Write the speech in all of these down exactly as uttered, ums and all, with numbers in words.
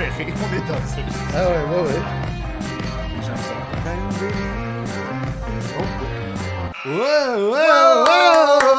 préféré. On est dansé. Ah ouais, ouais, ouais. J'aime ça. Ouais, ouais, ouais,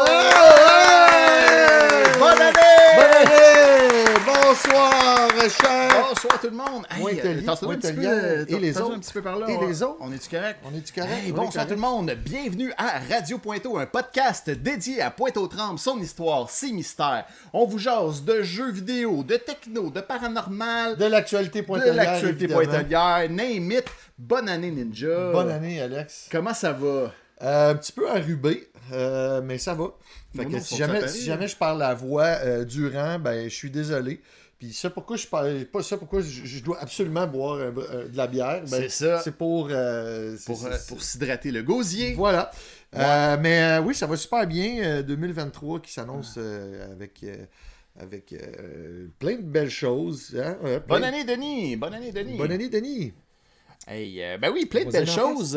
ouais. Bonne année! Bonne année! Bonsoir, cher. Bonsoir tout le monde! Moi, Hey, Italien, t'en souviens moi, un petit peu, Italien. euh, Et t'en- les t'en souviens autres. un petit peu par là. Et on- les autres. On est-tu correct? On est-tu correct? Hey, On est bonsoir correct? tout le monde! Bienvenue à Radio Pointeau, un podcast dédié à Pointe-aux-Trembles, son histoire, ses mystères. On vous jase de jeux vidéo, de techno, de paranormal, De l'actualité de pointelière, l'actualité évidemment. pointelière, name it. Bonne année, Ninja! Bonne année, Alex. Comment ça va? Euh, un petit peu enrubé, euh, mais ça va. Fait Non, que non, si faut jamais, s'apparaître. si jamais je parle la voix euh, durant, ben je suis désolé. Puis ça pourquoi je parle pas ça pourquoi je, je dois absolument boire un- un- de la bière. Ben, C'est ça. C'est pour euh, c'est- Pour, c'est- euh, c'est- pour s'hydrater le gosier. Voilà. Euh, mais euh, oui, ça va super bien. euh, deux mille vingt-trois qui s'annonce euh, avec, euh, avec euh, plein de belles choses. Hein? Ouais, plein- Bonne année, Denis! Bonne année, Denis! Bonne année, Denis. Hey, euh, ben oui, plein de Vas-y, belles en choses.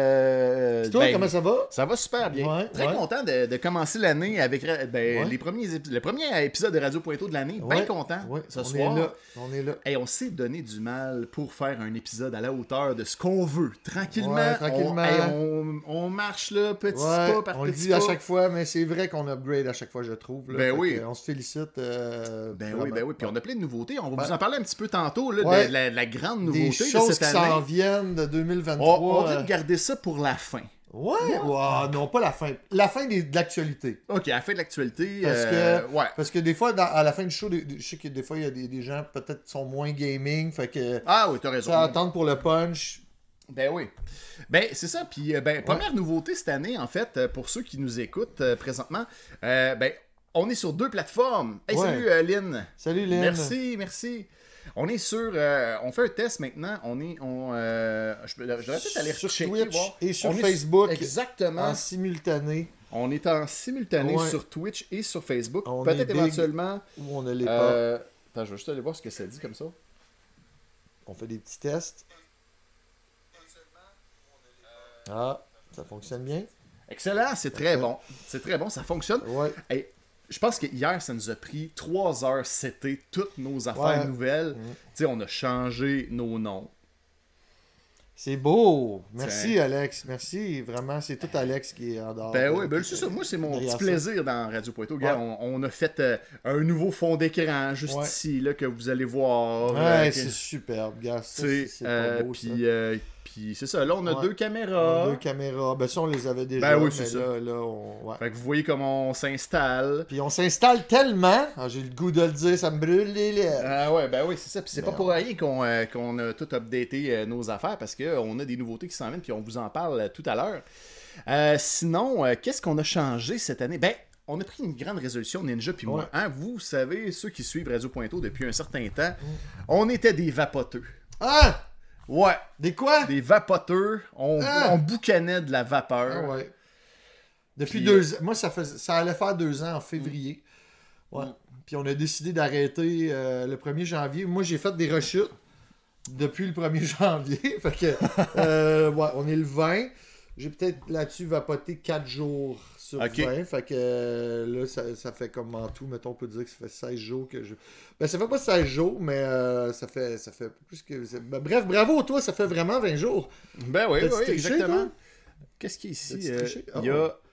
euh, Et toi, ben, comment ça va? Ça va super bien. Ouais, Très ouais. content de, de commencer l'année avec euh, ben, Ouais. les premiers épis- le premier épisode de Radio Pointeau de l'année. Bien Ouais, content ouais, ce on soir. est là. On est là. Hey, on s'est donné du mal pour faire un épisode à la hauteur de ce qu'on veut. Tranquillement, Ouais, tranquillement. On, hey, on, on marche là, petit Ouais, pas par on le petit dit pas. à chaque fois, mais c'est vrai qu'on upgrade à chaque fois, je trouve. Là. Ben Fait oui. que On se félicite. euh, Ben vraiment. oui, ben oui. Puis on a plein de nouveautés. On va Ouais. vous en parler un petit peu tantôt là, de- Ouais. de, la, de la grande Des nouveauté de choses cette qui année. s'en viennent de deux mille On, vingt-trois. on vient euh, de garder ça pour la fin. Ouais, ouais, non, pas la fin. La fin des- de l'actualité. Ok, à la fin de l'actualité. Parce euh, que- ouais. Parce que des fois, dans- à la fin du show, des- des- je sais que des fois, il y a des, des gens peut-être qui sont moins gaming, fait que Ah oui, t'as raison. ça attendre pour le punch. Ben oui. Ben c'est ça. Puis euh, ben première nouveauté cette année en fait euh, pour ceux qui nous écoutent euh, présentement, euh, ben on est sur deux plateformes. Hey Ouais. salut euh, Lynn. Salut, Lynn. Merci, merci. On est sur, euh, on fait un test maintenant. On est, on, euh, je, je devrais peut-être aller Sur checker, Twitch voir. et sur On est Facebook. Exactement. En simultané, On est en simultané Ouais. sur Twitch et sur Facebook. On est Peut-être big. éventuellement. où on ne l'est pas. Euh, attends, je vais juste aller voir ce que ça dit comme ça. On fait des petits tests. Ah, ça fonctionne bien? Excellent, c'est très bon. C'est très bon, ça fonctionne. Ouais. Hey, je pense que hier, ça nous a pris trois heures setter toutes nos affaires Ouais. nouvelles. Mhm. Tu sais, on a changé nos noms. C'est beau. Merci, Tiens. Alex. Merci. Vraiment, c'est tout Alex qui est en dehors. Ben de- oui, ben c'est ça. Moi, c'est mon derrière petit ça. plaisir dans Radio Pointeau. Regarde, Ouais. on, on a fait euh, un nouveau fond d'écran juste Ouais. ici, là, que vous allez voir. Ouais, euh, que- c'est superbe, gars. Ça, tu sais, C'est c'est euh, pas beau, ça. puis, euh, puis c'est ça. Là, on a Ouais. deux On a caméras. Deux caméras. Ben ça, on les avait déjà. Ben oui, mais c'est là, là, on... ouais. Fait que vous voyez comment on s'installe. Puis on s'installe tellement. Ah, j'ai le goût de le dire, ça me brûle les lèvres. Ah ouais, ben oui, c'est ça. Puis c'est Ben pas pour rien qu'on euh, qu'on a tout updaté euh, nos affaires parce qu'on a des nouveautés qui s'en viennent, puis on vous en parle euh, tout à l'heure. Euh, sinon, euh, qu'est-ce qu'on a changé cette année? Ben, on a pris une grande résolution, Ninja puis moi. Ouais. Hein, vous savez, ceux qui suivent Radio Pointeau depuis un certain temps, on était des vapoteux. Ah! Ouais, Des quoi? des vapoteux. On, Ah! on boucanait de la vapeur. Ah ouais. Depuis Puis, deux ans. Moi, ça, fais... ça allait faire deux ans en février. Ouais. Mm. Puis on a décidé d'arrêter euh, le premier janvier. Moi, j'ai fait des rechutes depuis le premier janvier. Fait que, euh, ouais, on est le vingt. J'ai peut-être là-dessus vapoté quatre jours sur Ok. vingt. Fait que euh, là, ça, ça fait comme en tout, mettons, on peut dire que ça fait seize jours que je. Ben, ça fait pas seize jours, mais euh, ça fait ça fait plus que. Ben, bref, bravo, toi, ça fait vraiment vingt jours. Ben oui, T'as-tu oui, triché, exactement. toi? Qu'est-ce qu'il y a ici? T'as-tu Euh, triché? Il y Ah, a...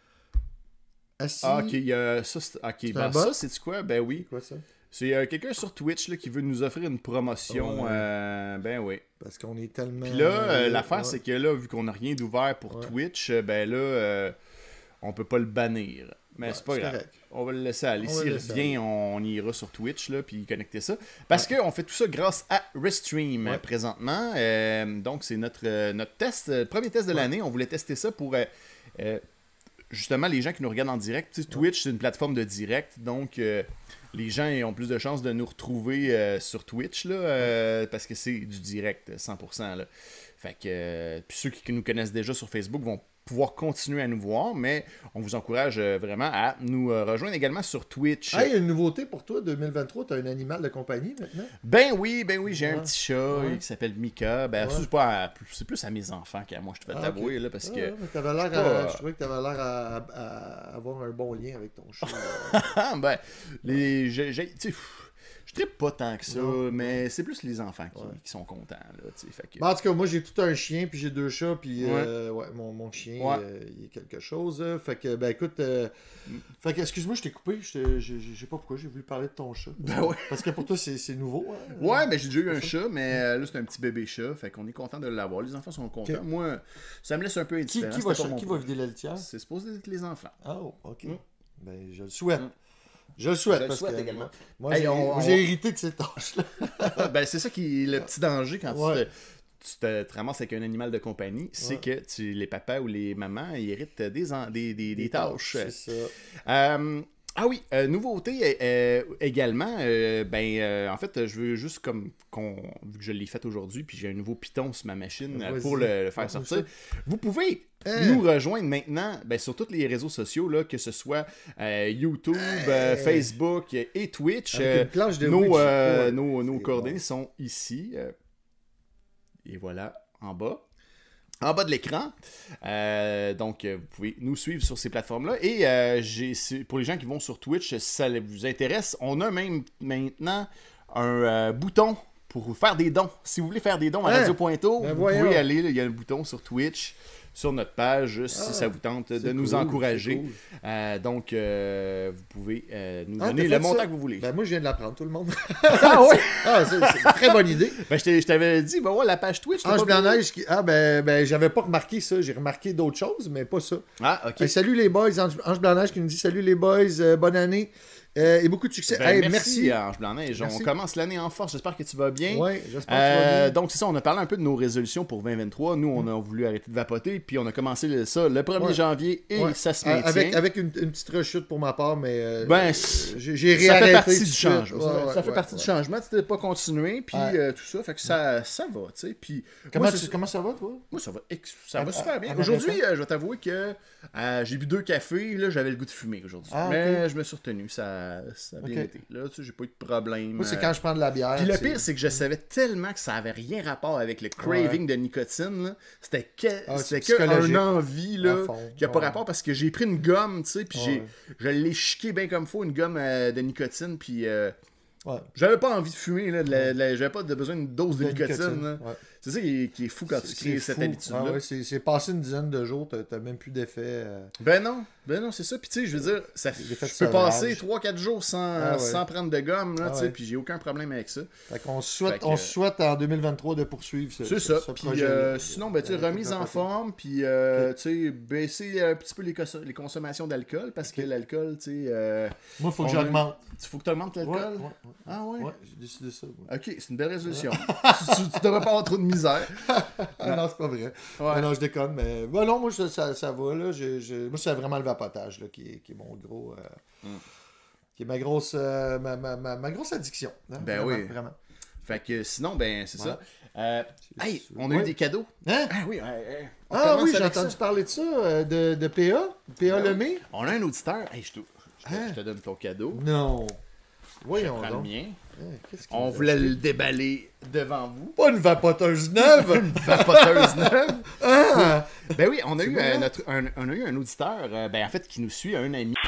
Assis. Ah, ok, il y a ça. c'est- Ok, C'est ben un ça, bot? c'est quoi? Ben oui. Quoi ça? C'est euh, quelqu'un sur Twitch là, qui veut nous offrir une promotion. Ouais. euh, ben oui. Parce qu'on est tellement. Puis là, euh, l'affaire, ouais. c'est que là, vu qu'on n'a rien d'ouvert pour Ouais. Twitch, euh, ben là, euh, on peut pas le bannir. Mais Ouais, c'est pas c'est grave. correct. On va le laisser aller. On va S'il le laisser revient, on ira sur Twitch, là, puis connecter ça. Parce qu'on fait tout ça grâce à Restream Ouais. euh, présentement. Euh, donc, c'est notre, euh, notre test, euh, premier test de Ouais. l'année. On voulait tester ça pour... euh, euh, justement, les gens qui nous regardent en direct. Tu sais, Twitch, c'est une plateforme de direct, donc euh, les gens ont plus de chances de nous retrouver euh, sur Twitch, là, euh, parce que c'est du direct, cent pour cent. Là. Fait que, euh, puis ceux qui nous connaissent déjà sur Facebook vont pouvoir continuer à nous voir, mais on vous encourage euh, vraiment à nous euh, rejoindre également sur Twitch. Hey, une nouveauté pour toi, deux mille vingt-trois, t'as un animal de compagnie maintenant? Ben oui, ben oui, j'ai un Ouais. petit chat Ouais. qui s'appelle Mika. Ben, Ouais. c'est pas à- c'est plus à mes enfants qu'à moi, je te fais Ah, t'avouer, ok. là, parce Ah, que... ouais, mais t'avais l'air pas, à- euh, Je trouvais que t'avais l'air à, à- à avoir un bon lien avec ton chat. Ah, ben, les, j'ai, j'ai- tu sais, pff, Je trippe pas tant que ça, Non. mais c'est plus les enfants qui, Ouais. qui sont contents. Là, tu sais, fait que... Ben, en tout cas, moi j'ai tout un chien, puis j'ai deux chats, puis Ouais. euh, ouais, mon, mon chien, Ouais. euh, il est quelque chose. là. Fait que, ben écoute, euh, fait que, excuse-moi, je t'ai coupé, je t'ai- je je sais pas pourquoi, j'ai voulu parler de ton chat. Ben ouais. Parce que pour toi, c'est c'est nouveau. Hein? Ouais, mais j'ai déjà eu un chat, mais euh, là, c'est un petit bébé chat, fait qu'on est content de l'avoir. Les enfants sont contents. Ok. Moi, ça me laisse un peu Qui, indifférent. qui, va, c'était pas ch- mon qui va point. vider la litière? C'est supposé être les enfants. Ah, oh, ok. Mm. Ben, je le souhaite. Mm. Je le souhaite. Je le parce souhaite que, également. Moi, Hey, j'ai on- on- j'ai hérité de ces tâches-là. Ben, c'est ça qui est le petit danger quand Ouais. tu, te, tu te, te ramasses avec un animal de compagnie, c'est Ouais. que tu, les papas ou les mamans ils héritent des, en- des, des, des tâches. C'est ça. Euh, ah oui, euh, nouveauté euh, également, euh, ben euh, en fait, je veux juste comme qu'on, vu que je l'ai fait aujourd'hui, puis j'ai un nouveau Python sur ma machine euh, Vas-y. pour le, le faire Montre-nous sortir. Vous pouvez Hein? nous rejoindre maintenant ben, sur tous les réseaux sociaux, là, que ce soit euh, YouTube, euh, Facebook et Twitch. Avec Euh, une planche de nos, Ouija. euh, Ouais. nos, nos C'est coordonnées bon. sont ici. euh, et voilà, en bas. En bas de l'écran. Euh, donc, euh, vous pouvez nous suivre sur ces plateformes-là. Et euh, j'ai, c'est- pour les gens qui vont sur Twitch, si ça vous intéresse, on a même maintenant un euh, bouton pour faire des dons. Si vous voulez faire des dons à Hein? Radio Pointeau, Ben vous voyons. pouvez aller, là, il y a un bouton sur Twitch, sur notre page, si Ah, ça vous tente de C'est nous cool, encourager. c'est cool. Euh, donc, euh, vous pouvez euh, nous Ah, donner t'as le fait montant ça? que vous voulez. Ben, moi, je viens de l'apprendre, tout le monde. ah ouais! Ah, c'est c'est une très bonne idée. Ben, je t'ai- je t'avais dit, va voir la page Twitch. t'as Ange pas vu? Blanc-Neige, qui... ah, ben, ben j'avais pas remarqué ça. J'ai remarqué d'autres choses, mais pas ça. Ah, ok. Hey, salut les boys. Ange, Ange Blanc-Neige qui nous dit salut les boys, euh, bonne année euh, et beaucoup de succès. Ben, Hey, merci, merci. Ange Blanc-Neige. On Merci. commence l'année en force. J'espère que tu vas bien. Ouais, j'espère que tu vas Euh, bien. donc, c'est ça, on a parlé un peu de nos résolutions pour vingt vingt-trois. Nous, on a voulu arrêter de vapoter, puis on a commencé le- ça le premier Ouais. janvier et Ouais. ça se Euh, maintient. Avec, avec une, une petite rechute pour ma part, mais euh, Ben, euh, c'est- j'ai j'ai ça réarrêté. fait partie tout du de suite. changement. Ouais, ça ouais, ça fait ouais, partie ouais. du changement. Tu n'es pas continué, puis Ouais. euh, tout ça. Fait que ça, ça va, tu sais. Puis Comment, moi, tu- c'est- comment ça va, toi? moi, ça va, ex- ça À- va super bien. à- à Aujourd'hui, Marathon? euh, je vais t'avouer que euh, j'ai bu deux cafés. Là, j'avais le goût de fumer aujourd'hui. Ah, Mais je me suis retenu. Ça, ça a bien Ok. été. Là, tu sais, j'ai pas eu de problème. Moi, c'est euh, quand je prends de la bière. Puis le c'est- pire, c'est que je savais tellement que ça avait rien rapport avec le craving de nicotine. là. C'était que, Ah, c'était c'est que psychologique. une envie là, À fond. qui a pas Ouais. rapport parce que j'ai pris une gomme, tu sais, puis j'ai, Ouais. je l'ai chiqué bien comme faut, une gomme euh, de nicotine, puis euh, Ouais. j'avais pas envie de fumer, là, de la- de la- j'avais pas de besoin d'une dose de, De nicotine. nicotine, là. ouais. C'est ça qui est, qui est fou quand tu C'est- crées c'est cette fou. habitude-là. Ah ouais, c'est c'est passé une dizaine de jours, t'as t'as même plus d'effet. euh, Ben non, ben non, c'est ça. Puis tu sais, je veux dire, ça, Des effets de je peux sevrage. passer trois quatre jours sans, Ah ouais. sans prendre de gomme, là, Ah tu sais, ouais. puis j'ai aucun problème avec ça. Fait qu'on se souhaite, Fait que- on se souhaite en deux mille vingt-trois de poursuivre ce, C'est ce- ça. ce Puis projet-là. euh, sinon, ben, tu sais, Euh, remise en vapoter. forme, puis euh, tu sais, baisser un petit peu les, cons- les consommations d'alcool, parce que l'alcool, tu sais, euh, Moi, il faut que on a- j'augmente. il faut que tu augmentes Ouais, l'alcool. ouais, ouais. Ah ouais? Ouais, j'ai décidé ça. ouais. Ok, c'est une belle résolution. tu, tu, tu devrais pas avoir trop de misère. Ah non, c'est pas vrai. Ouais. Ah non, je déconne, mais bon, non, moi, ça, ça, ça va. Là. Je- je- Moi, c'est vraiment le vapotage là, qui, est, qui est mon gros. euh, Mm. Qui est ma grosse, euh, ma, ma, ma, ma grosse addiction. hein, Ben vraiment, oui. Vraiment. Fait que sinon, ben, c'est Ouais. ça. Euh, C'est hey, sûr. on a eu Ouais. des cadeaux. Hein? Ah oui, ouais, ouais. On Ah commence oui, j'ai avec entendu ça. parler de ça, euh, de, de P A. P A Ben oui. Lemay. On a un auditeur. Hey, je, te, je, te, Hein? je te donne ton cadeau. Non. Voyons Prends le donc. mien. Hein, qu'est-ce qu'il On nous a voulait acheté? le déballer devant vous. Pas une vapoteuse neuve! Vapoteuse neuve. Ah! Ben oui, on a, eu, bon, euh, hein? notre, un, on a eu un auditeur, euh, ben en fait, qui nous suit, un ami.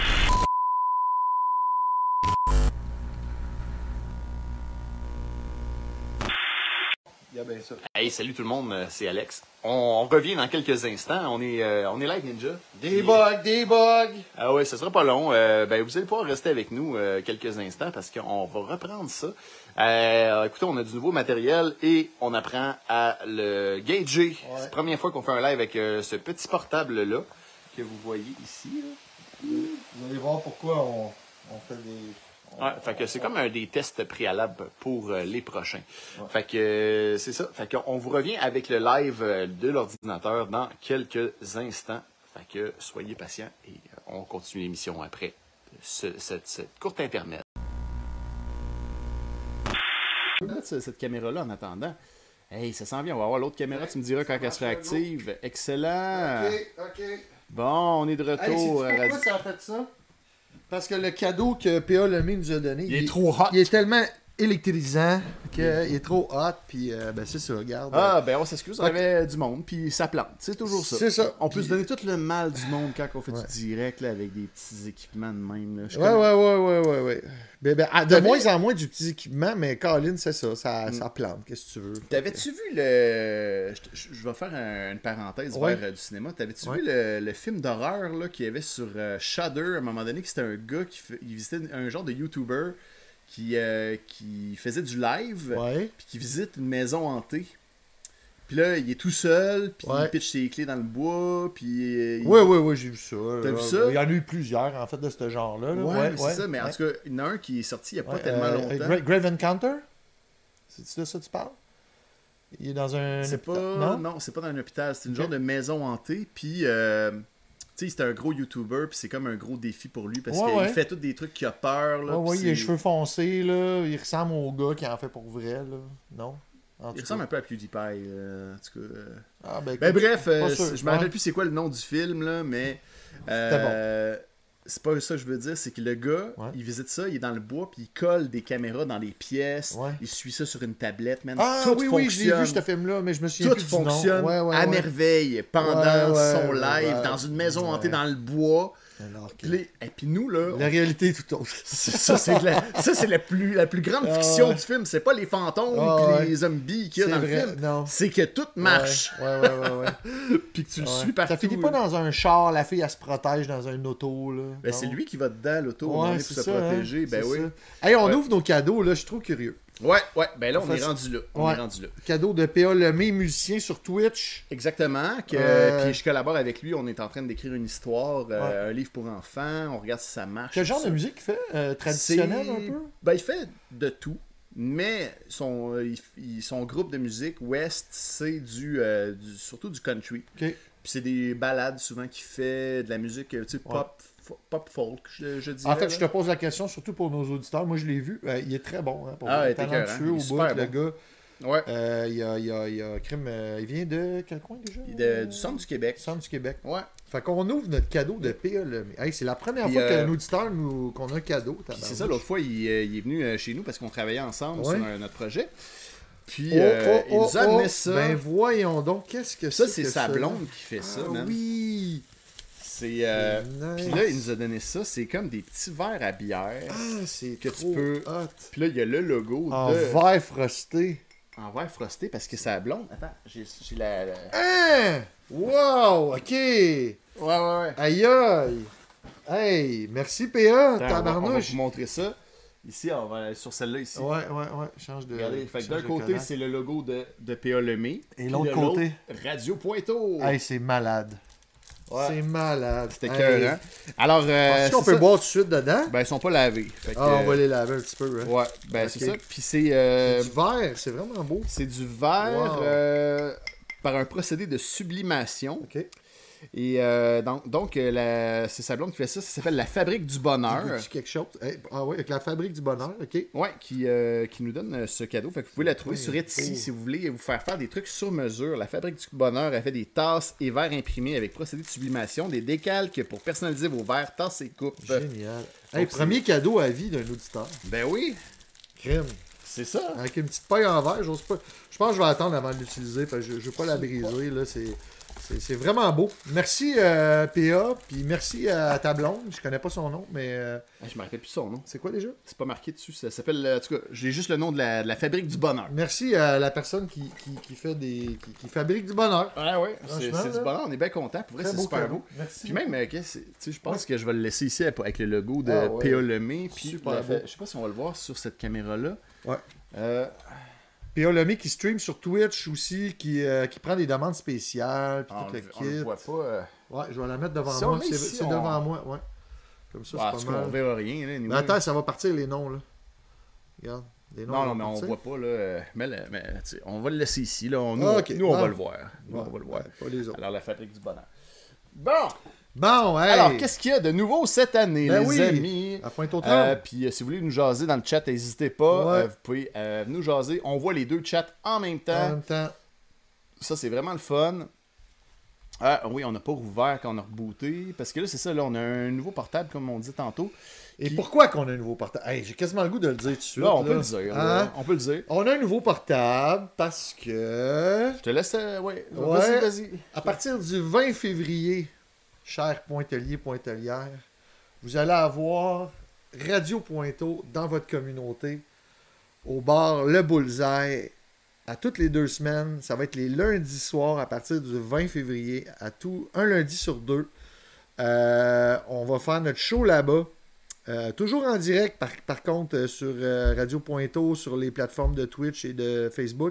Il y a bien ça. Hey, salut tout le monde, euh, c'est Alex. On, on revient dans quelques instants. On est, euh, on est live, Ninja. Des Puis- bugs, des bugs! Ah ouais, ce sera pas long. Euh, ben, vous allez pouvoir rester avec nous euh, quelques instants parce qu'on va reprendre ça. Euh, écoutez, on a du nouveau matériel et on apprend à le gager. C'est la première fois qu'on fait un live avec euh, ce petit portable-là que vous voyez ici. Là. Vous allez voir pourquoi on, on fait des... on- Ouais, fait que c'est comme un des tests préalables pour euh, les prochains. Ouais. Fait que euh, c'est ça. Fait qu'on vous revient avec le live euh, de l'ordinateur dans quelques instants. Fait que soyez patients et euh, on continue l'émission après ce, cette, cette courte intermède. Mettre cette caméra-là en attendant. Hey, ça sent bien. On va avoir l'autre caméra. Tu me diras quand elle sera active. Excellent. Ok, ok. Bon, on est de Hey, sais-tu retour. à pourquoi ça a fait ça? Parce que le cadeau que P A Lemay nous a donné, Il est trop hot. il est tellement électrisant, qu'il est trop hot, puis euh, ben c'est ça, regarde. Ah, ben on s'excuse, on avait du monde, puis ça plante. C'est toujours ça. C'est ça. On peut Puis- se donner tout le mal du monde quand on fait Ouais. du direct là, avec des petits équipements de même. Là. Je Ouais, connais- ouais, ouais, ouais, ouais, ouais. Ben, ben, ah, de T'avais- moins en moins du petit équipement, mais Colin, c'est ça, ça, Mm. ça plante, qu'est-ce que tu veux. T'avais-tu vu le. Je, te- je vais faire un- une parenthèse Ouais. vers euh, du cinéma. T'avais-tu Ouais. vu le, le film d'horreur là, qu'il y avait sur euh, Shudder à un moment donné, que c'était un gars qui fait- il visitait un genre de YouTuber qui, euh, qui faisait du live, Ouais. puis qui visite une maison hantée. Puis là, il est tout seul, puis Ouais. il pitch ses clés dans le bois, puis. euh, il- Ouais, ouais, ouais, j'ai vu ça. T'as Euh, vu ça? Il y en a eu plusieurs, en fait, de ce genre-là. là. Ouais, Ouais, mais c'est ouais, ça, mais en ouais. tout cas, il y en a un qui est sorti il n'y a pas Ouais, tellement euh, longtemps. Gra- Grave Encounter? C'est de ça que tu parles? Il est dans un... C'est pas. Non? Non, c'est pas dans un hôpital, c'est une Ok. genre de maison hantée, puis. euh, Tu sais, c'est un gros YouTuber, puis c'est comme un gros défi pour lui, parce Ouais, qu'il ouais. fait tous des trucs qui a peur. Là, Ouais, puis ouais, il a les c'est- cheveux foncés, là. Il ressemble au gars qui en fait pour vrai, là. Non? En tout Il cas. ressemble un peu à PewDiePie, euh, en tout cas. euh. Ah, ben, Ben écoute, bref, euh, pas sûr. c'est- je me rappelle Ouais. plus c'est quoi le nom du film, là, mais. euh, C'est pas ça que je veux dire, c'est que le gars, Ouais. il visite ça, il est dans le bois, puis il colle des caméras dans les pièces, Ouais. il suit ça sur une tablette, man. Ah Tout oui, oui, je l'ai fonctionne. vu, ce film-là, mais je me souviens Tout plus du nom. fonctionne Ouais, ouais, à ouais. merveille pendant Ouais, ouais, son ouais, live ouais. dans une maison hantée Ouais. dans le bois. Alors que Puis les- Et puis nous, là, la réalité est tout autre. c'est- ça, c'est la, ça, c'est la plus, la plus grande Ah, fiction ouais. du film. C'est pas les fantômes Ah, puis ouais. les zombies qu'il y a C'est dans vrai, le film. non. C'est que tout marche. Ouais, ouais, ouais, ouais. ouais. Puis que tu le Ouais. suis partout. Ça finit pas dans un char, la fille, elle se protège dans un auto, là. Ben, Non? c'est lui qui va dedans, l'auto, on Ouais, est c'est pour se ça, hein, protéger. Ben c'est oui. ça. Hey, on Ouais. ouvre nos cadeaux, là, je suis trop curieux. Ouais, ouais. Ben là, on, On est fait- rendu là. On Ouais. est rendu là. Cadeau de P A Lemay, musicien sur Twitch. Exactement. Que, Euh, Puis je collabore avec lui. On est en train d'écrire une histoire, euh, un livre pour enfants. On regarde si ça marche. Quel tout genre ça. de musique il fait euh, Traditionnel C'est- un peu Ben, il fait de tout, mais son, euh, il- il- son groupe de musique West, c'est du, euh, du- surtout du country. Ok. Puis c'est des ballades souvent qu'il fait, de la musique euh, tu sais, Ouais. pop, fo- pop folk, je, je dirais. En fait, là. je te pose la question surtout pour nos auditeurs. Moi, je l'ai vu. Euh, il est très bon. Hein, pour Ah, vrai. il est écœurant. talentueux Il est au bout, super le bon. gars. Ouais. Euh, il, a, il, a, il a crime. euh, il vient de quel coin déjà Il est de- du centre du Québec. Centre du Québec. Ouais. Fait qu'on ouvre notre cadeau de P A Lemay. Hey, c'est la première Puis, fois euh, qu'un auditeur nous qu'on a un cadeau. Puis tabarnouche. c'est ça, l'autre fois, il, euh, il est venu euh, chez nous parce qu'on travaillait ensemble Ouais. sur un- notre projet. Puis Oh, euh, oh, il nous a oh, amené oh. ça. Ben voyons donc, qu'est-ce que ça, c'est c'est que sa ça? blonde qui fait ça, Ah, man. oui. C'est. euh, Nice. Puis là, il nous a donné ça. C'est comme des petits verres à bière. Ah, c'est que tu trop peux- hot. Puis là, il y a le logo En de. verre frosté. En verre frosté parce que c'est la blonde. Attends, j'ai j'ai la. la- Hein? Wow, ok. Ouais, ouais, ouais. Aïe aïe. Hey, merci P A, Attends, on, va, on va tabarnouche. vous montrer ça. Ici, on va sur celle-là ici. Ouais, ouais, ouais. Change de. Regardez, fait que change d'un de côté, Kodak. c'est le logo de, de P A Lemay. Et Puis l'autre de côté? Radio Pointeau. Hey, c'est malade. Ouais. C'est malade. C'était Hey. cœur, hein? Alors, euh, Penses-tu qu'on c'est peut ça. boire tout de suite dedans? Ben, ils sont pas lavés. Fait que, Ah, on va les laver un petit peu. Hein. Ouais, ben, Ok. c'est ça. Puis c'est. euh, Du verre, c'est vraiment beau. c'est du verre Wow. euh, par un procédé de sublimation. Ok. Et euh, donc, donc euh, la- c'est sa blonde qui fait ça. Ça s'appelle la Fabrique du Bonheur. Goûtes-tu quelque chose? Hey, ah oui, avec la fabrique du bonheur, ok. Ouais, qui, euh, qui nous donne euh, ce cadeau. Fait que vous pouvez la trouver Oui, sur Etsy beau. si vous voulez vous faire faire des trucs sur mesure. La Fabrique du Bonheur a fait des tasses et verres imprimés avec procédé de sublimation, des décalques pour personnaliser vos verres, tasses et coupes. Génial. Hey, Donc, premier cadeau à vie d'un auditeur. Ben oui, Crème. c'est ça. Avec une petite paille en verre, j'ose pas. Je pense que je vais attendre avant de l'utiliser, parce que je, je veux pas la briser, là. C'est. C'est c'est vraiment beau. Merci euh, P A, puis merci à ta blonde. Je connais pas son nom, mais euh, Ah, je me rappelle plus son nom. c'est quoi déjà? C'est pas marqué dessus. Ça s'appelle. euh, En tout cas, j'ai juste le nom de la, de la Fabrique du Bonheur. Merci à la personne qui, qui, qui fait des. Qui, qui fabrique du bonheur. Ouais, ouais. C'est Franchement, c'est du là. bonheur. On est bien content. Pour vrai, Très c'est beau super cadeau. beau. Merci. Puis même, euh, qu'est-ce- tu sais, je pense que je vais le laisser ici avec le logo de Ah ouais. P A Lemay. Puis Super la- beau. je sais pas si on va le voir sur cette caméra-là. Ouais. Euh, P A Lemay qui stream sur Twitch aussi, qui, euh, qui prend des demandes spéciales, puis on, tout le on le kit. voit pas. euh. Ouais, je vais la mettre devant Si on moi. met C'est ici, c'est on- devant moi, ouais. Comme ça, Ah, en c'est tout pas cas, on mal. verra rien. Là, anyway. Mais attends, ça va partir les noms, là. Regarde. Les noms Non, vont non, mais on partir. voit pas. Là, euh, mais là, mais, tu sais, on va le laisser ici. Là. On- nous, Ah, on- ok. nous, on Ah. va le voir. Nous, Ouais, on va le voir. ouais, pas les autres. Alors, la Fabrique du Bonheur. Bon! Bon, hey! Alors, qu'est-ce qu'il y a de nouveau cette année, Ben les oui. amis? À pointe au Euh, tremble. puis euh, si vous voulez nous jaser dans le chat, n'hésitez pas. Ouais. Euh, vous pouvez euh, nous jaser. On voit les deux chats en même En temps. même temps. Ça, c'est vraiment le fun. Ah oui, on n'a pas rouvert quand on a rebooté. Parce que là, c'est ça, là, on a un nouveau portable, comme on dit tantôt. Et qui... pourquoi qu'on a un nouveau portable? Hey, j'ai quasiment le goût de le dire tout de suite. Là, on là. peut le dire. Hein? Là, on peut le dire. On a un nouveau portable parce que... Je te laisse... Euh, ouais, ouais, vas-y, vas-y. À partir du vingt février, chers pointeliers, pointelières, vous allez avoir Radio Pointeau dans votre communauté, au bar Le Bullseye, à toutes les deux semaines. Ça va être les lundis soirs à partir du vingt février, à tout un lundi sur deux. Euh, on va faire notre show là-bas. Euh, toujours en direct, par, par contre, euh, sur euh, Radio Pointeau, sur les plateformes de Twitch et de Facebook.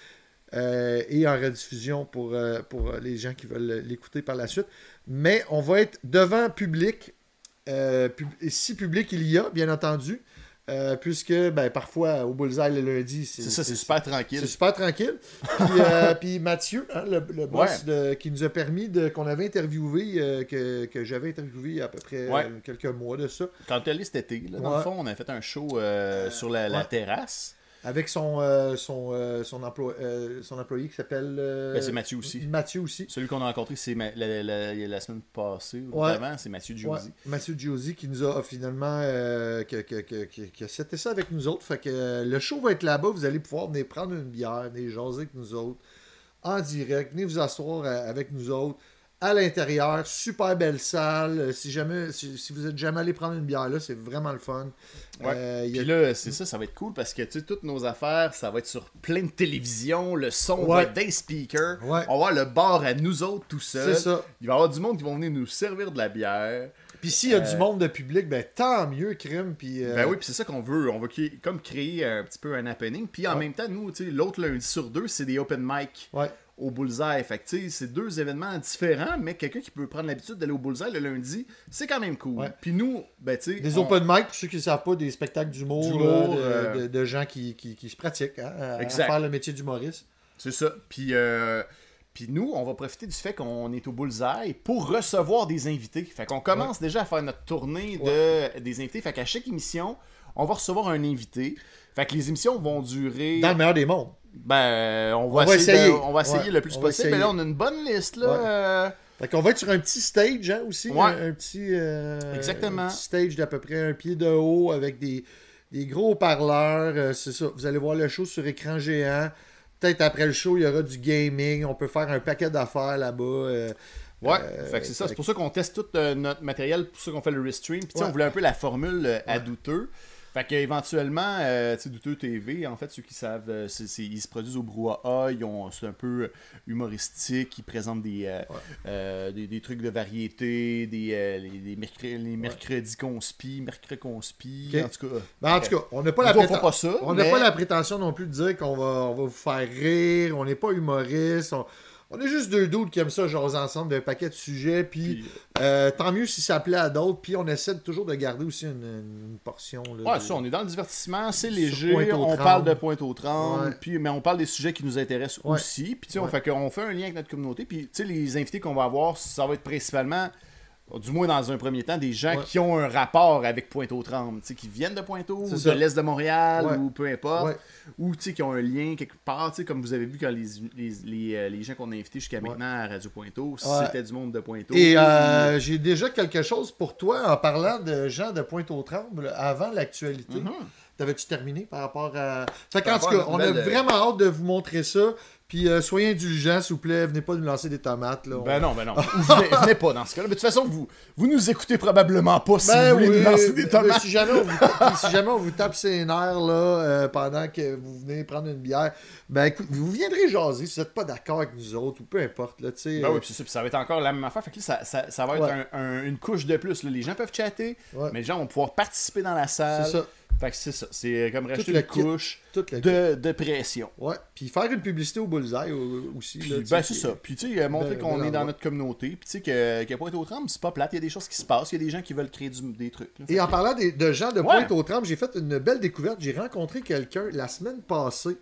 Euh, et en rediffusion pour, euh, pour les gens qui veulent l'écouter par la suite. Mais on va être devant public, euh, pub- si public il y a, bien entendu. Euh, puisque ben, parfois au Bullseye le lundi, c'est, C'est ça, c'est c'est super tranquille. C'est super tranquille. Puis, euh, puis Mathieu, hein, le, le boss Ouais. de, qui nous a permis de qu'on avait interviewé, euh, que, que j'avais interviewé il y a à peu près Ouais. euh, quelques mois de ça, Quand tu es allé cet été, là, dans Ouais. le fond, on a fait un show euh, sur la, la ouais. terrasse. avec son euh, son, euh, son, emploi- euh, son employé qui s'appelle euh, Ben, c'est Mathieu aussi. Mathieu aussi. Celui qu'on a rencontré, c'est ma- la, la- la- la semaine passée ou Ouais. avant, c'est Mathieu Ouais, Giozzi. Mathieu Giozzi qui nous a finalement euh, que, que, que, que, qui a seté ça avec nous autres. Fait que euh, le show va être là-bas. Vous allez pouvoir venir prendre une bière, venir jaser avec nous autres en direct. Venez vous asseoir euh, avec nous autres à l'intérieur. Super belle salle. Euh, Si jamais si, si vous êtes jamais allé prendre une bière là, c'est vraiment le fun. Ouais. Euh, il y a- Puis là, c'est ça, ça va être cool parce que tu sais, toutes nos affaires, ça va être sur plein de télévision, le son va Ouais. être des speakers, Ouais. on va avoir le bar à nous autres tout seuls. C'est ça. Il va y avoir du monde qui vont venir nous servir de la bière. Puis s'il y a Euh, du monde de public, ben tant mieux, crime. Puis euh, Ben oui, puis c'est ça qu'on veut. On veut créer, comme créer un petit peu un happening. Puis en Ouais. même temps, nous, tu sais, l'autre lundi sur deux, c'est des open mic ouais. au Bullseye. Fait que tu sais, c'est deux événements différents, mais quelqu'un qui peut prendre l'habitude d'aller au Bullseye le lundi, c'est quand même cool. Ouais. Puis nous, ben tu sais. Des on- open mic, pour ceux qui ne savent pas, des spectacles d'humour, D'humour, là, de, euh, de- de gens qui, qui, qui se pratiquent hein, à, à Exact. faire le métier d'humoriste. C'est ça. Puis, euh, puis nous, on va profiter du fait qu'on est au Bullseye pour recevoir des invités. Fait qu'on commence déjà à faire notre tournée de, des invités. Fait qu'à chaque émission, on va recevoir un invité. Fait que les émissions vont durer... Dans le meilleur des mondes. Ben, on va, On va essayer, essayer. de- on va essayer Ouais, le plus on va possible. essayer. Mais là, on a une bonne liste, là. Ouais. euh, Fait qu'on va être sur un petit stage hein, aussi. Ouais. Un, un petit, euh, Exactement. un petit stage d'à peu près un pied de haut avec des, des gros parleurs. euh, c'est ça. Vous allez voir le show sur écran géant. Peut-être après le show, il y aura du gaming. On peut faire un paquet d'affaires là-bas. euh, Ouais, euh, fait que c'est ça. fait C'est pour ça qu'on teste tout euh, notre matériel, pour ça qu'on fait le restream. Puis tu sais, Ouais. on voulait un peu la formule euh, à Ouais. douteux. Fait qu'éventuellement, euh, tu sais, Douteux T V, en fait, ceux qui savent, euh, c'est, c'est- ils se produisent au brouhaha, ils ont, c'est un peu humoristique, ils présentent des, euh, Ouais. euh, des, des trucs de variété, des, euh, les, les, mercredi, les mercredis conspi, mercredi conspi, Ok. en tout cas. Ben, en tout cas, on n'a pas, Nous, la on préten- fera pas ça, on n'a mais- pas la prétention non plus de dire qu'on va, on va vous faire rire. On n'est pas humoriste. On, on est juste deux dudes qui aiment ça, jaser ensemble d'un paquet de sujets. Puis, Puis, euh, tant mieux si ça plaît à d'autres. Puis on essaie de- toujours de garder aussi une, une portion. Là, ouais, de- ça, on est dans le divertissement, c'est Sur léger, Pointe-aux-Trembles. on parle de Pointe-aux-Trembles, Ouais. puis mais on parle des sujets qui nous intéressent Ouais. aussi. Puis tu sais, on Ouais. fait qu'on fait un lien avec notre communauté, puis tu sais, les invités qu'on va avoir, ça va être principalement, du moins dans un premier temps, des gens Ouais. qui ont un rapport avec Pointe-aux-Trembles, tu sais, qui viennent de Pointe-aux, C'est ou ça. de l'Est de Montréal, Ouais. ou peu importe, Ouais. ou tu sais, qui ont un lien quelque part, tu sais, comme vous avez vu quand les, les, les, euh, les gens qu'on a invités jusqu'à Ouais. maintenant à Radio Pointeau, Ouais. c'était du monde de Pointeau. Et euh, j'ai déjà quelque chose pour toi en parlant de gens de Pointe-aux-Trembles avant l'actualité. Mhm. T'avais-tu terminé par rapport à. Fait Par qu'en tout rapport à cas, une on a nouvelle, euh, vraiment hâte de vous montrer ça. Puis euh, soyez indulgents, s'il vous plaît. Venez pas nous lancer des tomates. Là. Ben non, ben non. Ou venez, venez pas dans ce cas-là. Mais de toute façon, vous, vous nous écoutez probablement pas si Ben vous voulez oui, nous lancer des euh, tomates. Si jamais on vous, puis si jamais on vous tape ses nerfs là, euh, pendant que vous venez prendre une bière, ben écoute, vous viendrez jaser si vous n'êtes pas d'accord avec nous autres ou peu importe. Là, tu sais, Ben euh, oui, puis c'est ça, puis ça va être encore la même affaire. Fait que là, ça, ça, ça va être Ouais. un- un- une couche de plus. Là. Les gens peuvent chatter, ouais, mais les gens vont pouvoir participer dans la salle. c'est ça. Fait que c'est ça. C'est comme rajouter le une kit. couche Tout le de, de pression. Ouais. Puis faire une publicité au Bullseye euh, aussi. Puis, là, tu ben sais, c'est ça. Puis tu sais, euh, montrer ben, qu'on ben, est dans endroit. notre communauté. Puis tu sais, que, que Pointe-aux-Trembles, c'est pas plate. Il y a des choses qui se passent. Il y a des gens qui veulent créer du- des trucs. là. Fait Et en que- parlant des- de gens de Ouais. Pointe-aux-Trembles, j'ai fait une belle découverte. J'ai rencontré quelqu'un la semaine passée.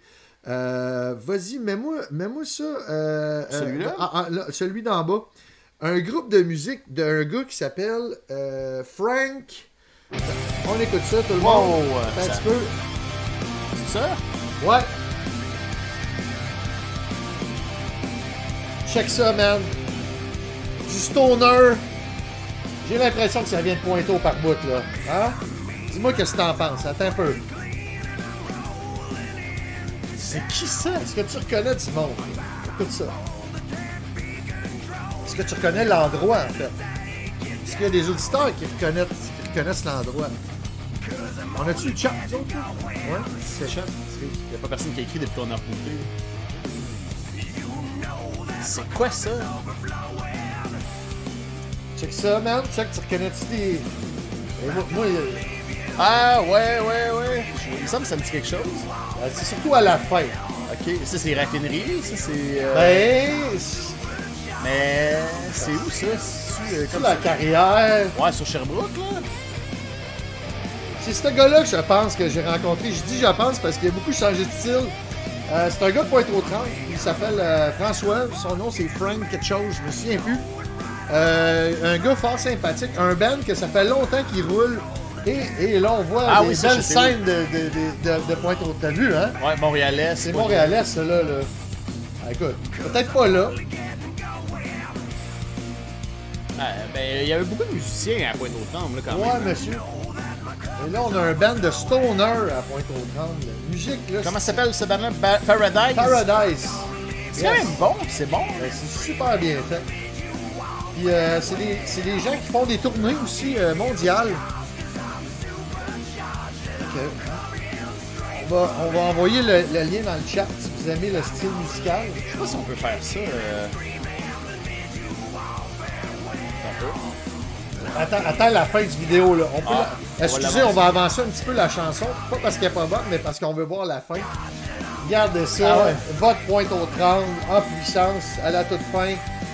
Euh, Vas-y, mets-moi mets-moi ça. euh, Celui-là? euh, ah, ah, là, celui d'en bas. Un groupe de musique d'un gars qui s'appelle euh, Frank. On écoute ça, tout le Wow, monde. euh, Attends un ça- petit peu. C'est ça? Ouais. Check ça, man. du stoner. J'ai l'impression que ça vient de Pointeau par bout, là. Hein? Dis-moi qu'est-ce que t'en penses. Attends un peu. C'est qui ça? Est-ce que tu reconnais du monde? Écoute ça. Est-ce que tu reconnais l'endroit, en fait? Est-ce qu'il y a des auditeurs qui reconnaissent, qui reconnaissent l'endroit? On a-tu le chat, nous autres? Ouais, c'est chat. Il n'y a pas personne qui a écrit depuis qu'on a rebooté. C'est quoi ça? Check ça, man. Check, tu reconnais-tu des... Et moi, moi il... Ah, ouais, ouais, ouais. Il me semble que ça me dit quelque chose. euh, c'est surtout à la fin. Ok, ça c'est raffinerie, ça c'est... Euh... Ben... c'est- Mais c'est où ça? C'est euh, C'est comme la ça? carrière. Ouais, sur Sherbrooke, là. C'est ce gars-là que je pense que j'ai rencontré. Je dis je pense parce qu'il a beaucoup changé de style. Euh, c'est un gars de Pointe-aux-Trembles. Il s'appelle euh, François. Son nom, c'est Frank quelque chose. Je me souviens plus. Euh, un gars fort sympathique. Un band que ça fait longtemps qu'il roule. Et, et là, on voit Ah des oui, ça, belles je sais scènes de, de, de, de, de Pointe-aux-Trembles. T'as vu, hein? Ouais, Montréalais. C'est pas- montréalais, ça, là. là. Ah, écoute, peut-être pas là. Ah, ben, il y avait beaucoup de musiciens à Pointe-aux-Trembles, là, quand Ouais, même. monsieur. Et là, on a un band de stoner à Pointe-aux-Trembles. La musique, là. Comment c'est- ça s'appelle ce band-là? Ba- Paradise? Paradise. C'est quand même bon, c'est bon. Ben, c'est super bien fait. Puis euh, c'est des, c'est des gens qui font des tournées aussi euh, mondiales. Ok. On va, on va envoyer le, le lien dans le chat si vous aimez le style musical. Je sais pas si on peut faire ça. Euh... Attends, attends la fin du vidéo là. On peut Ah, la- on va Excusez, l'avancer. on va avancer un petit peu la chanson. Pas parce qu'elle est pas bonne, mais parce qu'on veut voir la fin. Regardez ça. Ah ouais. Votre pointe au tremble en puissance à la toute fin.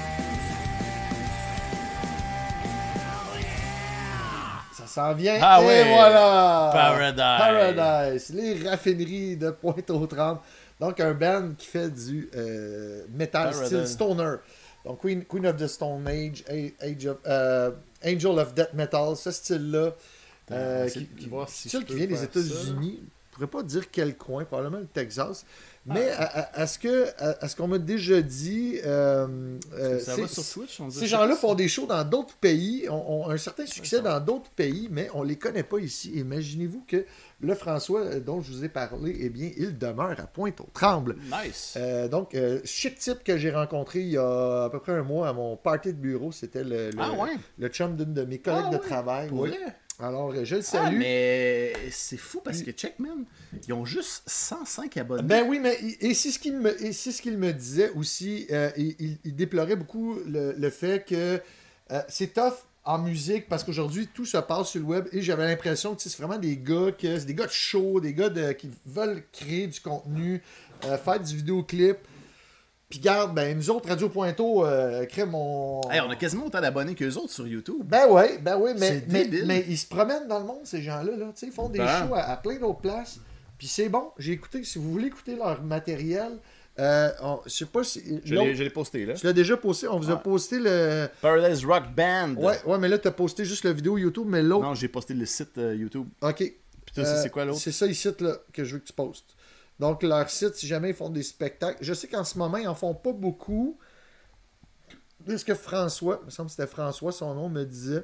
Ça s'en vient. Ah et ouais. voilà. Paradise. Paradise. Les raffineries de Pointe-aux-Trembles. Donc un band qui fait du euh, metal Paradise. style stoner. Donc Queen, Queen of the Stone Age, A- Age of, euh, Angel of Death Metal, ce style-là. Euh, on va essayer qui, de qui- voir si style je qui peux vient des faire États-Unis. Je ne pourrais pas dire quel coin, probablement le Texas. Mais Ah. à, à- à ce que à, à ce qu'on m'a déjà dit, euh, euh, Ça c'est- va sur Twitch, on dit ces ça? gens-là font des shows dans d'autres pays, ont, ont un certain succès dans d'autres pays, mais on les connaît pas ici. Imaginez-vous que le François euh, dont je vous ai parlé, eh bien, il demeure à Pointe-aux-Trembles. Nice. Euh, donc, euh, chic type que j'ai rencontré il y a à peu près un mois à mon party de bureau. C'était le, le, Ah ouais? le chum d'une de mes collègues Ah de ouais, travail. Pour Oui. vrai? Alors, euh, je le Ah, salue. mais c'est fou parce que check, man, ils ont juste cent cinq abonnés. Ben oui, mais et c'est ce qu'il me, et c'est ce qu'il me disait aussi. Euh, il, il- il déplorait beaucoup le, le fait que euh, c'est tough en musique parce qu'aujourd'hui tout se passe sur le web et j'avais l'impression que tu sais, c'est vraiment des gars que c'est des gars de show, des gars de, qui veulent créer du contenu, euh, faire du vidéoclip. Puis garde, ben nous autres Radio Pointeau euh, crée mon. Hey, on a quasiment autant d'abonnés qu'eux autres sur YouTube. Ben ouais, ben ouais, mais, C'est mais, débile. mais ils se promènent dans le monde, ces gens-là. Là. Tu sais, ils font des Ben. shows à, à plein d'autres places. Puis c'est bon, j'ai écouté, si vous voulez écouter leur matériel, euh, on- je sais pas si. Je l'autre- l'ai je l'ai posté, là. tu l'as déjà posté, on vous a Ouais. posté le. Paradise Rock Band. Ouais, ouais, mais là, t'as posté juste la vidéo YouTube, mais l'autre. Non, j'ai posté le site euh, YouTube. Ok. Puis toi, ça, Euh, c'est quoi l'autre? C'est ça ici là, que je veux que tu postes. Donc, leur site, si jamais ils font des spectacles. Je sais qu'en ce moment, ils en font pas beaucoup. De ce que François, il me semble que c'était François, son nom me disait.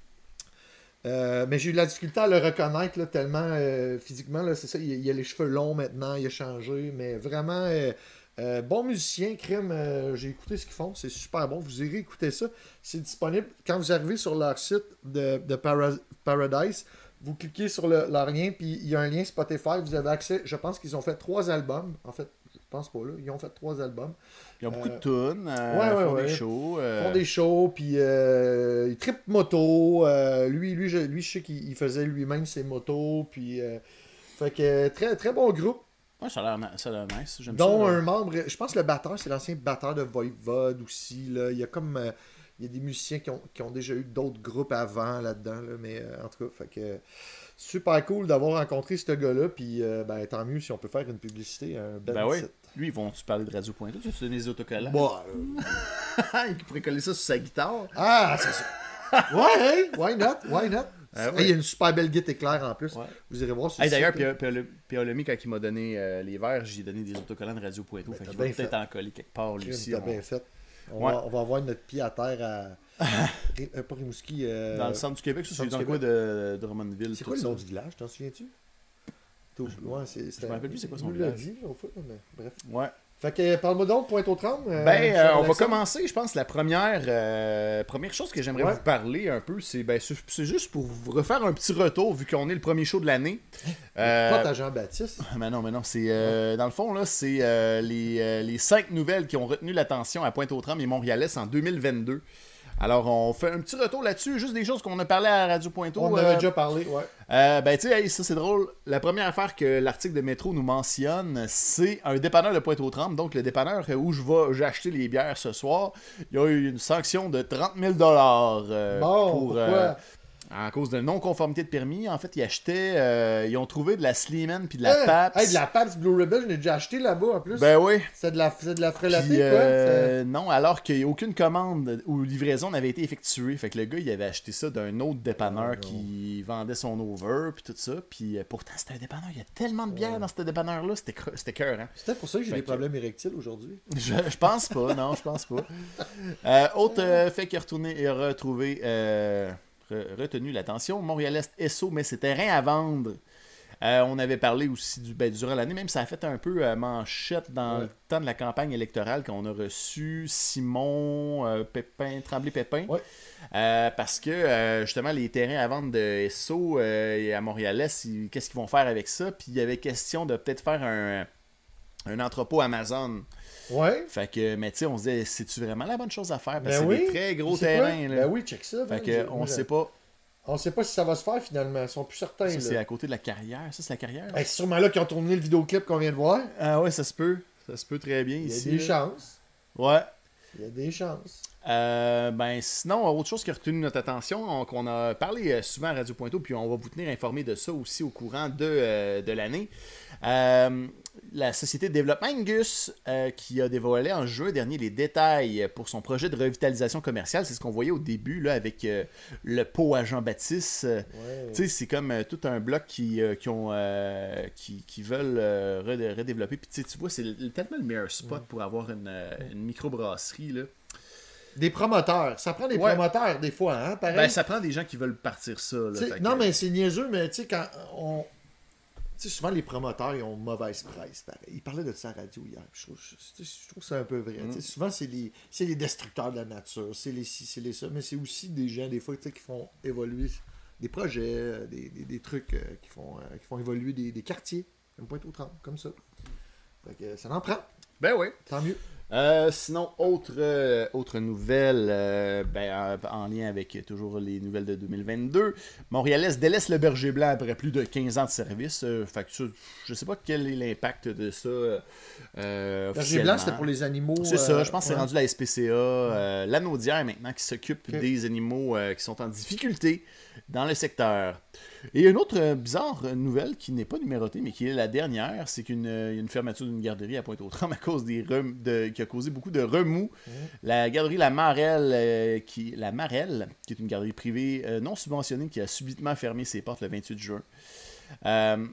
Euh, mais j'ai eu de la difficulté à le reconnaître là, tellement euh, physiquement, là, c'est ça, il, il a les cheveux longs maintenant, il a changé, mais vraiment euh, euh, bon musicien, crime, euh, j'ai écouté ce qu'ils font, c'est super bon, vous irez écouter ça, c'est disponible quand vous arrivez sur leur site de, de Para- Paradise, vous cliquez sur le, leur lien, puis il y a un lien Spotify, vous avez accès, je pense qu'ils ont fait trois albums, en fait, je pense pas là, ils ont fait trois albums. Ils ont beaucoup euh, de tunes, euh, ouais, ouais, font ouais. des shows. Ils euh, font des shows, puis euh, ils trippent moto. euh, lui, lui, je, lui, je sais qu'il il faisait lui-même ses motos. Puis, euh, fait que très, très bon groupe. Ouais, ça a l'air na- ça a l'air nice. J'aime Dont ça. là. un membre, je pense que le batteur, c'est l'ancien batteur de Voivode aussi. Là. Il y a comme. euh, il y a des musiciens qui ont, qui ont déjà eu d'autres groupes avant là-dedans. Là, mais euh, en tout cas, fait que. Super cool d'avoir rencontré ce gars-là. Puis, euh, ben, tant mieux si on peut faire une publicité à un bel Ben oui. site. Lui, ils vont-tu parler de Radio Pointeau? Tu as donné des autocollants? Bon, euh, Il pourrait coller ça sur sa guitare. Ah, c'est ça. Ouais, hey, why not? Why not? Ah Hey, ouais. il y a une super belle guitare éclair en plus. Ouais. Vous irez voir sur Hey, le d'ailleurs, site, là. Pierre- Pierre- Pierre Lemy, quand il m'a donné euh, les verres, j'ai donné des autocollants de Radio Pointeau. Ben, Fait t'as qu'il va bien peut-être fait. en coller quelque part, lui Crime, aussi. t'as on- bien fait. On, Ouais. va, on va avoir notre pied à terre à... Ré- euh, pas Rimouski. euh, Dans le centre du Québec, ça, centre c'est dans du le coin Québec. de, de Drummondville. C'est tout quoi le ça. nom du village, t'en souviens-tu? T'as oublié- Ouais, c'est, Je me rappelle plus c'est quoi son Il nous l'a village. dit, l'autre fois, mais bref. Ouais. Fait que, parle-moi donc, Pointe-aux-Trembles. euh, Ben, cher euh, on va Alexandre. commencer, je pense, la première, euh, première chose que j'aimerais Ouais. vous parler un peu, c'est ben, c'est c'est juste pour vous refaire un petit retour, vu qu'on est le premier show de l'année. Euh, Pas ta Jean-Baptiste. mais non, mais non, c'est euh, dans le fond, là, c'est euh, les, euh, les cinq nouvelles qui ont retenu l'attention à Pointe-aux-Trembles et Montréalais en deux mille vingt-deux. Alors, on fait un petit retour là-dessus, juste des choses qu'on a parlé à Radio Pointeau. On en euh, avait déjà parlé, ouais. Euh, ben, tu sais, hey, ça c'est drôle. La première affaire que l'article de Métro nous mentionne, c'est un dépanneur de Pointe-aux-Trembles. Donc, le dépanneur où je vais, j'ai acheté les bières ce soir, il y a eu une sanction de trente mille dollars euh, Bon, pour. pourquoi? euh, à cause de non-conformité de permis. En fait, ils achetaient. euh, ils ont trouvé de la Sleeman puis de la Hein? Pabst. Hey, de la Pabst Blue Rebel, je l'ai déjà acheté là-bas en plus. Ben oui. C'est de la, c'est de la frelatée, Puis, quoi. euh, non, alors qu'il n'y a aucune commande ou livraison n'avait été effectuée. Fait que le gars, il avait acheté ça d'un autre dépanneur Oh, non. qui vendait son over, puis tout ça. Puis euh, pourtant, c'était un dépanneur. Il y a tellement de bière dans ce dépanneur-là. C'était cre- c'était cœur, hein. C'est peut-être pour ça que j'ai Fait des que- problèmes érectiles aujourd'hui. Je, je pense pas, non, je pense pas. Euh, autre euh, fait qui a retourné et a retrouvé, euh, re- retenu l'attention, Montréal-Est S O met ses terrains à vendre. Euh, on avait parlé aussi du, ben, durant l'année, même ça a fait un peu euh, manchette dans Ouais. le temps de la campagne électorale quand on a reçu Simon euh, Pépin, Tremblay-Pépin. Ouais. Euh, parce que euh, justement, les terrains à vendre de S O euh, et à Montréal-Est, ils- qu'est-ce qu'ils vont faire avec ça? Puis il y avait question de peut-être faire un, un entrepôt Amazon. Ouais. Fait que, mais tu sais, on se disait, c'est-tu vraiment la bonne chose à faire? Parce Ben que c'est oui. des très gros C'est quoi? terrains. Là. Ben oui, check ça. Fait man. que, J'ai- on moi, sait j'ai- pas. On sait pas si ça va se faire finalement. Ils sont plus certains. Ça, là. c'est à côté de la carrière. Ça, c'est la carrière? Ben, c'est sûrement là qu'ils ont tourné le vidéoclip qu'on vient de voir. Ah ouais, ça se peut. Ça se peut très bien Il y a ici. des là. chances. Ouais. Il y a des chances. Euh, ben sinon, autre chose qui a retenu notre attention, on- qu'on a parlé euh, souvent à Radio Pointeau, puis on va vous tenir informé de ça aussi au courant de, euh, de l'année. Euh, la société de développement Angus, euh, qui a dévoilé en juin dernier les détails pour son projet de revitalisation commerciale. C'est ce qu'on voyait au début là, avec euh, le pot à Jean-Baptiste. Euh, Ouais. Tu sais, c'est comme euh, tout un bloc qui, euh, qui, ont, euh, qui, qui veulent euh, redé- redévelopper. Puis tu sais, tu vois, c'est le- tellement le meilleur spot pour avoir une, euh, une microbrasserie. Là. Des promoteurs. Ça prend des Ouais. promoteurs des fois, hein, pareil. Ben, ça prend des gens qui veulent partir ça. Là, T'sais, fait que- non, mais c'est niaiseux, mais tu sais, quand on. Tu sais, souvent les promoteurs, ils ont mauvaise presse, pareil. Ils parlaient de ça à la radio hier. Je trouve, je, je trouve que c'est un peu vrai. Mm. Tu sais, souvent, c'est les, c'est les destructeurs de la nature, c'est les ci, c'est les ça, mais c'est aussi des gens, des fois, tu sais, qui font évoluer des projets, euh, des, des, des trucs euh, qui, font, euh, qui font évoluer des, des quartiers, comme Pointe-aux-Trembles, comme ça. Fait que ça en prend, Ben oui. tant mieux. Euh, sinon, autre, euh, autre nouvelle, euh, ben, en, en lien avec euh, toujours les nouvelles de deux mille vingt-deux, Montréal-Est délaisse le Berger Blanc après plus de quinze ans de service. Euh, fait que ça, je sais pas quel est l'impact de ça. Euh, Berger officiellement. Blanc, c'était pour les animaux. C'est ça, euh, je pense que c'est ouais. rendu la S P C A, euh, l'Anaudière maintenant qui s'occupe Ok. des animaux euh, qui sont en difficulté dans le secteur. Et une autre euh, bizarre nouvelle qui n'est pas numérotée, mais qui est la dernière, c'est qu'il y a une fermeture d'une garderie à Pointe-aux-Trembles à cause des rem- de, qui a causé beaucoup de remous. La garderie La Marelle, euh, qui, la Marelle, qui est une garderie privée euh, non subventionnée, qui a subitement fermé ses portes le vingt-huit juin. Euh,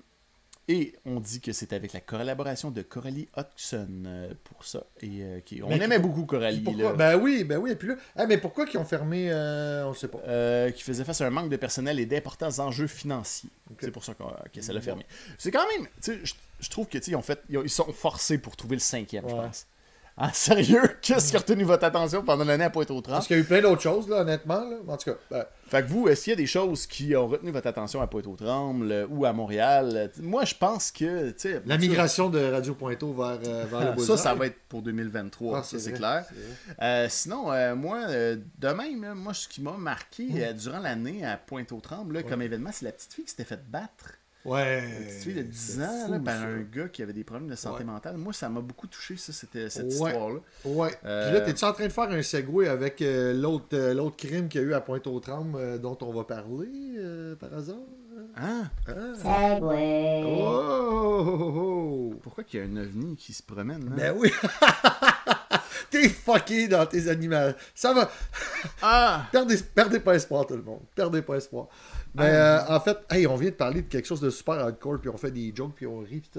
Et on dit que c'est avec la collaboration de Coralie Hodgson euh, pour ça. Et, euh, qui, on Mais aimait qui- beaucoup Coralie. Pourquoi? Là. Ben oui, ben oui. Et puis là, ah, mais pourquoi qu'ils ont fermé, euh, on sait pas. Euh, qui faisait face à un manque de personnel et d'importants enjeux financiers. C'est pour ça qu'on- que ça l'a fermé. C'est quand même, tu sais, je, je trouve que tu sais, ils ont fait, ils, ont- ils sont forcés pour trouver le cinquième, je Ouais. pense. Ah, sérieux? Qu'est-ce qui a retenu votre attention pendant l'année à Pointe-aux-Trembles? Parce qu'il y a eu plein d'autres choses, là, honnêtement. Là. En tout cas, ben, Fait que vous, est-ce qu'il y a des choses qui ont retenu votre attention à Pointe-aux-Trembles euh, ou à Montréal? Euh, Moi, je pense que, tu sais... la migration de Radio Pointeau vers, euh, vers le Ça, Bullseye. ça va être pour deux mille vingt-trois, Ah, ça c'est vrai, clair. c'est vrai. Euh, sinon, euh, moi, euh, de même, là, moi, ce qui m'a marqué Mm. euh, durant l'année à Pointe-aux-Trembles, là, comme événement, c'est la petite fille qui s'était fait battre. Ouais. La petite fille de dix c'est ans fou, là, par ça. un gars qui avait des problèmes de santé Ouais. mentale. Moi, ça m'a beaucoup touché, ça, c'était, cette Ouais. histoire-là. Ouais. Euh, Puis là, t'es-tu en train de faire un segway avec euh, l'autre, euh, l'autre crime qu'il y a eu à Pointe-aux-Trembles euh, dont on va parler, euh, par hasard? Ah! Ah. Segway. Oh, oh, oh, oh. Pourquoi qu'il y a un ovni qui se promène, là? Ben oui. T'es fucké dans tes animaux. Ça va. Ah! Perdez, perdez pas espoir, tout le monde. Perdez pas espoir. Mais euh, en fait, hey, on vient de parler de quelque chose de super hardcore, puis on fait des jokes, puis on rit, puis tout.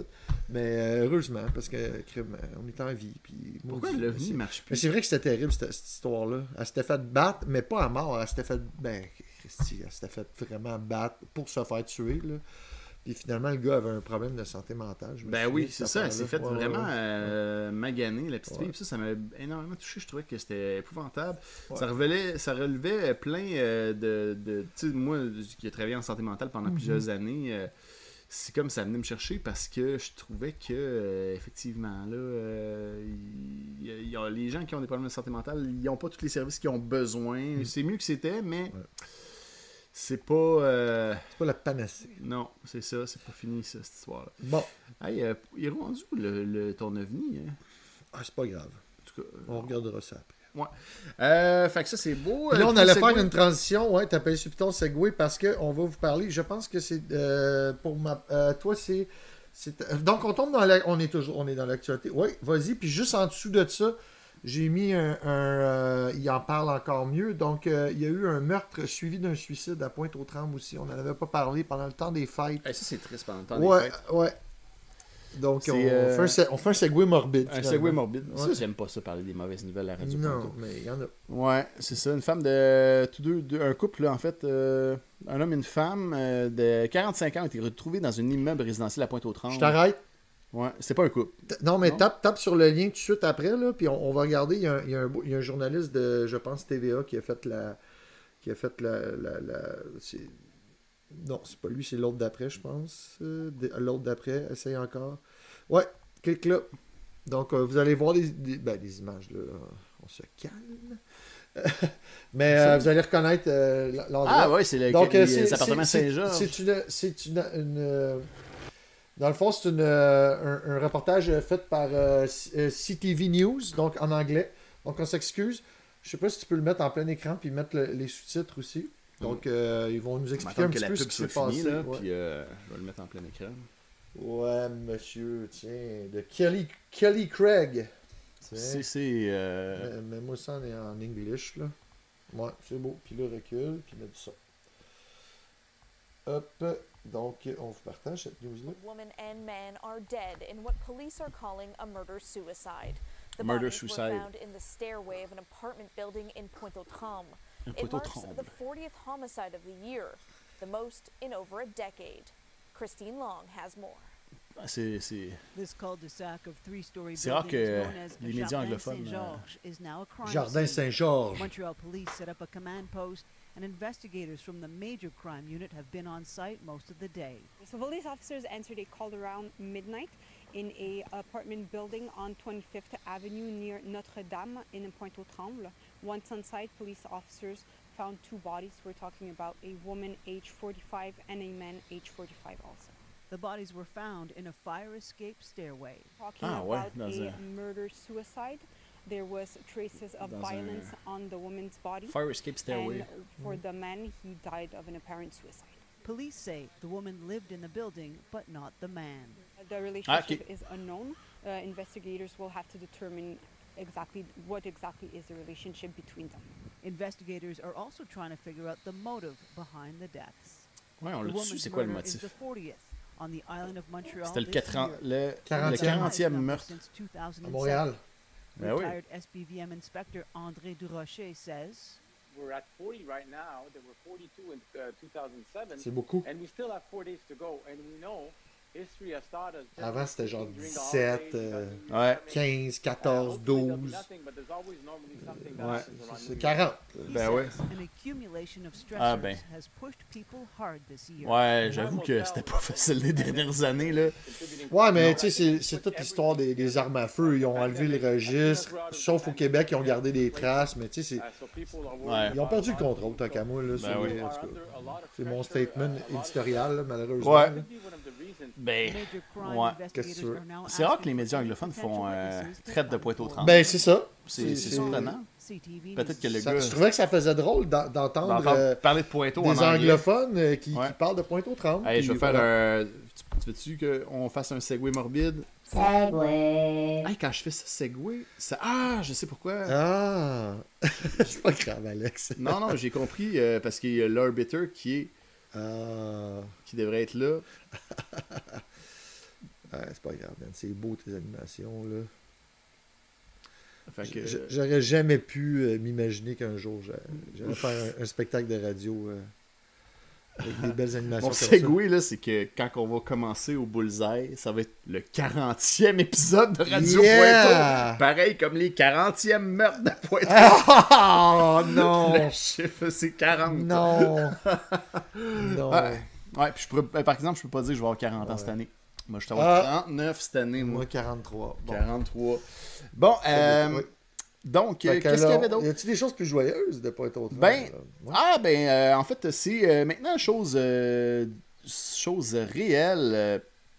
Mais euh, heureusement, parce que crime, on est en vie. Puis, Pourquoi maudit, l'OVNI c'est- ne marche Mais plus? c'est vrai que c'était terrible, cette, cette histoire-là. Elle s'était fait battre, mais pas à mort. Elle s'était fait. Ben, Christy, elle s'était fait vraiment battre pour se faire tuer. Là. Puis finalement, le gars avait un problème de santé mentale. je me Ben souviens oui, de c'est cette ça, elle s'est affaire-là. fait Ouais, vraiment ouais, ouais. euh, maganer, la petite Ouais. fille. Puis ça, ça m'a énormément touché. Je trouvais que c'était épouvantable. Ouais. Ça, relevait, ça relevait plein euh, de. de tu sais, moi, qui ai travaillé en santé mentale pendant Mhm. plusieurs années, euh, c'est comme ça venait me chercher parce que je trouvais que, euh, effectivement, là, euh, il y a- il y a- les gens qui ont des problèmes de santé mentale, ils n'ont pas tous les services qu'ils ont besoin. Mhm. C'est mieux que c'était, mais. Ouais. C'est pas. euh, C'est pas la panacée. Non, c'est ça, c'est pas fini, ça, cette histoire-là. Bon, Hey, euh, il est rendu où le, le, ton ovni? Hein? ah, c'est pas grave. En tout cas, euh, On regardera ça après. Euh, fait que ça, c'est beau. Puis là, Euh, on puis allait le faire segway- une transition. Ouais, t'as payé sur Python Segway parce qu'on va vous parler. Je pense que c'est euh, pour ma. euh, toi, c'est. c'est- Donc, on tombe dans la. On est toujours. On est dans l'actualité. Oui, vas-y. Puis juste en dessous de ça, j'ai mis un. un, euh, il en parle encore mieux. Donc, euh, il y a eu un meurtre suivi d'un suicide à Pointe-aux-Trembles aussi. On n'en avait pas parlé pendant le temps des fêtes. Hey, ça, c'est triste pendant le temps des Ouais, fêtes. ouais. Donc, C'est, on, euh, fait un, se- on fait un segway morbide. Un finalement. segway morbide. Ouais. Ça, j'aime pas ça, parler des mauvaises nouvelles à la radio. Non, Ponto. mais il y en a. Ouais, c'est ça. Une femme de. Tous deux, deux- un couple, là, en fait. euh, un homme et une femme euh, de quarante-cinq ans ont été retrouvés dans un immeuble résidentiel à Pointe-aux-Trembles. Je t'arrête. Ouais, c'est pas un couple. T- Non, mais Non? tape, tape sur le lien tout de suite après, là, puis on, on va regarder. Il y, a un, il, y a un, beau- il y a un journaliste de, je pense, T V A qui a fait la. Qui a fait la. la, la- c'est- non, c'est pas lui, c'est l'autre d'après, je pense. Euh, de- l'autre d'après, essaye encore. Ouais, clique là. Donc, euh, vous allez voir des, des, ben, des images, là. On se calme. mais euh, vous allez reconnaître euh, l'endroit. Ah, ouais, c'est le, Donc, les, euh, c'est- les appartements c'est- Saint-Georges. C'est une. C'est une, une, euh, dans le fond, c'est une, euh, un, un reportage euh, fait par euh, C- euh, C T V News, donc en anglais. Donc, on s'excuse. Je sais pas si tu peux le mettre en plein écran puis mettre le- les sous-titres aussi. Donc, euh, ils vont nous Je expliquer un m'attends que petit la peu ce pub qui soit s'est passé. finie, là, ouais. puis euh, je vais le mettre en plein écran. Ouais, monsieur, tiens, de Kelly, Kelly Craig. Tiens. C'est. c'est, euh, Mais, mais moi, ça, on est en English, là. Ouais, c'est beau. Puis là, recule, puis mettre ça. Hop. Donc, on vous partage cette news-là. Woman and man are dead in what police are calling a murder-suicide. The Murder bodies suicide. were found in the stairway of an apartment building in Pointe-aux-Trembles. Un It poteau marks tremble. the fortieth homicide of the year, the most in over a decade. Christine Long has more. Ah, C'est. c'est- This cul-de-sac of three-story C'est rare buildings que known as les médias Jardin anglophones, Saint-Georges is now a crime Jardin scene. Saint-Georges. Montreal police set up a command post, and investigators from the major crime unit have been on site most of the day. So police officers answered a call around midnight in a apartment building on twenty-fifth Avenue near Notre-Dame in Pointe-aux-Trembles. Once on site, police officers found two bodies. We're talking about a woman age forty-five and a man age forty-five also. The bodies were found in a fire escape stairway. Talking Ah, ouais, about dans a un- murder-suicide. There was traces of Dans un- violence on the woman's body. Fire Escape Stairway. And for the man, he died of an apparent suicide. Police say the woman lived in the building, but not the man. The Ah, relationship ok. is unknown. Uh, investigators will have to determine exactly what exactly is the relationship between them. Investigators are also trying to figure out the motive behind the deaths. Ouais, on The l'a su, woman's c'est quoi le murder is motif? the fortieth on the island of Montreal. C'était le, this quatre ans- year. le, le quarantième. quarantième meurtre. Since two thousand À seven. Montréal. Ben oui. Retired S P V M inspector André Durocher says, We're at forty right now. There were forty-two in uh, two thousand seven. C'est beaucoup. And we still have four days to go. And we know history has taught us. just Avant, c'était genre during the dix-sept, holidays, euh, it doesn't Ouais. make- quinze, uh, quatorze, hopefully there'll be douze. nothing, but there's always normally something that Ouais. happens around C'est New Year's. quarante. he Ben ouais. says an accumulation of stressors Ah ben. has pushed people hard this year. Ouais, j'avoue que c'était pas facile les dernières années, là. Ouais, mais tu sais, c'est- c'est toute l'histoire des, des armes à feu. Ils ont enlevé le registre. Sauf au Québec, ils ont gardé des traces. Mais tu sais, c'est- Uh, so people are Ouais. worried ils ont perdu le about- contrôle, tant qu'à moi. Là, sur Ben les- oui. en tout cas. Under a lot of C'est mon pressure, statement uh, a lot of éditorial, là, malheureusement. Ouais. là. Maybe one of the reasons- Ben, Major crime ouais. Qu'est-ce que investigators tu veux? are now C'est rare asking que les médias for any anglophones font potential euh, witnesses to traite de come Pointe-aux-Trembles. forward. Ben, c'est ça. C'est c'est surprenant. C T V Peut-être que News. le Ça- gars. je trouvais que ça faisait drôle d'en- d'entendre d'entendre euh, parler de Pointeau en des anglais. anglophones euh, qui, Ouais. qui parlent de Pointe-aux-Trembles. Hey, je vais puis faire voilà. un. Tu, tu veux-tu qu'on fasse un segway morbide? Segway. Hey, quand je fais ça, segway, ça. Ah, je sais pourquoi. Ah! C'est pas grave, Alex. Non, non, j'ai compris euh, parce qu'il y a l'arbiter qui est Ah! qui devrait être là. Ah, c'est pas grave, man. C'est beau tes animations, là. Fait que, J- J'aurais jamais pu euh, m'imaginer qu'un jour j'a- j'allais faire un, un spectacle de radio euh, avec des belles animations mon comme ça. segway, là, c'est que quand on va commencer au Bullseye, ça va être le quarantième épisode de Radio Yeah! Pointeau. Pareil comme les quarantièmes meurtres de Pointeau. Oh non! Le chiffre, c'est quarante. Non! non! Ouais, ouais puis je pourrais, ben, par exemple, je peux pas dire que je vais avoir quarante ans Ouais. cette année. Moi, je suis avoir Ah. trente-neuf cette année, moi. Moi, quarante-trois. Bon. quarante-trois. Bon, euh, Oui. donc, Fait euh, que qu'est-ce qu'il y là, avait d'autre? Y a-t-il des choses plus joyeuses de pas être autre? Ben, Ah, ben, euh, en fait, c'est euh, maintenant chose, euh, chose réelle. euh,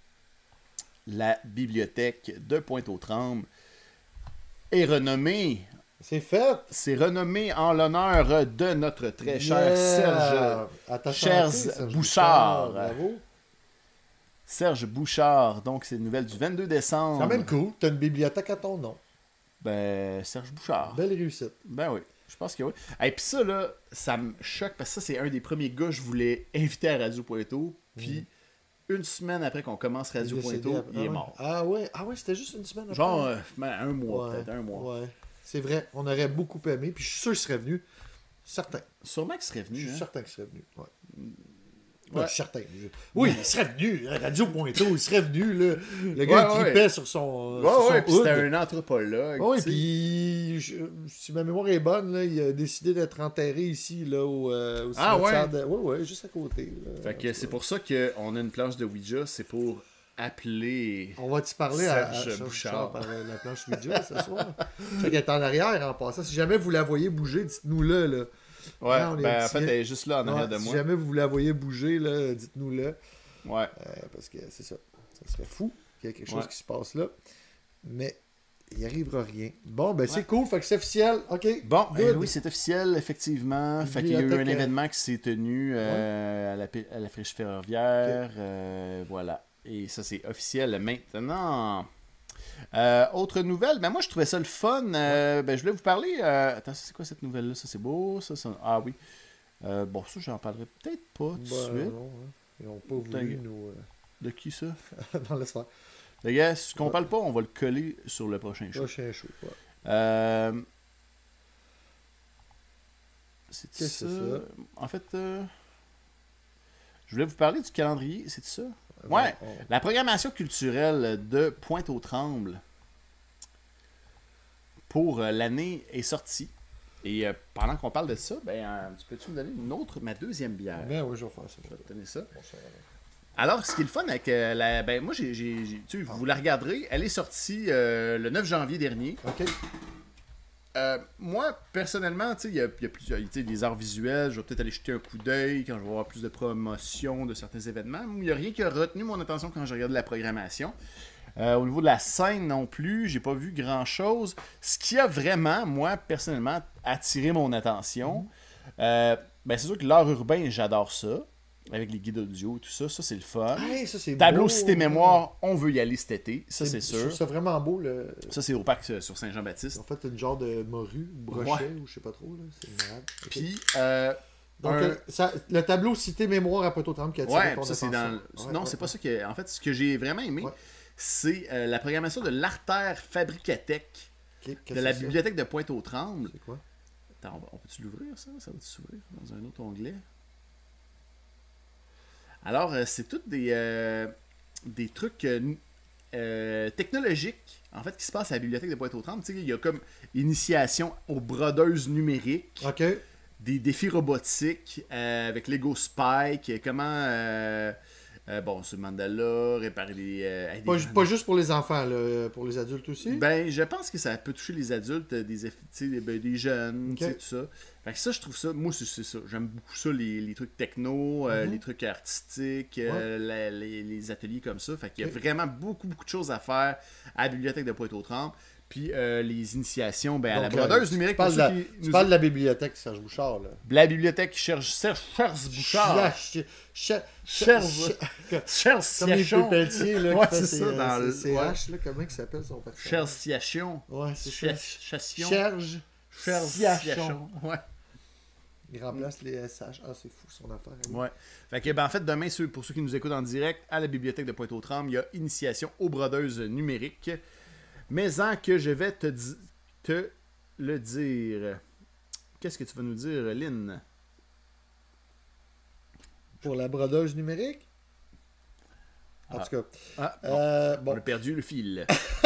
la bibliothèque de Pointe-aux-Trembles est renommée. C'est fait! C'est renommé en l'honneur de notre très cher Yeah! Serge, À ta Serge santé, Serge Bouchard. Bravo! Serge Bouchard. Donc, c'est une nouvelle du vingt-deux C'est décembre. quand même cool. T'as une bibliothèque à ton nom. Ben, Serge Bouchard. Belle réussite. Ben oui, je pense que oui. Et puis ça, là, ça me choque parce que ça, c'est un des premiers gars que je voulais inviter à Radio Pointeau. Puis, une semaine après qu'on commence Radio Il est décédé Pointeau, après- il ah est ouais. mort. Ah ouais, ah ouais, c'était juste une semaine après. Genre, euh, ben, un mois, Ouais, peut-être, un mois. Ouais. C'est vrai, on aurait beaucoup aimé. Puis je suis sûr qu'il serait venu. Certain. Sûrement qu'il serait Je venu. suis Hein? certain qu'il serait venu. Ouais. Ouais. Ouais, je suis certain. Je- Oui, il serait venu. à Radio Pointeau, il serait venu. Là. Le gars, Ouais, il ouais. tripait sur son. Ouais, sur son ouais, puis c'était hood. un anthropologue. Oui, tu sais. puis je- si ma mémoire est bonne, là, il a décidé d'être enterré ici, là, au, euh, au Ah, cimetière ouais? de- ouais, ouais, juste à côté. Là. Fait que c'est pour ça qu'on a une planche de Ouija, c'est pour appeler. On va-tu parler à, à Serge Serge Bouchard. par euh, la planche Ouija ce soir? Je sais qu'elle est en arrière en passant. Si jamais vous la voyez bouger, dites-nous-le. Là. Ouais, Non, on est ben en petit- fait, elle est juste là en arrière Ouais, de si moi. jamais vous la voyez bouger, là, dites-nous-le. Ouais. Euh, parce que c'est ça. Ça serait fou qu'il y ait quelque chose Ouais. qui se passe là. Mais il n'y arrivera rien. Bon, ben Ouais. c'est cool. Fait que c'est officiel. OK. Bon, Good. euh, oui, c'est officiel, effectivement. Fait qu'il y a eu un Bibliothèque, euh, événement qui s'est tenu euh, à, la, pi- à la friche ferroviaire. euh, voilà. Et ça, c'est officiel maintenant. Euh, autre nouvelle, ben moi je trouvais ça le fun. Euh, ben, je voulais vous parler. euh, Attends, ça, c'est quoi cette nouvelle-là? Ça, c'est beau. Ça, ça... Ah oui. Euh, bon, ça, j'en parlerai peut-être pas tout de Ben, suite. non, hein. Ils n'ont pas Putain, voulu nous. euh, De qui ça? non, laisse faire. Les gars, ce qu'on parle pas, on va le coller sur le prochain show. Prochain show. Ouais. Euh... C'est ça? Qu'est-ce que c'est ça? En fait, euh, je voulais vous parler du calendrier, c'est ça? Ouais, On- la programmation culturelle de Pointe-aux-Trembles pour euh, l'année est sortie. Et euh, pendant qu'on parle de ça, ben, euh, tu peux-tu me donner une autre, ma deuxième bière? Ben oui, je vais faire ça. Je vais te donner ça. Bon, ça va. Alors, ce qui est le fun avec euh, la. Ben, moi, j'ai, j'ai, j'ai- tu sais, vous la regarderez. Elle est sortie euh, le neuf janvier dernier. OK. Euh, moi, personnellement, tu sais, il y a, il y a plusieurs. Tu sais, des arts visuels, je vais peut-être aller jeter un coup d'œil quand je vais avoir plus de promotion de certains événements. Il n'y a rien qui a retenu mon attention quand je regarde la programmation. Euh, au niveau de la scène non plus, j'ai pas vu grand chose. Ce qui a vraiment, moi, personnellement, attiré mon attention, euh, ben, c'est sûr que l'art urbain, j'adore ça. Avec les guides audio et tout ça, ça c'est le fun. Hey, ça, c'est Tableau beau. Cité Mémoire, on veut y aller cet été, ça c'est Je sûr. trouve ça vraiment beau. Le... Ça c'est au parc euh, sur Ils Saint-Jean-Baptiste. ont fait une genre de morue, brochet, Ouais. ou je sais pas trop. Là. C'est malade. OK. Puis, euh, Donc, un- euh, ça, le tableau Cité Mémoire à Pointe-aux-Trembles qui a attiré ouais, ton ça c'est attention. dans. le- Ouais, non, ouais, c'est pas ouais. ça que. En fait, ce que j'ai vraiment aimé, Ouais. c'est euh, la programmation de l'Artère Fabricathèque OK, qu'est-ce de la que c'est ça? bibliothèque de Pointe-aux-Trembles. C'est quoi? Attends, on, va- on peut-tu l'ouvrir ça? Ça va-tu s'ouvrir dans un autre onglet? Alors, euh, c'est toutes des, euh, des trucs euh, n- euh, technologiques, en fait, qui se passent à la bibliothèque de Pointe-aux-Trembles. Tu sais, il y a comme initiation aux brodeuses numériques, OK. des défis robotiques euh, avec Lego Spike, euh, comment, euh, euh, bon, ce mandala, réparer les... euh, des- Pas, ju- pas juste pour les enfants, là, pour les adultes aussi. Ben, je pense que ça peut toucher les adultes, euh, des, eff- tu sais, des, ben, des jeunes, tu sais, Ok. tout ça. Fait que ça, je trouve ça, moi, c'est c'est ça. J'aime beaucoup ça, les, les trucs techno, euh, Mhm. les trucs artistiques, euh, la- les, les ateliers comme ça. Fait qu'il y a Ok. vraiment beaucoup, beaucoup de choses à faire à la bibliothèque de Pointe-aux-Trembles. Puis euh, les initiations, ben, à la Donc, euh, brodeuse tu numérique, parles pour de la, ceux qui tu nous- parles de la bibliothèque Serge Bouchard, là. la bibliothèque Serge, Serge, Serge Bouchard. Ch- ch- Serge. ch- Serge Comme les Siachon. Pelletier, là, Ouais, qui fait c'est ses, ça, euh, dans le- ses- ses ouais. haches, là, comment il s'appelle son personnage? Serge Siachon. Ouais, c'est ça. Ch- Chassion. Serge Serge Siachon. Siachon. Ouais. Il remplace les S H. Ah, c'est fou son affaire. hein. Ouais. Fait que, ben, en fait, demain, ceux- pour ceux qui nous écoutent en direct, à la bibliothèque de Pointe-aux-Trembles, il y a Initiation aux brodeuses numériques. Mais en que je vais te, di- te le dire. Qu'est-ce que tu vas nous dire, Lynn? Pour la brodeuse numérique? En Ah. tout cas. Ah, bon. Euh, On bon. a perdu le fil.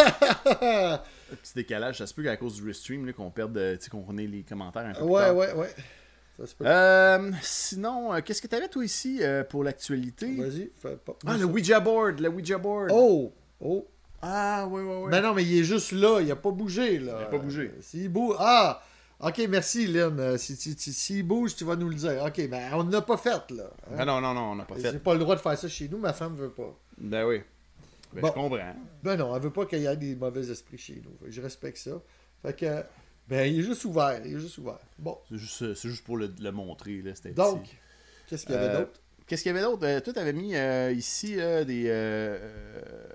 Petit décalage, ça se peut qu'à cause du restream, là, qu'on perde, euh, tu sais, qu'on ait les commentaires un peu plus ouais, tard. ouais, ouais. Ça se peut. Euh, sinon, euh, qu'est-ce que t'avais toi ici euh, pour l'actualité? Vas-y, fais pas. Ah, le Ouija board, le Ouija board. Oh! Oh! Ah, ouais, ouais, ouais. Ben non, mais il est juste là, il a pas bougé, là. Il a pas bougé. Euh, S'il bouge... Ah! Ok, merci, Lynn. Euh, Si, si, si- s'il bouge, tu vas nous le dire. Ok, ben on n'a pas fait, là. hein. Ah non, non, non, on n'a pas J'ai fait. pas le droit de faire ça chez nous, ma femme veut pas. Ben oui. Ben, Bon. je comprends. Ben non, elle veut pas qu'il y ait des mauvais esprits chez nous. Fait que je respecte ça. Fait que, ben il est juste ouvert, il est juste ouvert. Bon, C'est juste, c'est juste pour le, le montrer, là. C'était donc, petit. qu'est-ce qu'il y avait Euh, d'autre? Qu'est-ce qu'il y avait d'autre? Euh, toi, t'avais mis euh, ici euh, des, euh, euh,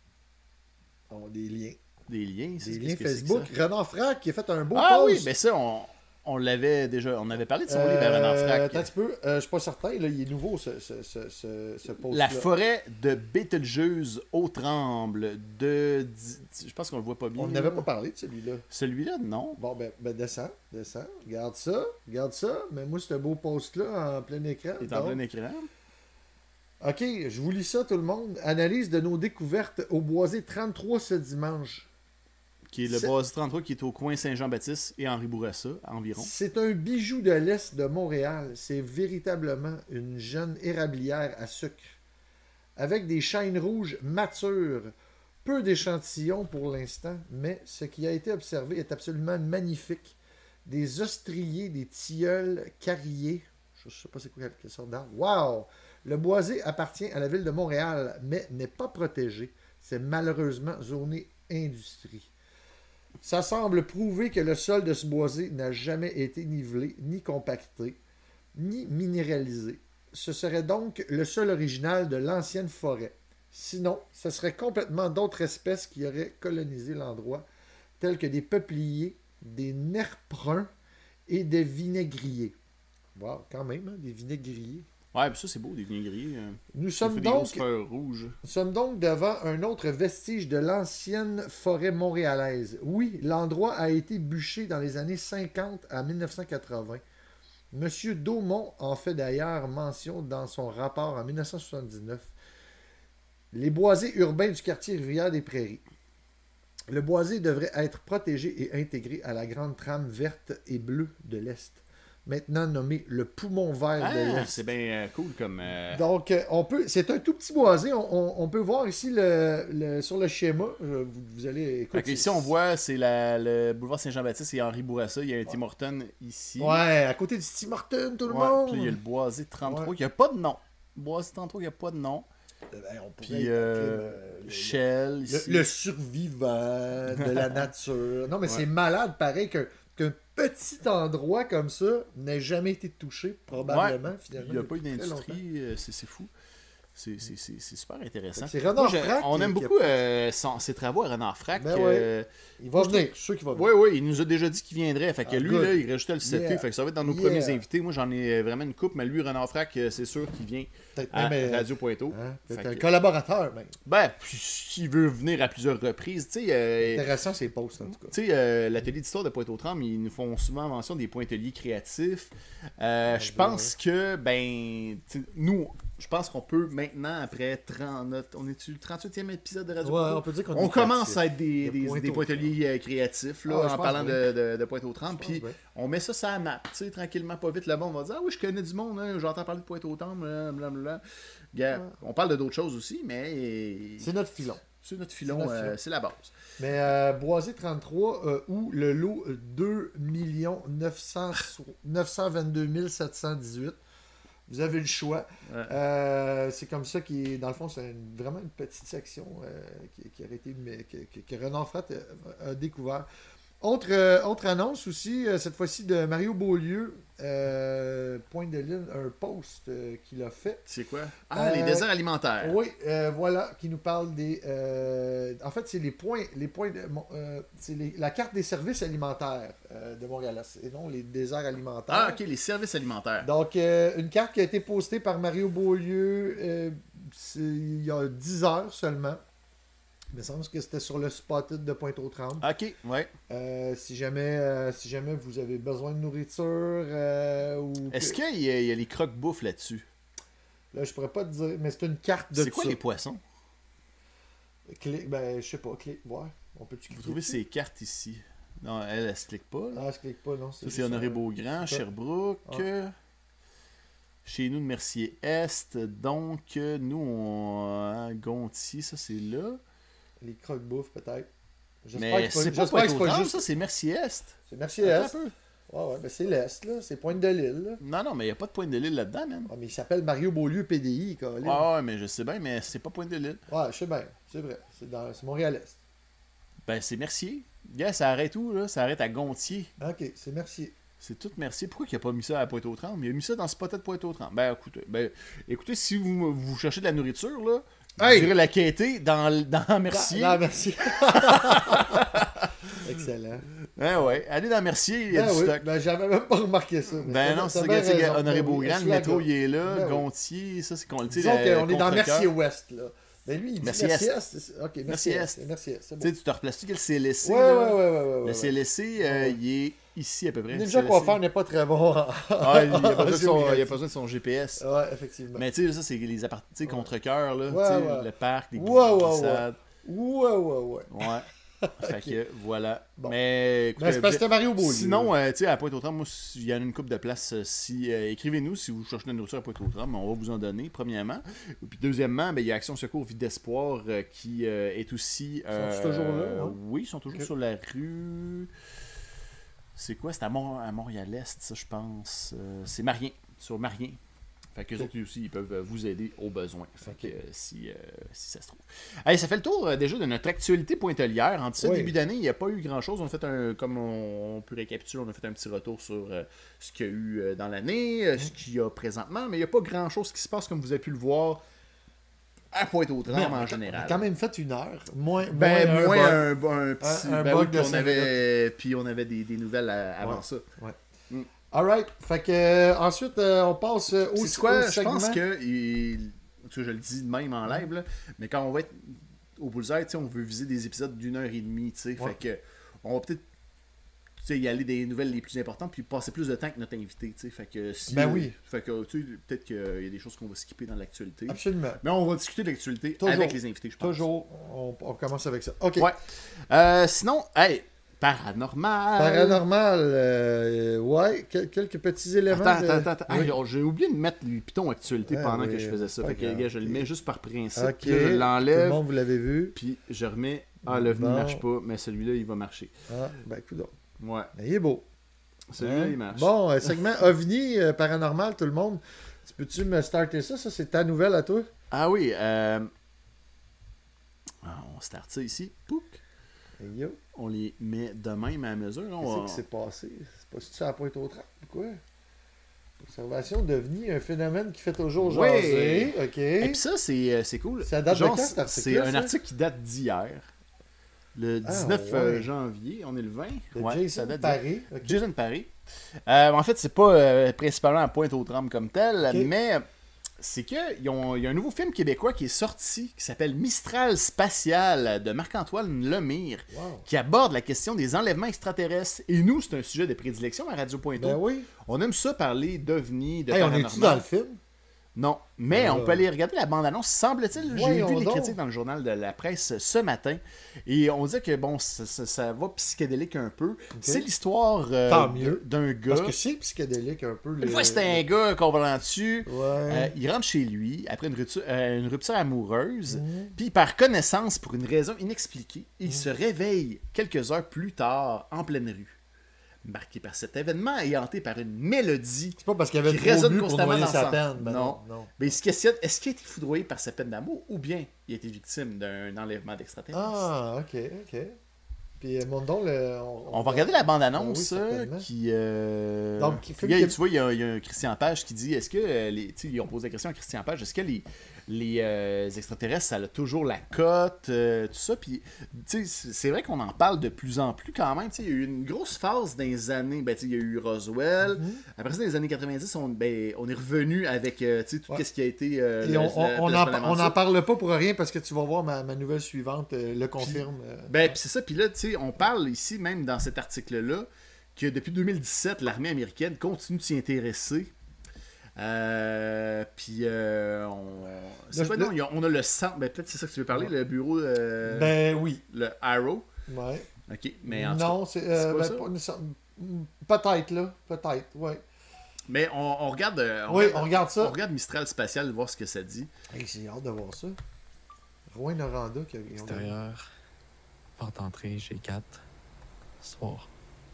Oh, des liens. des liens. ça, Des qu'est-ce liens que c'est que Facebook. ça? Renard Frac qui a fait un beau Ah post. oui, mais ça, on, on l'avait déjà. On avait parlé de son Euh, livre à Renard Attends un Frac. petit peu, euh, je suis pas certain, là, il est nouveau ce, ce, ce, ce, ce post La forêt de Bételgeuse au Tremble de. dix- Je pense qu'on le voit pas bien. On là. n'avait pas parlé de celui-là. Celui-là, non. Bon, ben, ben descends, descends. Regarde ça, regarde ça. Mais moi, ce beau post-là en plein écran. Il est en Donc, plein écran. OK, je vous lis ça, tout le monde. Analyse de nos découvertes au Boisé trente-trois ce dimanche. Qui est le C'est- Boisé trente-trois qui est au coin Saint-Jean-Baptiste et Henri Bourassa, environ. C'est un bijou de l'Est de Montréal. C'est véritablement une jeune érablière à sucre. Avec des chaînes rouges matures. Peu d'échantillons pour l'instant, mais ce qui a été observé est absolument magnifique. Des ostriers, des tilleuls carriers. Je ne sais pas c'est quoi quelle sorte d'arbre. Wow! Le boisé appartient à la ville de Montréal, mais n'est pas protégé. C'est malheureusement zoné industrie. Ça semble prouver que le sol de ce boisé n'a jamais été nivelé, ni compacté, ni minéralisé. Ce serait donc le sol original de l'ancienne forêt. Sinon, ce serait complètement d'autres espèces qui auraient colonisé l'endroit, telles que des peupliers, des nerfs bruns et des vinaigriers. Wow, quand même, hein, des vinaigriers. Ouais, puis ça, c'est beau, des vinaigriers. euh. Nous Ça sommes fait des donc grosses fleurs rouges. Nous sommes donc devant un autre vestige de l'ancienne forêt montréalaise. Oui, l'endroit a été bûché dans les années cinquante à mille neuf cent quatre-vingts. Monsieur Daumont en fait d'ailleurs mention dans son rapport en mille neuf cent soixante-dix-neuf. Les boisés urbains du quartier Rivière-des-Prairies. Le boisé devrait être protégé et intégré à la grande trame verte et bleue de l'Est, maintenant nommé le poumon vert de Ah, l'Est. c'est bien euh, cool comme. euh, Donc, euh, on peut, c'est un tout petit boisé. On, on- on peut voir ici le, le- sur le schéma. euh, Vous, vous allez écouter. Fait que ici, on voit, c'est la- le boulevard Saint-Jean-Baptiste et Henri Bourassa. Il y a un Tim Horton ici. Ouais, à côté du Tim Horton, tout le Ouais, monde. puis il y a le Boisé trente-trois Ouais. qui a pas de nom. Boisé trente-trois qui a pas de nom. Euh, ben, on pourrait Puis y euh, appeler, euh, le- Shell le, ici. le survivant de la nature. Non, mais Ouais. c'est malade, pareil, que- qu'un petit endroit comme ça n'ait jamais été touché, probablement, finalement. Il n'y a pas eu depuis très longtemps. d'industrie, euh, c'est c'est fou. C'est c'est- c'est- c'est super intéressant. C'est Renard Moi, j'ai- Frac on qui- aime qui a beaucoup fait- euh, son- ses travaux à Renard Frac. Ben euh, Il va venir, je suis sûr qu'il va venir. Oui, oui, il nous a déjà dit qu'il viendrait. Fait que Ah, lui, good. là, il rajoutait le seté. Yeah. Fait que ça va être dans nos Yeah. premiers invités. Moi, j'en ai euh, vraiment une coupe, mais lui, Renard Frac, euh, c'est sûr qu'il vient Peut-être à même, euh, Radio Pointeau. hein, peut-être Fait un que- collaborateur, même. Ben, puis s'il veut venir à plusieurs reprises, tu sais, euh, Intéressant, ces posts, en tout cas. tu sais, euh, l'atelier d'histoire de Pointe-aux-Trembles, ils nous font souvent mention des pointeliers créatifs. Euh, je pense que, ben, tu sais, nous, je pense qu'on peut maintenant, après trente, on est-tu le trente-huitième épisode de Radio Ouais, Pointeau? on peut dire qu'on On est commence créatif. à être des, De des, Pointeau. des pointeliers euh, créatifs, là, Ah, je en pense parlant bien. de, de, de Pointe-aux-Trembles. Je Puis pense bien. on met ça sur la map, tu sais, tranquillement, pas vite. Le monde va dire, ah oui, je connais du monde, hein, j'entends parler de Pointe-aux-Trembles, blablabla. Gars, Ouais. on parle de d'autres choses aussi, mais C'est notre filon. c'est notre filon, notre euh, filon. c'est la base. Mais euh, Boisé trente-trois, euh, où le lot euh, deux millions neuf cent vingt-deux mille sept cent dix-huit. Vous avez le choix. Ouais. Euh, c'est comme ça qui est, dans le fond, c'est une- vraiment une petite section euh, qui, qui aurait été, mais, que, que- que Renard Frac a, a découvert. Autre, euh, autre annonce aussi, euh, cette fois-ci de Mario Beaulieu, euh, Pointe de l'Île, un post euh, qu'il a fait. C'est quoi? Ah, Euh, les déserts alimentaires. Oui, euh, voilà, qui nous parle des... euh, en fait, c'est les points... Les points de, mon- euh, c'est les- la carte des services alimentaires euh, de Montréal, et non les déserts alimentaires. Ah, ok, les services alimentaires. Donc, euh, une carte qui a été postée par Mario Beaulieu euh, c'est- il y a dix heures seulement. Il me semble que c'était sur le Spotted de Pointe-aux-Trembles. Ok, ouais. Euh, si, jamais, euh, si jamais vous avez besoin de nourriture euh, ou... Est-ce qu'il y, a- il y a les croque-bouffes là-dessus? Là, je pourrais pas te dire, mais c'est une carte de C'est quoi ça. les poissons? Clé... Ben, je sais pas, clé... Ouais, on peut-tu cliquer Vous trouvez dessus? ces cartes ici? Non, elle, elle se clique pas. Là. Ah, je clique pas, non. Ça, c'est juste Honoré un- Beaugrand, ça. Sherbrooke. Ah. Chez nous de Mercier-Est. Donc, euh, nous, on. hein, Gontier, ça, c'est là. Les croque-bouffes, peut-être. J'espère Mais que c'est pas j'espère que c'est pas Pointe-aux-Trembles, juste... ça, c'est Mercier-Est. C'est merci Attends un Est. peu. Ouais, ouais, ben c'est l'Est, là. C'est Pointe-de-l'Île, là. Non, non, mais il n'y a pas de Pointe-de-l'Île là-dedans, man. Ah, mais il s'appelle Mario Beaulieu P D I, quoi. Ah ouais, mais je sais bien, mais c'est pas Pointe-de-l'Île. Ouais, je sais bien. C'est vrai. C'est dans... c'est Montréal-Est. Ben, c'est Mercier. Yeah, ça arrête où, là? Ça arrête à Gontier. Ok, c'est merci. C'est tout Mercier. Pourquoi il n'a pas mis ça à Pointe-aux-Trembles? Il a mis ça dans ce potet de Pointe-aux-Trembles. Ben, écoutez, ben, écoutez, si vous, vous cherchez de la nourriture, là, Hey! vous irez la quêter dans, dans Mercier. Non, merci. Excellent. Ouais, ouais. Allez dans Mercier, il y a Ben du oui, stock. ben j'avais même pas remarqué ça. mais Ben t'as- non, t'as c'est bien ça, raison. Honoré Ben oui, Beaugrand, je le suis métro, là. il est là. Ben oui. Gontier, ça, c'est qu'on le dit. Disons le qu'on est dans contre-cœur. Mercier-Ouest, là. Mais lui, il dit Mercier-Est. Mercier-Est. c'est- Ok, Mercier-Est. Mercier-Est. Mercier-Est, c'est Tu sais, bon. tu te replaces-tu quel C L S C? Ouais, là? ouais, ouais, ouais, ouais, Le ouais. C L S C, euh, il est ici à peu près. Ninja C L S C. Coiffeur n'est pas très bon. en- Ah, il n'y a, pas besoin de son- géographie. il y a pas besoin de son G P S. Ouais, effectivement. Mais tu sais, ça, c'est les appartements, tu sais, contre-cœur, là. Ouais, tu sais, ouais. le parc, les Ouais, ouais, ouais. glissades. Ouais, ouais, ouais. Ouais. Fait que, voilà. Bon. Mais, écoutez, Mais c'est parce que c'était Mario Beaulieu. sinon, euh, tu sais, à Pointe-aux-Trembles, moi, il y en a une coupe de place. euh, Si, euh, écrivez-nous si vous cherchez une nourriture à Pointe-aux-Trembles, on va vous en donner, premièrement. Et puis, deuxièmement, ben, il y a Action Secours Vie d'Espoir euh, qui euh, est aussi. euh, Sont-ils toujours là, hein? Oui, ils sont toujours Ok. sur la rue. C'est quoi? C'est à, Mont- à Montréal-Est, ça, je pense. Euh, c'est Marien, sur Marien. Fait que les autres aussi, ils peuvent euh, vous aider au besoin. Fait Ok. que, euh, si, euh, si ça se trouve. Allez, ça fait le tour euh, déjà de notre actualité pointelière. En ce Oui. début d'année, il n'y a pas eu grand-chose. On a fait un, comme on, on peut récapituler, on a fait un petit retour sur euh, ce qu'il y a eu euh, dans l'année, euh, ce qu'il y a présentement, mais il n'y a pas grand-chose qui se passe comme vous avez pu le voir à Pointe-aux-Trembles Mais en on a général. quand même fait une heure. Moins, Ben, moins, moins un bug. un, un petit. Un- un ben bug oui, de puis on cinq avait, puis on avait des, des nouvelles à- avant Ouais. ça. Alright. Fait que, euh, ensuite, euh, on passe euh, au, C'est quoi? au Je segment. pense que. Il... Tu sais, je le dis de même en live, là, mais quand on va être au Bullseye, tu sais, on veut viser des épisodes d'une heure et demie. Tu sais, Ouais. Fait que on va peut-être tu sais, y aller des nouvelles les plus importantes puis passer plus de temps que notre invité. Tu sais, Fait que si, Ben oui. Fait que tu sais, peut-être qu'il y a des choses qu'on va skipper dans l'actualité. Absolument. Mais on va discuter de l'actualité Toujours. avec les invités, je pense. Toujours, on, on commence avec ça. OK. Ouais. Euh, sinon, hey, paranormal. Paranormal, euh, ouais, quel- quelques petits éléments. Attends, de- attends, attends. Oui. Hey, oh, j'ai oublié de mettre les pitons actualité Ah pendant oui, que je faisais ça. pas Fait que, grave. gars, je le mets juste par principe. OK. Puis là, je Tout le l'enlève. monde, vous l'avez vu. Puis je remets. Ah, l'OVNI Bon. marche pas, mais celui-là, il va marcher. Ah, ben, écoute Ouais. il est beau. Celui-là, Hein? il marche. Bon, euh, segment OVNI, euh, paranormal, tout le monde. Tu peux-tu me starter ça? Ça, c'est ta nouvelle à toi? Ah oui, euh... ah, on start ça ici. Pouc. Hey, yo, On les met de même à mesure. Là, on qu'est-ce va- qui s'est passé? C'est pas si tu à la pointe au trap ou quoi? Observation d'OVNI, un phénomène qui fait toujours Ouais. jaser. OK. Et puis ça, c'est euh, c'est cool. Ça date de Genre, quand, cet article-là, C'est un ça? article qui date d'hier. Le dix-neuf Ah, ouais. euh, janvier, on est le vingt. De Ouais, ça Jason date d'hier. Paré. OK. Jason Paré. Euh, en fait, c'est pas euh, principalement à Pointe-aux-Trembles comme tel, Ok. mais c'est qu'il y a un nouveau film québécois qui est sorti qui s'appelle Mistral Spatial de Marc-Antoine Lemire Wow. qui aborde la question des enlèvements extraterrestres. Et nous, c'est un sujet de prédilection à Radio Pointeau. Ben oui. On aime ça parler d'ovnis, de Hey, on paranormal. est-tu dans le film? Non, mais Ah. on peut aller regarder la bande-annonce. Semble-t-il, j'ai Voyons vu les donc. critiques dans le journal de la presse ce matin. Et on dit que bon, ça, ça- ça va psychédélique un peu. C'est l'histoire euh, Tant mieux. d'un gars. Parce que c'est psychédélique un peu. Une fois, c'était un gars comprends-tu. Ouais. Euh, il rentre chez lui après une rupture, euh, une rupture amoureuse, Mhm. puis par connaissance, pour une raison inexpliquée, il se réveille quelques heures plus tard en pleine rue. Marqué par cet événement et hanté par une mélodie. C'est pas parce qu'il avait qui trop résonne bu pour constamment noyer dans sa son- peine. Ben Non. non. non. Mais il se questionne, est-ce qu'il a été foudroyé par sa peine d'amour ou bien il a été victime d'un enlèvement d'extraterrestres? Ah, ok, ok. Puis, euh, montre le. On, On va regarder la bande-annonce Ah oui, euh, certainement. qui. Euh... Donc, qui fait il y a- que- Tu vois, il y, a, il y a un Christian Page qui dit est-ce que euh, les. Tu sais, ils ont posé la question à Christian Page est-ce que les, les euh, extraterrestres, ça a toujours la cote, euh, tout ça. Puis, tu sais, c'est c'est vrai qu'on en parle de plus en plus quand même. Tu sais, il y a eu une grosse phase dans les années. Ben, tu sais, il y a eu Roswell. Mhm. Après ça, dans les années quatre-vingt-dix, on, ben, on est revenu avec euh, tu sais, tout Ouais. ce qui a été. Euh, Et le- on, le- on, le on, Placement en, d'aventure. on en parle pas pour rien parce que tu vas voir ma, ma nouvelle suivante euh, le confirme. euh. Ben, pis c'est ça. Puis là, tu sais, on parle ici, même dans cet article-là, que depuis deux mille dix-sept, l'armée américaine continue de s'y intéresser. Euh, puis, euh, on, c'est Le- quoi, le- non, il y a- on a le centre. Ben, peut-être c'est ça que tu veux parler, Ouais. le bureau. euh, Ben oui. Le Arrow. Ouais. Ok, mais en tout non, cas, c'est. c'est euh, pas ben, ça? pas nécessairement- peut-être, là. Peut-être, ouais. Mais on, on regarde. euh, Oui, on regarde ça. On regarde Mistral Spatial, voir ce que ça dit. Hey, j'ai hâte de voir ça. Rouen Noranda qui a. Extérieur, porte d'entrée, G quatre, soir.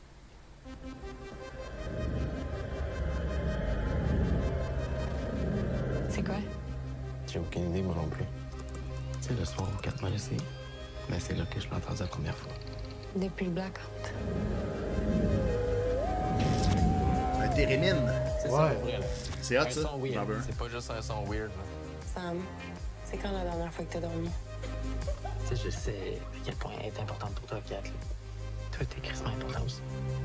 C'est quoi? J'ai aucune idée, moi non plus. Tu sais, le soir où Kat m'a laissé, ben c'est là que je l'ai entendu la première fois. Depuis le blackout. Un térémine. C'est Ouais. ça, pour vrai, là. C'est hot, Un ça. son weird. J'en veux un. C'est pas juste un son weird, là. Sam, c'est quand la dernière fois que t'as dormi? Tu sais, je sais à quel point elle est importante pour toi, Kat. là. Toi, t'es crissement important aussi.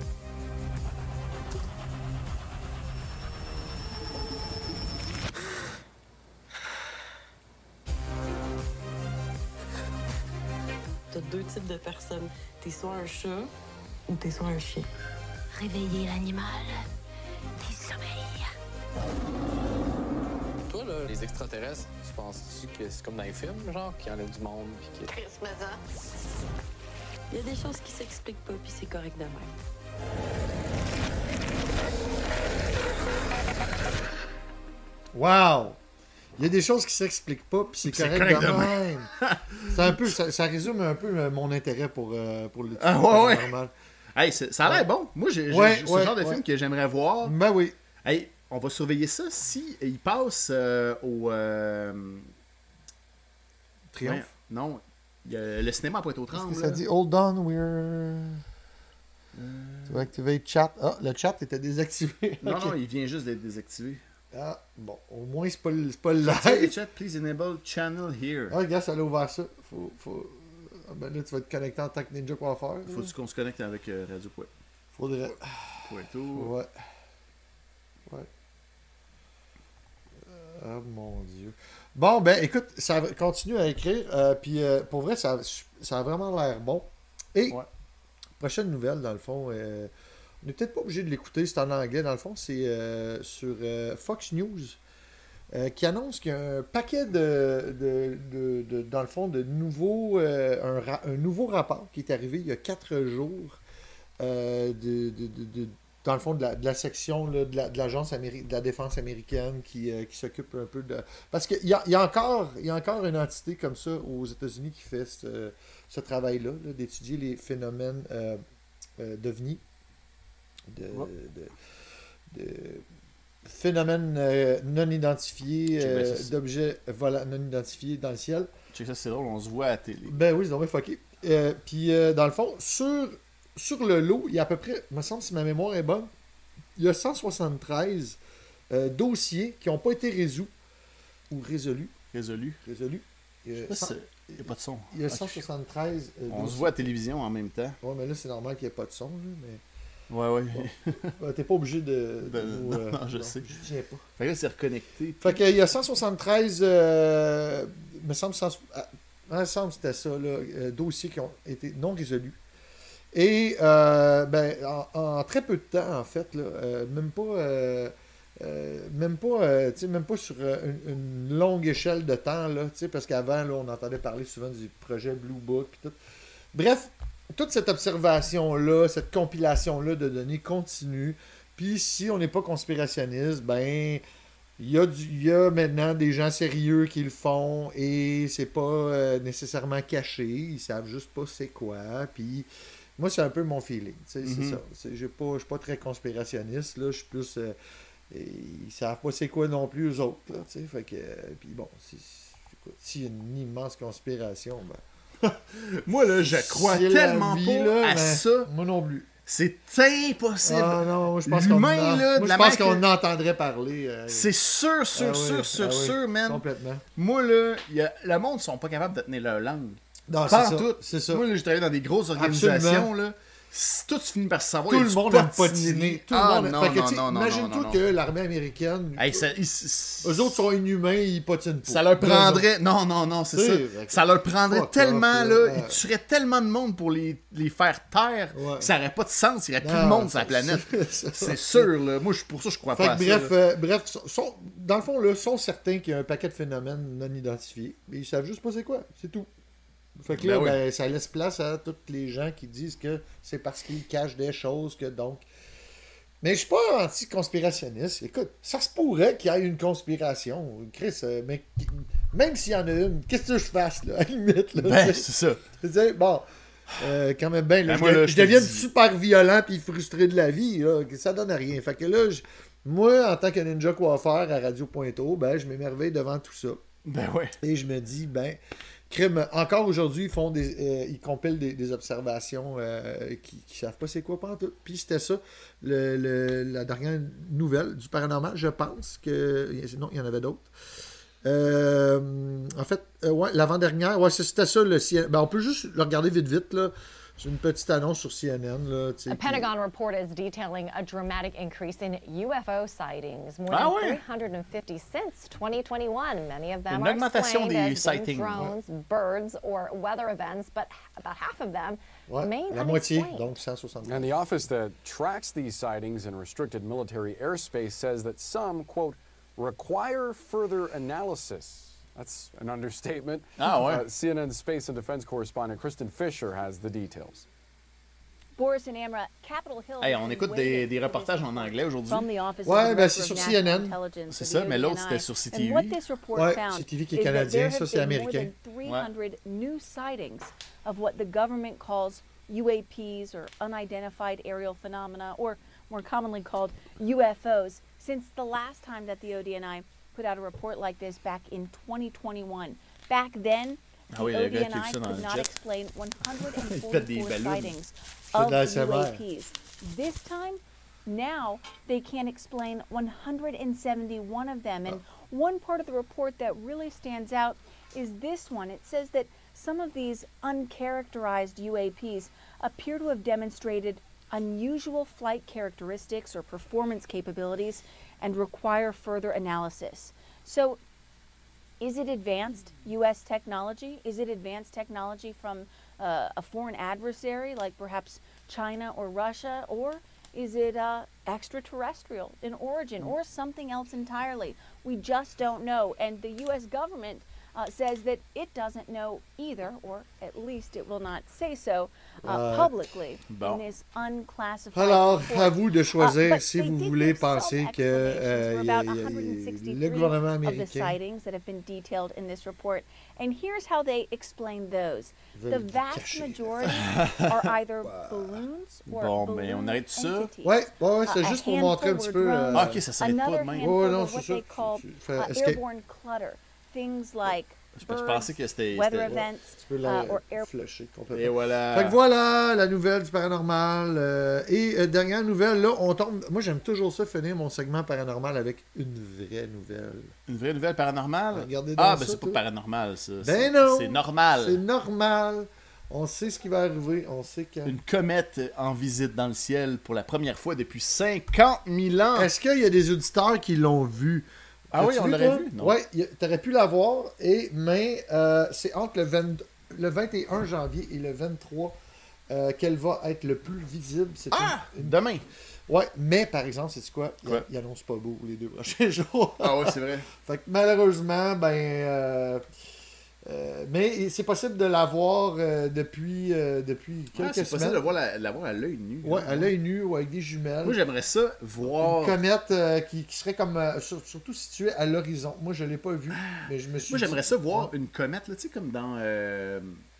T'as deux types de personnes. T'es soit un chat ou t'es soit un chien. Réveiller l'animal des sommeils. Toi, là, les extraterrestres, tu penses-tu que c'est comme dans les films, genre, qu'il y en a du monde, puis que... Chris, mais ça. Il y a des choses qui s'expliquent pas, puis c'est correct de même. Wow! Il y a des choses qui s'expliquent pas, puis c'est C'est correct, correct de de même. C'est un peu, ça, ça résume un peu euh, mon intérêt pour, euh, pour le Ah, ouais, ouais. paranormal. Hey, c'est- ça a l'air bon. Moi, j'ai, j'ai- Ouais, c'est ouais, le genre de ouais. film que j'aimerais voir. Ben oui. Hey, on va surveiller ça si il passe euh, au. euh, Triomphe. ouais, non, il y a le cinéma à Qu'est-ce Pointe-aux-Trembles. que ça là. dit? Hold on, we're... Tu vas activer chat. Ah, le chat était désactivé. Non, Ok. non, il vient juste d'être désactivé. Ah, bon, au moins, c'est pas, le- c'est pas le Hey, live. chat, please enable channel here. Ah, regarde, ça a ouvert ça. Faut, faut... Ah, ben là, tu vas te connecter en tant que Ninja Coiffeur. là. Faut-tu qu'on se connecte avec euh, Radio Pointe? Faudrait. Pointo. Ouais. Ouais. Ah, mon Dieu. Bon, ben, écoute, ça va- continue à écrire. euh, Puis, euh, pour vrai, ça, ça a vraiment l'air bon. Et, Ouais. prochaine nouvelle, dans le fond, euh, on n'est peut-être pas obligé de l'écouter, c'est en anglais. Dans le fond, c'est euh, sur euh, Fox News. euh, qui annonce qu'il y a un paquet de, de, de- de- dans le fond, de nouveaux, euh, un, ra- un nouveau rapport qui est arrivé il y a quatre jours, euh, de, de- de- de- dans le fond, de la, de la section là, de la- de l'agence améri- de la défense américaine qui, euh, qui s'occupe un peu de... Parce qu'il y a, il y, a encore, il y a encore une entité comme ça aux États-Unis qui fait ce, ce travail-là, là, d'étudier les phénomènes euh, euh, d'ovnis, de, Ouais. de, de phénomènes euh, non identifiés, Check bien euh, ça. d'objets voilà, non identifiés dans le ciel. Check ça, c'est drôle, on se voit à la télé. Ben oui, ils ont bien fucké. Euh, Puis, euh, dans le fond, sur, sur le lot, il y a à peu près, il me semble, si ma mémoire est bonne, il y a cent soixante-treize euh, dossiers qui n'ont pas été résolus ou résolus. Résolu. Résolus. Il y a, Je sais cent- pas si- Il n'y a pas de son. il y a Ok. cent soixante-treize euh, On se dossiers. voit à la télévision en même temps. Ouais, mais là, c'est normal qu'il n'y ait pas de son. Là, mais Ouais, ouais. ouais, t'es pas obligé de. de Ben, nous, non, non, je sais. Je tiens pas. Fait que là, c'est reconnecté. Fait qu'il y a cent soixante-treize, euh, me semble, cent ah, il me semble que c'était ça, là, euh, dossiers qui ont été non résolus. Et euh, ben, en, en très peu de temps, en fait, là, euh, même pas, euh, euh, même pas, euh, tu sais, même pas sur euh, une, une longue échelle de temps, là, tu sais, parce qu'avant, là, on entendait parler souvent du projet Blue Book, puis tout. Bref, toute cette observation-là, cette compilation-là de données continue. Puis si on n'est pas conspirationniste, ben il y, a du- il y a maintenant des gens sérieux qui le font et c'est pas euh, nécessairement caché. Ils savent juste pas c'est quoi. Puis moi, c'est un peu mon feeling. tu sais, Mhm. C'est ça. C'est- j'ai pas- Je suis pas très conspirationniste. Là. Je suis plus. euh, et ils savent pas c'est quoi non plus, eux autres. Là, tu sais. Fait que, euh, puis bon, si- écoute, s'il y a une immense conspiration, ben. Moi, là, je crois C'est la tellement vie, pas là, à mais ça. Moi non plus. C'est impossible. Ah non, moi, je pense qu'on L'humain, en- là, de moi, la je pense manière qu'on que- entendrait parler. euh, C'est sûr, sûr, ah sûr, oui, sûr, ah oui, sûr, man. Complètement. Moi, là, y a... le monde ne sont pas capables de tenir leur langue. Non, Pas c'est en ça. tout. C'est ça. Moi, là, j'ai travaillé dans des grosses organisations, Absolument. là. Si tout finit par se savoir, Tout il y a le du monde aime potinerie. patiner. Tout Ah, le monde. non, Fait que, non, tu sais, non, non, non, imagine-toi non. que l'armée américaine, Hey, ça, ils- ils- eux autres sont inhumains, ils patinent pas. Ça leur prendrait. Non, non, non, c'est C'est ça. vrai. Ça leur prendrait Fuck tellement, off, là. là. Ils tueraient tellement de monde pour les, les faire taire. Ouais. Que ça n'aurait pas de sens. Il n'y aurait plus de Non, monde sur la c'est- planète. c'est- C'est sûr, là. Moi, je- pour ça, je crois Fait pas que à bref, ça. là. euh, bref sont- sont- dans le fond, là, sont certains qu'il y a un paquet de phénomènes non identifiés, mais ils savent juste pas c'est quoi, c'est tout. Fait que là, Ben oui. ben, ça laisse place à tous les gens qui disent que c'est parce qu'ils cachent des choses que donc. Mais je suis pas anti-conspirationniste. Écoute, ça se pourrait qu'il y ait une conspiration. Chris, euh, mais qui- même s'il y en a une, qu'est-ce que je fasse, là, à la limite, là, Ben, tu c'est sais? ça. Je veux dire, bon, euh, quand même bien, là, Ben, je, moi, de- là, je je te deviens dis- super violent puis frustré de la vie, là, que ça donne à rien. Fait que là, je- moi, en tant que ninja coiffeur à Radio Pointeau, ben, je m'émerveille devant tout ça. Ben ouais. Et je me dis, ben, crime, encore aujourd'hui, ils font des, euh, ils compilent des, des observations euh, qui, qui savent pas c'est quoi pantoute. Puis c'était ça, le, le- la dernière nouvelle du paranormal, je pense que, non, il y en avait d'autres. Euh, en fait, euh, ouais, l'avant-dernière, ouais, c'était ça, le C N N. Ben, on peut juste le regarder vite, vite, là. C'est une petite annonce sur C N N, là, tu sais, A qui- Pentagon report is detailing a dramatic increase in U F O sightings, more Ah than ouais? three hundred fifty since twenty twenty-one. Many of them Une are augmentation explained des as being sightings, drones, birds, or weather events, but about half of them Ouais, remain la moitié, unexplained. donc cent soixante. And the office that tracks these sightings in restricted military airspace says that some, quote, require further analysis. That's an understatement. Ah, ouais. Uh, C N N space and defense correspondent Kristen Fisher has the details. Boris and Amra, Capitol Hill. Hey, on écoute des, des reportages en anglais aujourd'hui. From the Office of Ouais, the ben Director c'est of sur National C N N. Intelligence, C'est the ça, mais l'autre, O D N I. c'était sur And C T V. what this report Ouais, found C T V qui est is that canadien, there ça, have c'est been more américain. than three hundred new sightings of what the government calls U A Ps or unidentified aerial phenomena, or more commonly called U F Os, since the last time that the O D N I put out a report like this back in twenty twenty-one. Back then, the Ah oui, le gars O D N qui a vu I ça dans could le not jet. explain one hundred Il fait des forty-four ballons. sightings fait of de l'A S M R. U A Ps. This time, now they can't explain one hundred seventy-one of them. And one part of the report that really stands out is this one. It says that some of these uncharacterized U A Ps appear to have demonstrated unusual flight characteristics or performance capabilities and require further analysis. So, is it advanced U S technology? Is it advanced technology from uh, a foreign adversary like perhaps China or Russia? Or is it uh, extraterrestrial in origin or something else entirely? We just don't know. And the U S government uh, says that it doesn't know either, or at least it will not say so uh, Ouais. publicly Bon. in this unclassified Alors, report. à vous de Uh, choisir but si they vous did voulez give some penser que euh, explanations y a- for about y a- one hundred sixty-three le gouvernement of the américain sightings that have been detailed in this report. And here's how they explain those. The veulent vast cacher. majority are either balloons or Bon, ben, balloon on arrête ça. entities. Ouais, ouais, ouais, c'est Uh, a juste pour montrer un handful petit were peu. euh, drones, Ah, ok, ça s'arrête pas de another même. handful Ouais, non, were c'est what ça. they call Tu fais uh, escape. airborne clutter. Things like Je birds, pensais que c'était. weather c'était- events, Tu peux la uh, or air flusher Et complètement. voilà. Fait que voilà la nouvelle du paranormal. euh, et euh, dernière nouvelle, là, on tombe. Moi, j'aime toujours ça finir mon segment paranormal avec une vraie nouvelle. Une vraie nouvelle paranormale? Regardez Ah, donc ben ça, c'est pas toi. paranormal, ça. Ben C'est- non! C'est normal. C'est normal. On sait ce qui va arriver. On sait quand. Une comète en visite dans le ciel pour la première fois depuis cinquante mille ans. Est-ce qu'il y a des auditeurs qui l'ont vu? Ah oui, T'as-tu on vu, l'aurait toi? vu, non? Ouais, y a- t'aurais pu la voir, et, mais euh, c'est entre le, vingt le vingt et un janvier et le vingt-trois euh, qu'elle va être le plus visible. C'est Ah! une- une- Demain. Ouais, mais par exemple, c'est quoi? Il, Quoi? il annonce pas beau les deux prochains jours. Ah ouais, c'est vrai. Fait que malheureusement, ben. euh, euh, mais c'est possible de la voir euh, depuis, euh, depuis Ah, quelques c'est semaines. possible de voir la, la voir à l'œil nu. Ouais, hein. à l'œil nu ou avec des jumelles. Moi, j'aimerais ça voir. Une comète euh, qui, qui serait comme euh, sur- surtout située à l'horizon. Moi, je l'ai pas vue, mais je me suis Moi, dit- j'aimerais ça voir une comète, là, tu sais, comme dans euh,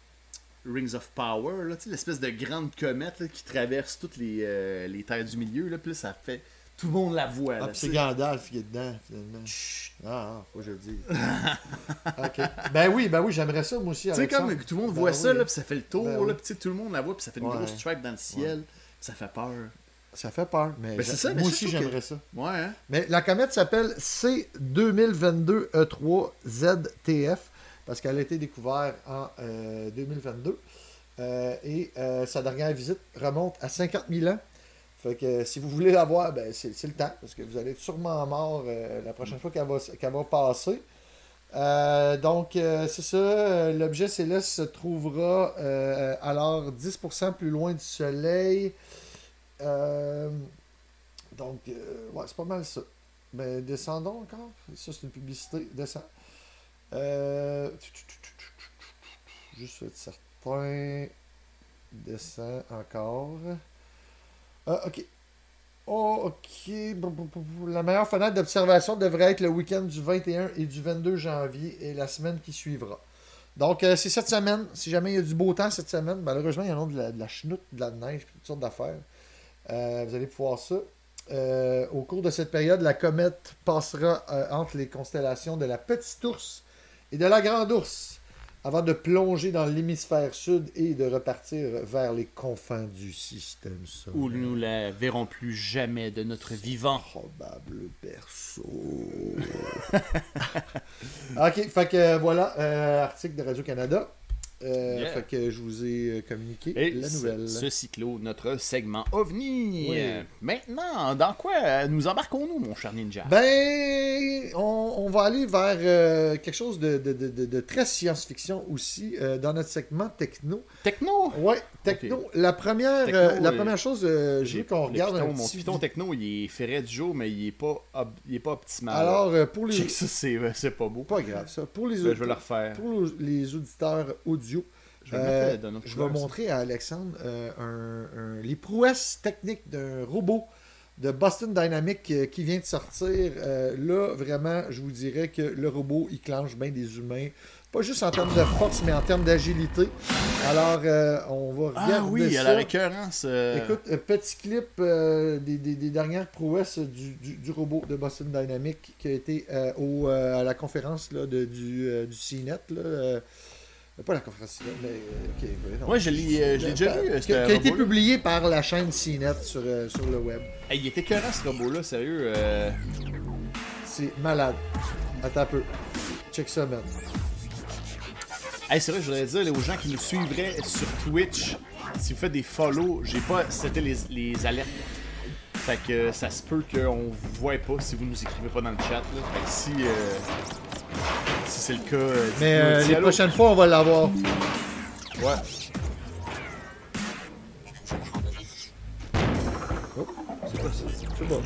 Rings of Power, là, tu sais, l'espèce de grande comète là, qui traverse toutes les, euh, les terres du milieu, là, puis là, ça fait tout le monde la voit. Ah, là, puis c'est t'sais. Gandalf qui est dedans, finalement. Chut. Ah, ah, faut que je le dise. OK. Ben oui, ben oui, j'aimerais ça, moi aussi. Tu sais, comme Alexandre. tout le monde Ben voit oui. ça, là, puis ça fait le tour, Ben là, oui. puis tu sais, tout le monde la voit, puis ça fait une Ouais. grosse stripe dans le ciel. Ça fait peur. Ça fait peur, mais, Ben, c'est j'a- ça, mais moi ça, aussi je trouve j'aimerais que- ça. Ouais, hein? Mais la comète s'appelle C deux mille vingt-deux E trois Z T F parce qu'elle a été découverte en euh, deux mille vingt-deux euh, et euh, sa dernière visite remonte à cinquante mille ans. Fait que euh, si vous voulez la voir, ben, c'est c'est le temps parce que vous allez être sûrement mort euh, la prochaine fois qu'elle va, qu'elle va passer. Euh, donc, euh, c'est ça. euh, L'objet céleste se trouvera euh, alors dix pour cent plus loin du Soleil. Euh, donc, euh, ouais, c'est pas mal ça. Mais descendons encore. Ça, c'est une publicité. Descends. Euh, juste être certain. Descends encore. Ah, ok. Oh, ok. La meilleure fenêtre d'observation devrait être le week-end du vingt et un et du vingt-deux janvier et la semaine qui suivra. Donc, euh, c'est cette semaine. Si jamais il y a du beau temps cette semaine, malheureusement, il y en a de la, de la chenoute, de la neige, puis toutes sortes d'affaires. Euh, vous allez pouvoir ça. Euh, au cours de cette période, la comète passera euh, entre les constellations de la Petite Ourse et de la Grande Ourse avant de plonger dans l'hémisphère sud et de repartir vers les confins du système solaire. Où nous la verrons plus jamais de notre vivant. Probable berceau. Ok, fait que euh, voilà, euh, article de Radio-Canada. Euh, Yeah. Fait que je vous ai euh, communiqué Et la ce- nouvelle. Ce, cyclo, notre segment OVNI. Oui. Euh, maintenant, dans quoi euh, nous embarquons-nous, mon cher ninja? Ben, on, on va aller vers euh, quelque chose de, de, de, de- de très science-fiction aussi euh, dans notre segment techno. Techno? Ouais, techno. Ok. La première, Techno, euh, la euh, première chose, euh, je veux qu'on Le regarde Python, un mon petit Python vi- techno, il est ferré du jour, mais il est pas, op- il est pas optimal. Alors, euh, pour les... Check ça, c'est euh, c'est pas beau. Pas grave, ça. Pour les, Ben, aud- je vais le refaire. Pour les auditeurs audio, Je vais le euh, mettre dans notre je vais couleur, ça. montrer à Alexandre euh, un- un- les prouesses techniques d'un robot de Boston Dynamics euh, qui vient de sortir. Euh, là, vraiment, je vous dirais que le robot, il clenche bien des humains. Pas juste en termes de force, mais en termes d'agilité. Alors, euh, on va regarder Ah oui, ça. à la récurrence. euh, Écoute, euh, petit clip euh, des, des- des dernières prouesses du, du- du robot de Boston Dynamics qui a été euh, au, euh, à la conférence là, de, du, euh, du C net. Là, euh, pas la conférence C net, mais. euh, ok, ouais, non. Ouais, je l'ai euh, je l'ai déjà vu. euh, Qui, a- ce qui a été robot-là. publié par la chaîne C net sur, euh, sur le web. Hey, il était écœurant ce robot-là, sérieux. euh, C'est malade. Attends un peu. Check ça, man. Hey, c'est vrai, je voudrais dire là, aux gens qui nous suivraient sur Twitch, si vous faites des follow, j'ai pas c'était les, les alertes. Fait que euh, ça se peut qu'on vous voit pas si vous nous écrivez pas dans le chat. Là. Fait que si, euh, si c'est le cas, euh, dites-nous Mais un euh, petit les allô. prochaines fois, on va l'avoir. Ouais. Oh, c'est quoi ça? C'est bon.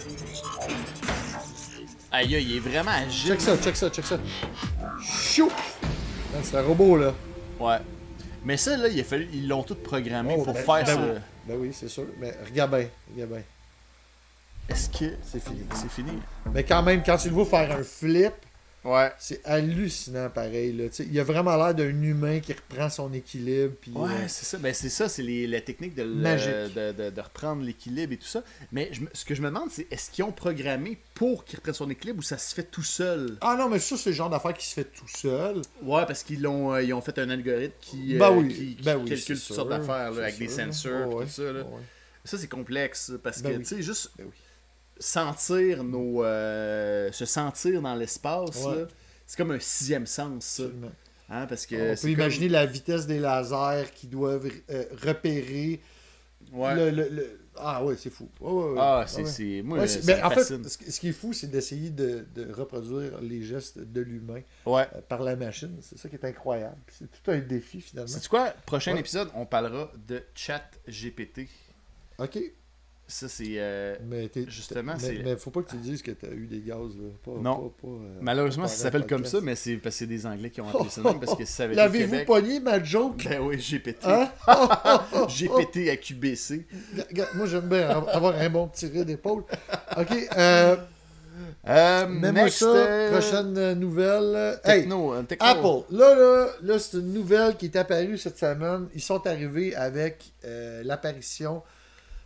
Aïe, aïe, il est vraiment agile. Check ça, check ça, check ça. Chou! Man, c'est un robot, là. Ouais. Mais ça, là, il a fallu, ils l'ont tout programmé Oh, pour ben- faire ben ça. oui. Ben oui, c'est sûr. Mais regarde bien, regarde bien. Est-ce que c'est fini? C'est fini. Mais quand même, quand tu le vois faire un flip, ouais, c'est hallucinant pareil. Là. Tu sais, il a vraiment l'air d'un humain qui reprend son équilibre. Puis, Ouais, euh, c'est ça. Ben, c'est ça, c'est les, la technique de, le- Magique. de, de- de reprendre l'équilibre et tout ça. Mais je me- ce que je me demande, c'est est-ce qu'ils ont programmé pour qu'il reprenne son équilibre ou ça se fait tout seul? Ah non, mais ça, c'est le genre d'affaire qui se fait tout seul. Ouais, parce qu'ils l'ont, euh, ils ont fait un algorithme qui, euh, Ben oui, qui, qui ben oui, calcule c'est toutes sûr, sortes d'affaires là, c'est avec des sûr. sensors et Ouais, tout ça. Là. ouais. Ça, c'est complexe parce Ben que, oui. tu sais, juste Ben oui. sentir nos. euh, se sentir dans l'espace, Ouais. là, c'est comme un sixième sens, ça. Absolument. Hein, parce que On peut c'est comme- imaginer la vitesse des lasers qui doivent euh, repérer. Ouais. Le, le- le- Ah ouais, c'est fou. Ouais, ouais, ouais. Ah, c'est- Ouais. c'est- moi, Ouais, ça mais me en fait, fascine. ce qui- ce qui est fou, c'est d'essayer de, de reproduire les gestes de l'humain Ouais. euh, par la machine. C'est ça qui est incroyable. Puis c'est tout un défi finalement. Sais-tu quoi? Prochain Ouais. épisode, on parlera de chat G P T. Ok. Ça, c'est. euh, Mais t'es- justement, mais, c'est. mais faut pas que tu dises que tu as eu des gaz. Là. Pas, Non. pas- pas, euh, Malheureusement, pas ça pendant s'appelle le comme podcast. ça, mais c'est parce que c'est des Anglais qui ont appelé ça de même, parce que si ça avait été le L'avez-vous Québec... pogné, ma joke? Ben oui, G P T. Hein? G P T à Q B C. Regarde, moi, j'aime bien avoir un bon petit tiré d'épaule. Ok. Euh, Euh, Mets-moi next, ça. euh, Prochaine euh, nouvelle. Hey, Techno, euh, techno. Apple. Là, là, là c'est une nouvelle qui est apparue cette semaine. Ils sont arrivés avec euh, l'apparition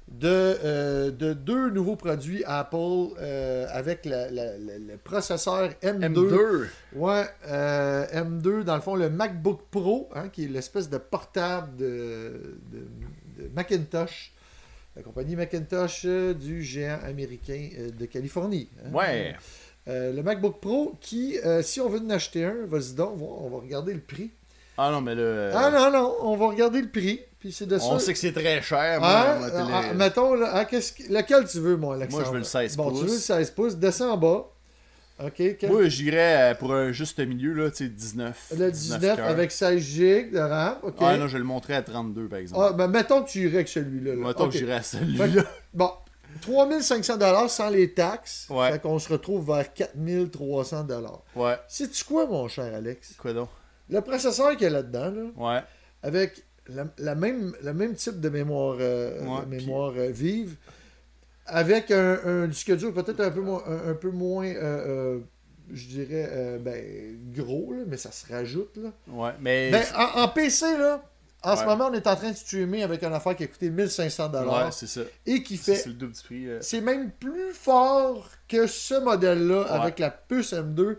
de, euh, de deux nouveaux produits Apple euh, avec la, la, la, le processeur M deux. M deux. Ouais, euh, M deux, dans le fond, le MacBook Pro, hein, qui est l'espèce de portable de, de, de Macintosh. La compagnie Macintosh euh, du géant américain euh, de Californie. Hein. Ouais. Euh, le MacBook Pro qui, euh, si on veut en acheter un, vas-y donc, on va, on va regarder le prix. Ah non, mais là... euh, Ah non, non, on va regarder le prix. Puis c'est de ça. On sait que c'est très cher. Moi, Ah, moi, ah, télé- mettons, là, ah, qu'est-ce que- lequel tu veux, moi, Alexandre? Moi, je veux le seize bon, pouces. tu veux le seize pouces, descends en bas. OK. quel- Moi, j'irais euh, pour un juste milieu, là, tu sais, dix-neuf. Le dix-neuf cœurs. avec seize gigs de RAM. OK. Ah non, je vais le montrer à trente-deux, par exemple. Ah, ben, mettons que tu irais avec celui-là. là. Mettons OK. que j'irais à Fait celui-là. que, bon, trois mille cinq cents dollars sans les taxes. Ouais. Fait qu'on se retrouve vers quatre mille trois cents dollars. Ouais. Sais-tu quoi, mon cher Alex? Quoi donc? Le processeur qu'il y a là-dedans, là, Ouais. avec la, la même, le même type de mémoire, euh, Ouais, de mémoire euh, vive, avec un, un disque dur peut-être un peu moins, un, un peu moins euh, euh, je dirais, euh, ben, gros, là, mais ça se rajoute. Là. Ouais, mais... Ben, en, en P C, là, en ce Ouais. moment, on est en train de streamer avec une affaire qui a coûté mille cinq cents dollars. Ouais, c'est ça. Et qui C'est fait... c'est le double du prix. euh. C'est même plus fort que ce modèle-là Ouais. avec la puce M deux.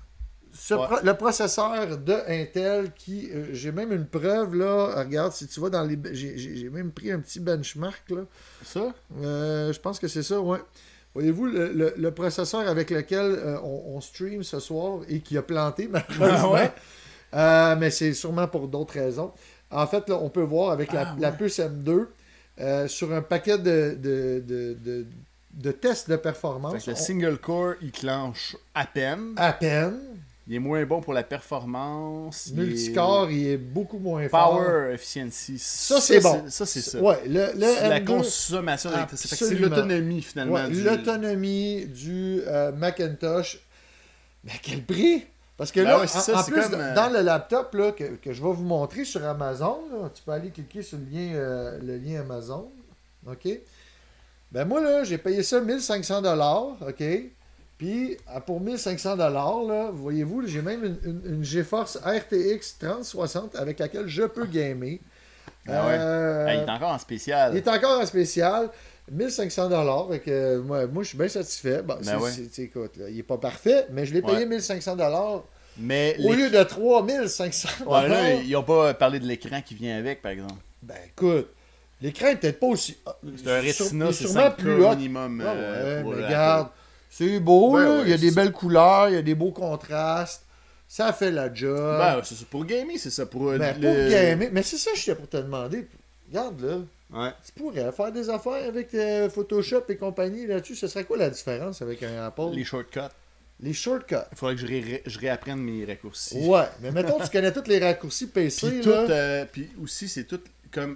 Ce Ouais. pro- le processeur de Intel qui... euh, j'ai même une preuve, là. Regarde, si tu vas dans les... J'ai, j'ai- j'ai même pris un petit benchmark, là. Ça? Euh, je pense que c'est ça, ouais. Voyez-vous, le, le- le processeur avec lequel euh, on, on stream ce soir et qui a planté, malheureusement. Ah ouais? Euh, mais c'est sûrement pour d'autres raisons. En fait, là, on peut voir avec la, Ah la ouais. puce M deux, euh, sur un paquet de, de, de, de, de tests de Fait performance, que le on- single core, il clenche à peine. à peine. Il est moins bon pour la performance. il est- Multicore, il est beaucoup moins fort. Power efficiency. Ça, c'est bon. Ça, c'est ça. Ouais, le, le C'est la M deux, consommation d'électricité. Fait que c'est absolument. l'autonomie, finalement. Ouais, du- l'autonomie du euh, Macintosh. Mais à quel prix? Parce que Ben là, ouais, c'est en, ça, en c'est plus, comme, dans- euh, dans le laptop là, que, que je vais vous montrer sur Amazon, là, tu peux aller cliquer sur le lien, euh, le lien Amazon. OK? Ben moi, là, j'ai payé ça mille cinq cents dollars. OK? Puis, à- pour mille cinq cents dollars, là, voyez-vous, là, j'ai même une, une- une GeForce R T X trente soixante avec laquelle je peux gamer. Ah ouais. Euh, Ah, il est encore en spécial. il est encore en spécial. mille cinq cents dollars. Euh, moi, moi, je suis bien satisfait. Bon, Ben c'est- ouais. c'est- c'est- écoute, là, il n'est pas parfait, mais je l'ai payé Ouais. mille cinq cents dollars Mais au les- lieu de trois mille cinq cents dollars. Ouais, là, ils n'ont pas parlé de l'écran qui vient avec, par exemple. Ben écoute, l'écran n'est peut-être pas aussi. C'est un il est sur- Retina, il est c'est sûrement cinq K plus hot. minimum. Ah euh, ouais, pour mais la- regarde, c'est beau, Ben là. ouais, il y a des c'est belles couleurs, il y a des beaux contrastes. Ça fait la job. Ben, c'est ça. Pour gamer, c'est ça. Pour, euh, Ben, le- pour gamer. Mais c'est ça que j'étais pour te demander. Regarde là. Ouais. Tu pourrais faire des affaires avec euh, Photoshop et compagnie là-dessus. Ce serait quoi la différence avec un Apple? Les shortcuts. Les shortcuts. Il faudrait que je, ré- je réapprenne mes raccourcis. Ouais, mais mettons tu connais tous les raccourcis P C. Puis, tout, là. euh, puis aussi, c'est tout comme.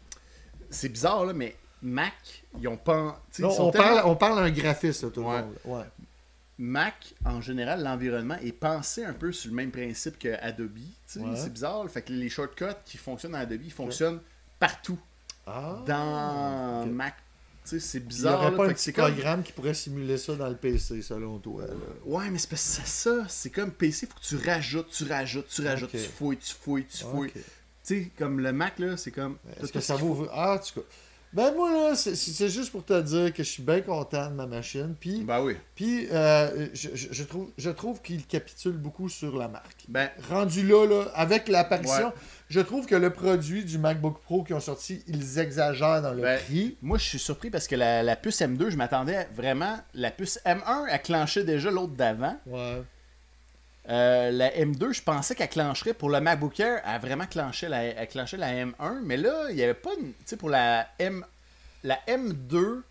C'est bizarre, là, mais Mac, ils ont pas. tu sais, Non, ils sont on, tellement- parle, on parle d'un graphiste, là, tout Ouais. le monde. là. Ouais. Mac, en général, l'environnement est pensé un peu sur le même principe que Adobe. tu sais. Ouais. C'est bizarre. Fait que les shortcuts qui fonctionnent dans Adobe, ils fonctionnent partout Ah, dans ok. Mac. Tu sais, c'est Il n'y bizarre. aurait là. pas Fait un que petit c'est comme- programme qui pourrait simuler ça dans le P C, selon toi. là. Ouais, mais c'est parce que c'est ça. C'est comme P C, il faut que tu rajoutes, tu rajoutes, tu rajoutes, Ok. tu fouilles, tu fouilles, tu fouilles. Ok. Tu sais, comme le Mac, là, c'est comme. Est-ce tout que ce ça qu'il vaut... faut. Ah, en tout cas. Ben moi, là, c'est- c'est c'est juste pour te dire que je suis bien content de ma machine. Puis, Ben oui. puis euh, je, je- je trouve, je trouve qu'il capitule beaucoup sur la marque. Ben, Rendu là, là avec l'apparition, Ouais. je trouve que le produit du MacBook Pro qu'ils ont sorti, ils exagèrent dans le Ben, prix. moi, je suis surpris parce que la, la puce M deux, je m'attendais à- vraiment. La puce M un, elle clenchait déjà l'autre d'avant. Ouais. Euh, la M deux, je pensais qu'elle clencherait pour le MacBook Air. Elle a vraiment clenché la, elle clenchait la M un. Mais là, il n'y avait pas. une- Tu sais, pour la M. La M deux.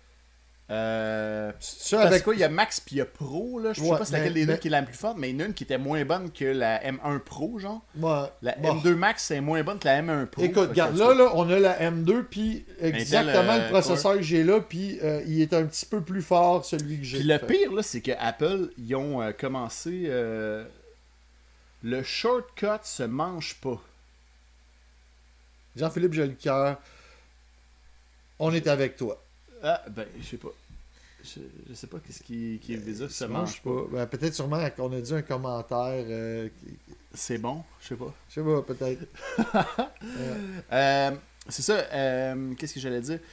Euh, Ça, parce avec- quoi, il y a Max puis il y a Pro. Là. Je sais Ouais, pas c'est mais- laquelle des deux mais- qui est la plus forte, mais il y en a une qui était moins bonne que la M un Pro, genre. Ouais. La Bon. M deux Max, c'est moins bonne que la M un Pro. Écoute, Fait que, regarde, en tout là, cas, là, on a la M deux, puis exactement Intel, euh, le processeur que j'ai là, puis euh, il est un petit peu plus fort, celui que j'ai. Puis le Fait- pire, là, c'est que Apple, ils ont euh, commencé. euh, le shortcut se mange pas. Jean-Philippe Jolicoeur, on est avec toi. Ah, ben, je sais pas. Je, je sais pas qu'est-ce qui, qui veut dire que ça Ça mange pas. Ben, peut-être sûrement qu'on a dit un commentaire. euh, qui- C'est bon, je sais pas. Je sais pas, peut-être. Euh, c'est ça, euh, qu'est-ce que j'allais dire?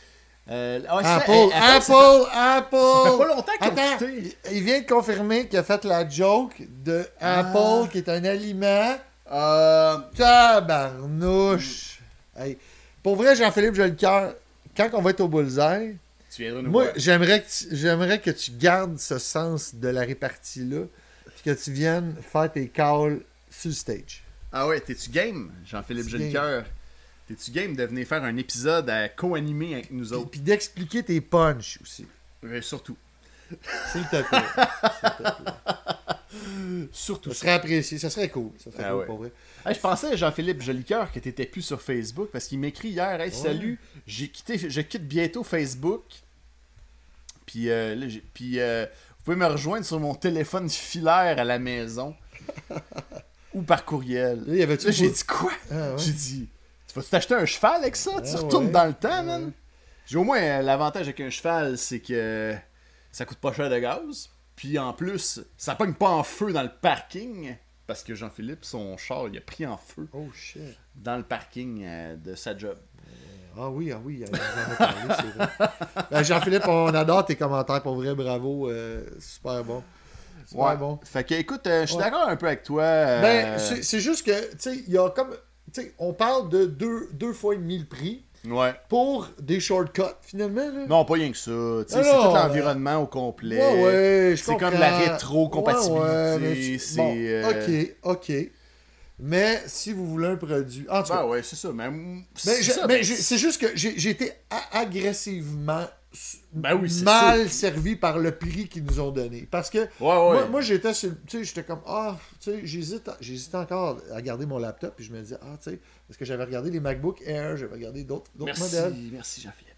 Euh, ah, c'est Apple, vrai, hey, attends, Apple, ça fait- Apple! Ça fait pas longtemps qu'ils ont Attends, quitté. il- il vient de confirmer qu'il a fait la joke de Ah. Apple, qui est un aliment. Euh... Tabarnouche! Hey. Pour vrai, Jean-Philippe Jolicoeur, quand on va être au Bullseye, Tu viendras nous moi, voir. j'aimerais que, tu, j'aimerais que tu gardes ce sens de la répartie-là, puis que tu viennes faire tes calls sur le stage. Ah ouais, t'es-tu game, Jean-Philippe T'es-tu Jolicoeur? T'es-tu game de venir faire un épisode à co-animer avec nous Puis, autres? puis d'expliquer tes punchs aussi. Ouais, surtout. S'il te plaît. S'il te plaît. Surtout. Ça serait apprécié, ça serait cool. Ça serait Ah cool ouais. pour vrai. Hey, je pensais à Jean-Philippe Jolicoeur que t'étais plus sur Facebook parce qu'il m'écrit hier, hey, salut, j'ai quitté, je quitte bientôt Facebook. Puis, euh, là, j'ai- puis euh, vous pouvez me rejoindre sur mon téléphone filaire à la maison ou par courriel. Là, y avait-tu Là, j'ai beau- dit quoi? Ah ouais. J'ai dit, tu vas t'acheter un cheval avec ça? tu Ah retournes ouais. dans le temps, man? J'ai au moins euh, l'avantage avec un cheval, c'est que ça coûte pas cher de gaz. Puis en plus, ça pogne pas en feu dans le parking. Parce que Jean-Philippe, son char, il a pris en feu Oh shit. dans le parking euh, de sa job. Ah oui, ah oui, on en a parlé, c'est vrai. Ben, Jean-Philippe, on adore tes commentaires, pour vrai, bravo. euh, super bon. Super Ouais. bon. Fait que écoute, euh, je suis Ouais. d'accord un peu avec toi. euh, Ben, c'est c'est juste que, tu sais, il y a comme. Tu sais, on parle de deux, deux fois et demi le prix Ouais. pour des shortcuts, finalement. Là. Non, pas rien que ça. tu sais, Ah c'est non, tout l'environnement au complet. Ouais, ouais, je C'est comprends. comme la rétro-compatibilité. Ouais, ouais, mais tu- c'est. bon, euh, ok, ok. Mais si vous voulez un produit. En tout cas, Ben ouais, c'est ça. Mais, mais c'est je- ça, mais ben, je- c'est juste que j'ai j'ai été a- agressivement s- Ben oui, c'est mal sûr. servi par le prix qu'ils nous ont donné. Parce que ouais. moi, moi, j'étais sur. Tu sais, j'étais comme. Ah, tu sais, j'hésite j'hésitais encore à garder mon laptop. Puis je me disais, ah, tu sais, parce que j'avais regardé les MacBook Air, j'avais regardé d'autres d'autres Merci, modèles. merci Jean-Philippe.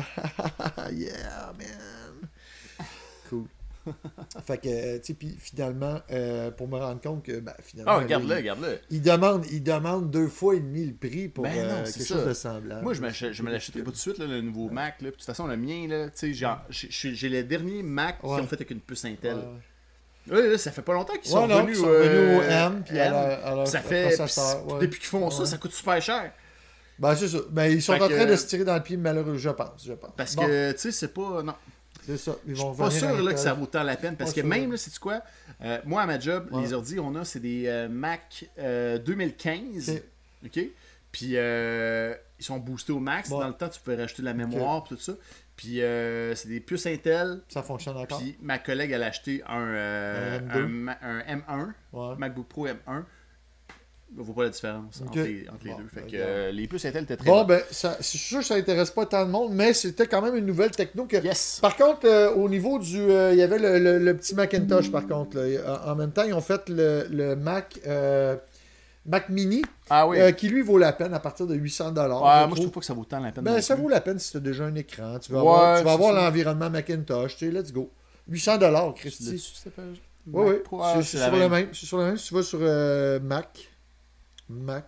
Yeah, man. Cool. Fait que, euh, tu sais, puis finalement, euh, pour me rendre compte que, ben, finalement. Ah, regarde-le, là, regarde-le. Il, il demande, il demande deux fois et demi le prix pour Ben non, euh, c'est quelque ça. chose de semblable. Moi, je, m'achète- je me l'achèterai pas tout de suite, là, le nouveau Mac. Là. Puis, de toute façon, le mien, là, tu sais, genre, j'ai- j'ai j'ai les derniers Mac Ouais. qui ont fait avec une puce Intel. Ouais. Ouais, là, ça fait pas longtemps qu'ils sont Ouais, non, revenus qu'ils sont revenus au euh, M, puis à leur- à leur ça fait, processeur, puis ouais. depuis qu'ils font ça, Ouais. ça coûte super cher. Ben, c'est ça. Ben, ils sont Fait en train que- de se tirer dans le pied, malheureux, je pense. Je pense. Parce Bon, que, tu sais, c'est pas... Non. c'est ça. Ils Je vont suis pas revenir sûr à là, que Intel. ça vaut tant la peine. Parce Pas que sûr. même, là, sais-tu quoi? Euh, moi, à ma job, Ouais. les ordi, on a, c'est des euh, Mac euh, deux mille quinze. Ok. OK? Puis, euh, ils sont boostés au max. Ouais. Dans le temps, tu pouvais rajouter de la mémoire et tout ça. Puis, euh, c'est des puces Intel. Ça fonctionne encore. Puis, ma collègue, elle a acheté un, euh, Un M deux. un, Ma- un M un. Ouais. MacBook Pro M un. On voit pas la différence Ok. entre les, entre les Bon, deux. Fait ben, que regarde. euh, les puces Intel étaient très Bon, bonnes. ben, ça, c'est sûr que ça intéresse pas tant de monde, mais c'était quand même une nouvelle techno. Que... Yes. Par contre, euh, au niveau du. euh, Il y avait le, le- le petit Macintosh, par contre. là. En, en même temps, ils ont fait le, le Mac. euh, Mac Mini, Ah oui. euh, qui lui vaut la peine à partir de huit cents dollars. Ouais, moi, je trouve pas que ça vaut tant la peine. Ben, non ça plus. vaut la peine si tu as déjà un écran. Tu vas Ouais, avoir, tu vas c'est avoir ça. l'environnement Macintosh. Tu sais, let's go. huit cents dollars, Christy. Là-dessus, ça s'appelle? Oui, Mac oui. Pro, ah, C'est c'est c'est la sur le même. même. C'est sur le même. Si tu vas sur euh, Mac. Mac.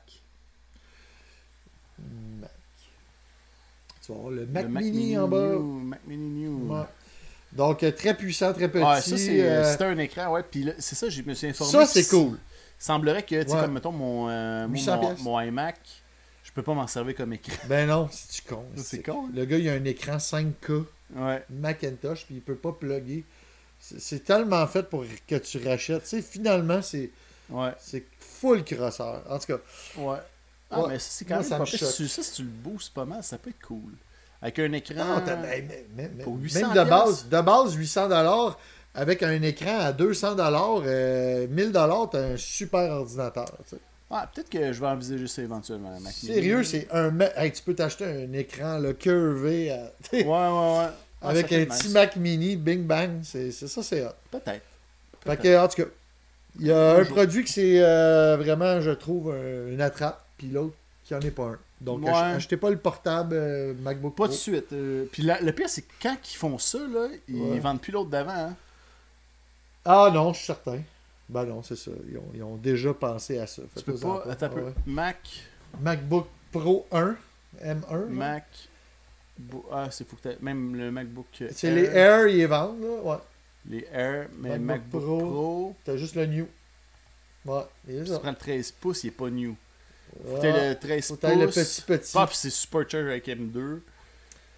Mac. Tu vas avoir le Mac, Le Mac Mini, en bas. New, Mac Mini New. Ouais. Donc, euh, très puissant, très petit. Ouais, ça, c'est euh, c'était un écran, ouais. Puis là, c'est ça, je me suis informé. Ça, c'est Puis cool. Semblerait que, tu sais, Ouais. comme mettons mon, euh, moi, huit cents mon, pièces. mon iMac, je peux pas m'en servir comme écran. Ben non, c'est con. C'est con, hein? Le gars, il a un écran cinq K Ouais. Macintosh, puis il peut pas plugger. C'est c'est tellement fait pour que tu rachètes. Tu sais, finalement, c'est Ouais. c'est full crosseur. En tout cas, Ouais. Ah, Ouais. mais ça, c'est quand Moi, même ça pas me pire. choque. Si tu- Ça, si tu le boostes pas mal, ça peut être cool. Avec un écran. non, t'as- ben, mais- mais- mais- pour même 800 de base, de base, huit cents dollars avec un écran à deux cents dollars, euh, mille dollars, t'as un super ordinateur. Tu sais. Ah, peut-être que je vais envisager ça éventuellement. Mac Mini. Sérieux, c'est un. ma- Hey, tu peux t'acheter un écran là, curvé à- Ouais, ouais, ouais. Ah, avec ça un fait petit nice. Mac mini, bing bang. C'est c'est ça, c'est hot. Peut-être. Fait que, en tout cas, il y a un produit qui c'est euh, vraiment, je trouve, un- une attrape, puis l'autre qui en est pas un. Donc, Ouais. ach- achetez pas le portable euh, MacBook Pas Pro. de suite. euh, Puis la- le pire, c'est que quand ils font ça, là, ils Ouais. vendent plus l'autre d'avant. Hein. Ah non, je suis certain. Ben non, c'est ça. Ils ont, ils ont déjà pensé à ça. Tu peux Faites-en pas. Attends un peu. Ouais. Mac. MacBook Pro un, M un. genre. Mac. Bo- Ah, c'est fou que t'aies- même le MacBook. euh, C'est les Air, ils les vendent, là. Ouais. Les Air, mais MacBook MacBook, Pro. Pro. T'as juste le New. Ouais, il est Tu ça. prends le treize pouces, il est pas new. Faut que Ouais. t'aies le treize Faut pouces. que t'aies le petit petit. Ah, puis c'est super cher avec M deux.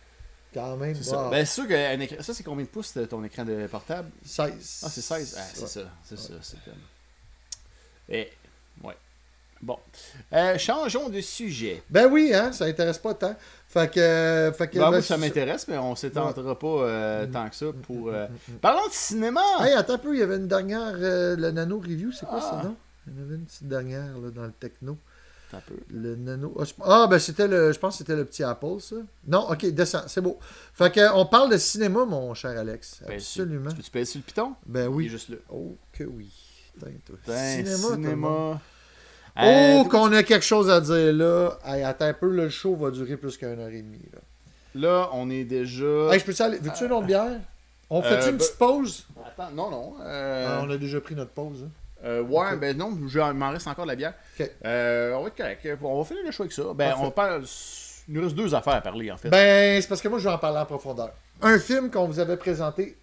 Quand même. C'est ça. Wow. Ben, c'est sûr que un écran... ça, c'est combien de pouces ton écran de portable? seize. Ah, c'est seize. Ah, c'est Ouais. ça. C'est Ouais. ça. C'est comme... Et... Ouais. Bon. Euh, changeons de sujet. Ben oui, hein, ça intéresse pas tant. Fait que. Fait que Ben, ben, moi, ça c'est- m'intéresse, mais on s'étendra pas euh, Mm. tant que ça pour... euh, Parlons de cinéma! Hey, attends un peu, il y avait une dernière. euh, le Nano Review, c'est quoi Ah. ça, non? Il y en avait une petite dernière là, dans le techno. Attends un peu. Le Nano. Ah, je- Ah, ben c'était le. Je pense que c'était le petit Apple, ça. Non, ok, descends, c'est beau. Fait que, on parle de cinéma, mon cher Alex. Ben, Absolument. Tu peux-tu payer sur le piton? Ben Il est oui. juste là. Oh, que oui. Putain, toi. Ben, cinéma, tout le monde. cinéma. Euh, Oh, qu'on a quelque chose à dire là. Hey, attends un peu, là, le show va durer plus qu'une heure et demie. Là, Là, on est déjà... hey, je peux aller. Veux-tu une autre bière? On fait-tu Euh, une ben- petite pause? Attends, non, non. euh, Ah, on a déjà pris notre pause. Hein? euh, ouais, Ok. ben non, je- il m'en reste encore de la bière. Ok. Euh, on va être correct. On va finir le show avec ça. Ben, Parfait. on parle... Il nous reste deux affaires à parler, en fait. Ben, c'est parce que moi, je vais en parler en profondeur. Un film qu'on vous avait présenté.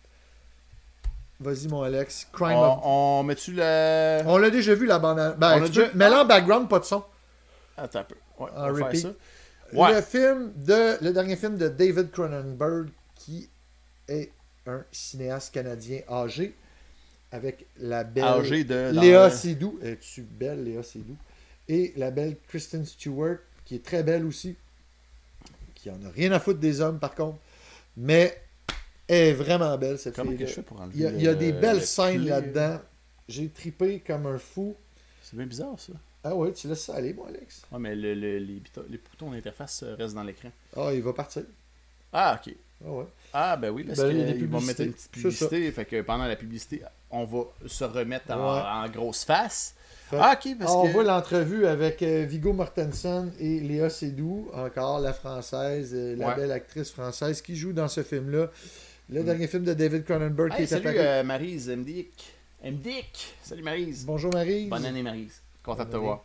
Vas-y, mon Alex. Crime of... on on met-tu le... On l'a déjà vu, la bande. Ben, On a tu déjà- peux- mets-la en background, pas de son. Attends un peu. Ouais, En on va repeat. faire ça. Ouais. Le film de... Le dernier film de David Cronenberg, qui est un cinéaste canadien âgé, avec la belle Âgé de- dans Léa le- Seydoux. Es-tu belle, Léa Seydoux? Et la belle Kristen Stewart, qui est très belle aussi, qui en a rien à foutre des hommes, par contre. Mais elle est vraiment belle, cette Comment fille. que je fais pour enlever Il y a, il y a le- des belles le scènes clé? là-dedans. J'ai tripé comme un fou. C'est bien bizarre, ça. Ah ouais, tu laisses ça aller, moi, Alex? Ouais, mais le, le- les, bito- les boutons d'interface euh, restent dans l'écran. Ah, il va partir. Ah, ok. Ah ouais. Ah, ben oui, parce Ben, il y a des qu'ils vont mettre une publicités. petite C'est ça. publicité. Fait que pendant la publicité, on va se remettre en, Ouais. en grosse face. Fait- Ah, ok, parce on que... voit l'entrevue avec euh, Viggo Mortensen et Léa Seydoux, encore la française, euh, la Ouais. belle actrice française qui joue dans ce film-là. Le dernier film de David Cronenberg qui Hey, est salut apparu. euh, Maryse, M D I C. M D I C. Salut Maryse. Bonjour Maryse. Bonne année Maryse. Content de te Bonne voir.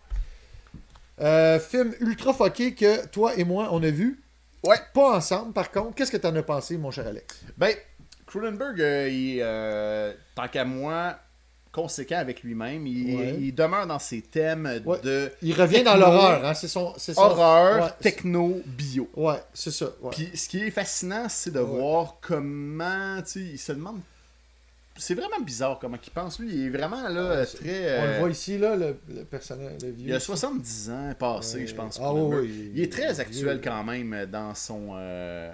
Euh, film ultra fucké que toi et moi on a vu. Ouais. Pas ensemble par contre. Qu'est-ce que t'en as pensé, mon cher Alex? Ben, Cronenberg, euh, il, euh, tant qu'à moi, conséquent avec lui-même. Il, Ouais. il demeure dans ses thèmes Ouais. de... Il revient dans techno, l'horreur, hein? C'est son, c'est son- Horreur, Ouais, techno, bio. Ouais, c'est ça. Ouais. Puis ce qui est fascinant, c'est de Ouais. voir comment, tu sais, il se demande... C'est vraiment bizarre comment il pense. Lui, il est vraiment là, Ouais, très... On euh, le voit ici, là, le, le personnage, le vieux. Il a soixante-dix ans passés, Ouais. je pense. Ah Cronenberg. oui, oui, il est très il est actuel vieux. quand même dans son... euh,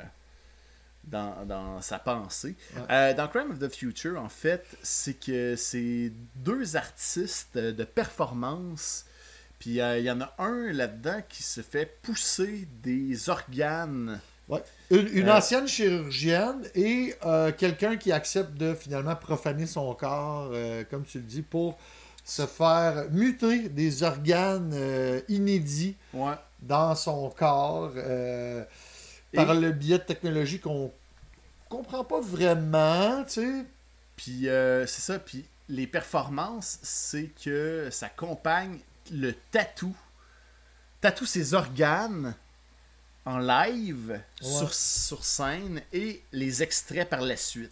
Dans, dans sa pensée. Ouais. Euh, dans Crime of the Future, en fait, c'est que c'est deux artistes de performance. Puis euh, il y en a un là-dedans qui se fait pousser des organes. Ouais. Une, une Euh, ancienne chirurgienne et euh, quelqu'un qui accepte de finalement profaner son corps, euh, comme tu le dis, pour se faire muter des organes euh, inédits Ouais. dans son corps euh, par Et- le biais de technologie qu'on comprend pas vraiment, tu sais. Puis euh, c'est ça. Puis les performances, c'est que ça accompagne le tatou. Tatou ses organes en live Ouais. sur, sur scène et les extraits par la suite.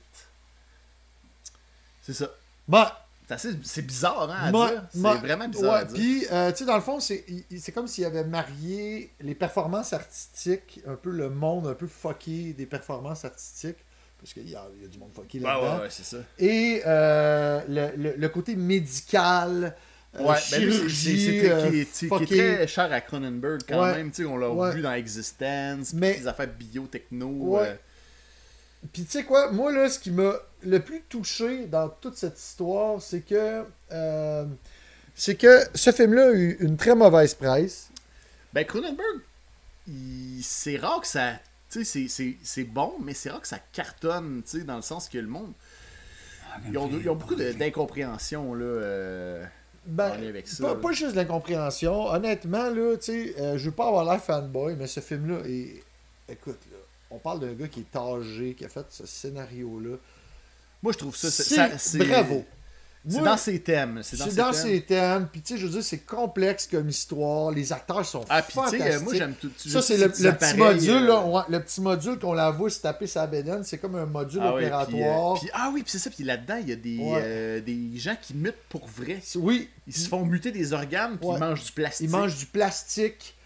C'est ça. Bah, C'est assez- c'est bizarre hein, à Moi- dire. C'est moi- vraiment bizarre ouais, à dire. Puis, euh, tu sais, dans le fond, c'est il- il- c'est comme s'il avait marié les performances artistiques, un peu le monde un peu fucké des performances artistiques, parce qu'il y a, il y a du monde fucké Ouais, là-dedans. ouais, ouais, c'est ça. Et euh, le, le- le côté médical, euh, Ouais, ben lui, c'est- c'est- chirurgie, c'est- qui, est, euh, qui est fucké. très cher à Cronenberg quand Ouais. même. Tu sais, on l'a Ouais. vu dans Existence, puis Mais- les affaires bio-techno. Ouais. euh, Puis tu sais quoi, moi là, ce qui m'a le plus touché dans toute cette histoire, c'est que euh, c'est que ce film-là a eu une très mauvaise presse. Ben, Cronenberg, il- c'est rare que ça. Tu sais, c'est- c'est- c'est bon, mais c'est rare que ça cartonne, tu sais, dans le sens que le monde. Ils ont, ils ont beaucoup de- d'incompréhension, là. Euh, Ben, en lien avec ça. pas, là. pas juste de l'incompréhension. Honnêtement, là, tu sais, euh, je veux pas avoir l'air fanboy, mais ce film-là est. Écoute, là, on parle d'un gars qui est âgé, qui a fait ce scénario-là. Moi, je trouve ça. c'est- C'est ça- c'est- bravo. C'est Moi, dans ses thèmes. C'est dans, C'est ses, dans thèmes. ses thèmes. Puis, tu sais, je veux dire, c'est complexe comme histoire. Les acteurs sont Ah, puis tu sais, fantastiques. euh, moi, j'aime tout- tu- Ça, c'est ces le, petits le petit appareils, module, euh, là. Ouais, le petit module qu'on l'avoue se taper sa bédaine. C'est comme un module Ah, ouais, puis, euh, opératoire. puis- ah oui, puis c'est ça. Puis là-dedans, il y a des, Ouais. euh, des gens qui mutent pour vrai. Oui. Ils se font muter des organes, puis Ouais. ils mangent du plastique. Ils mangent du plastique.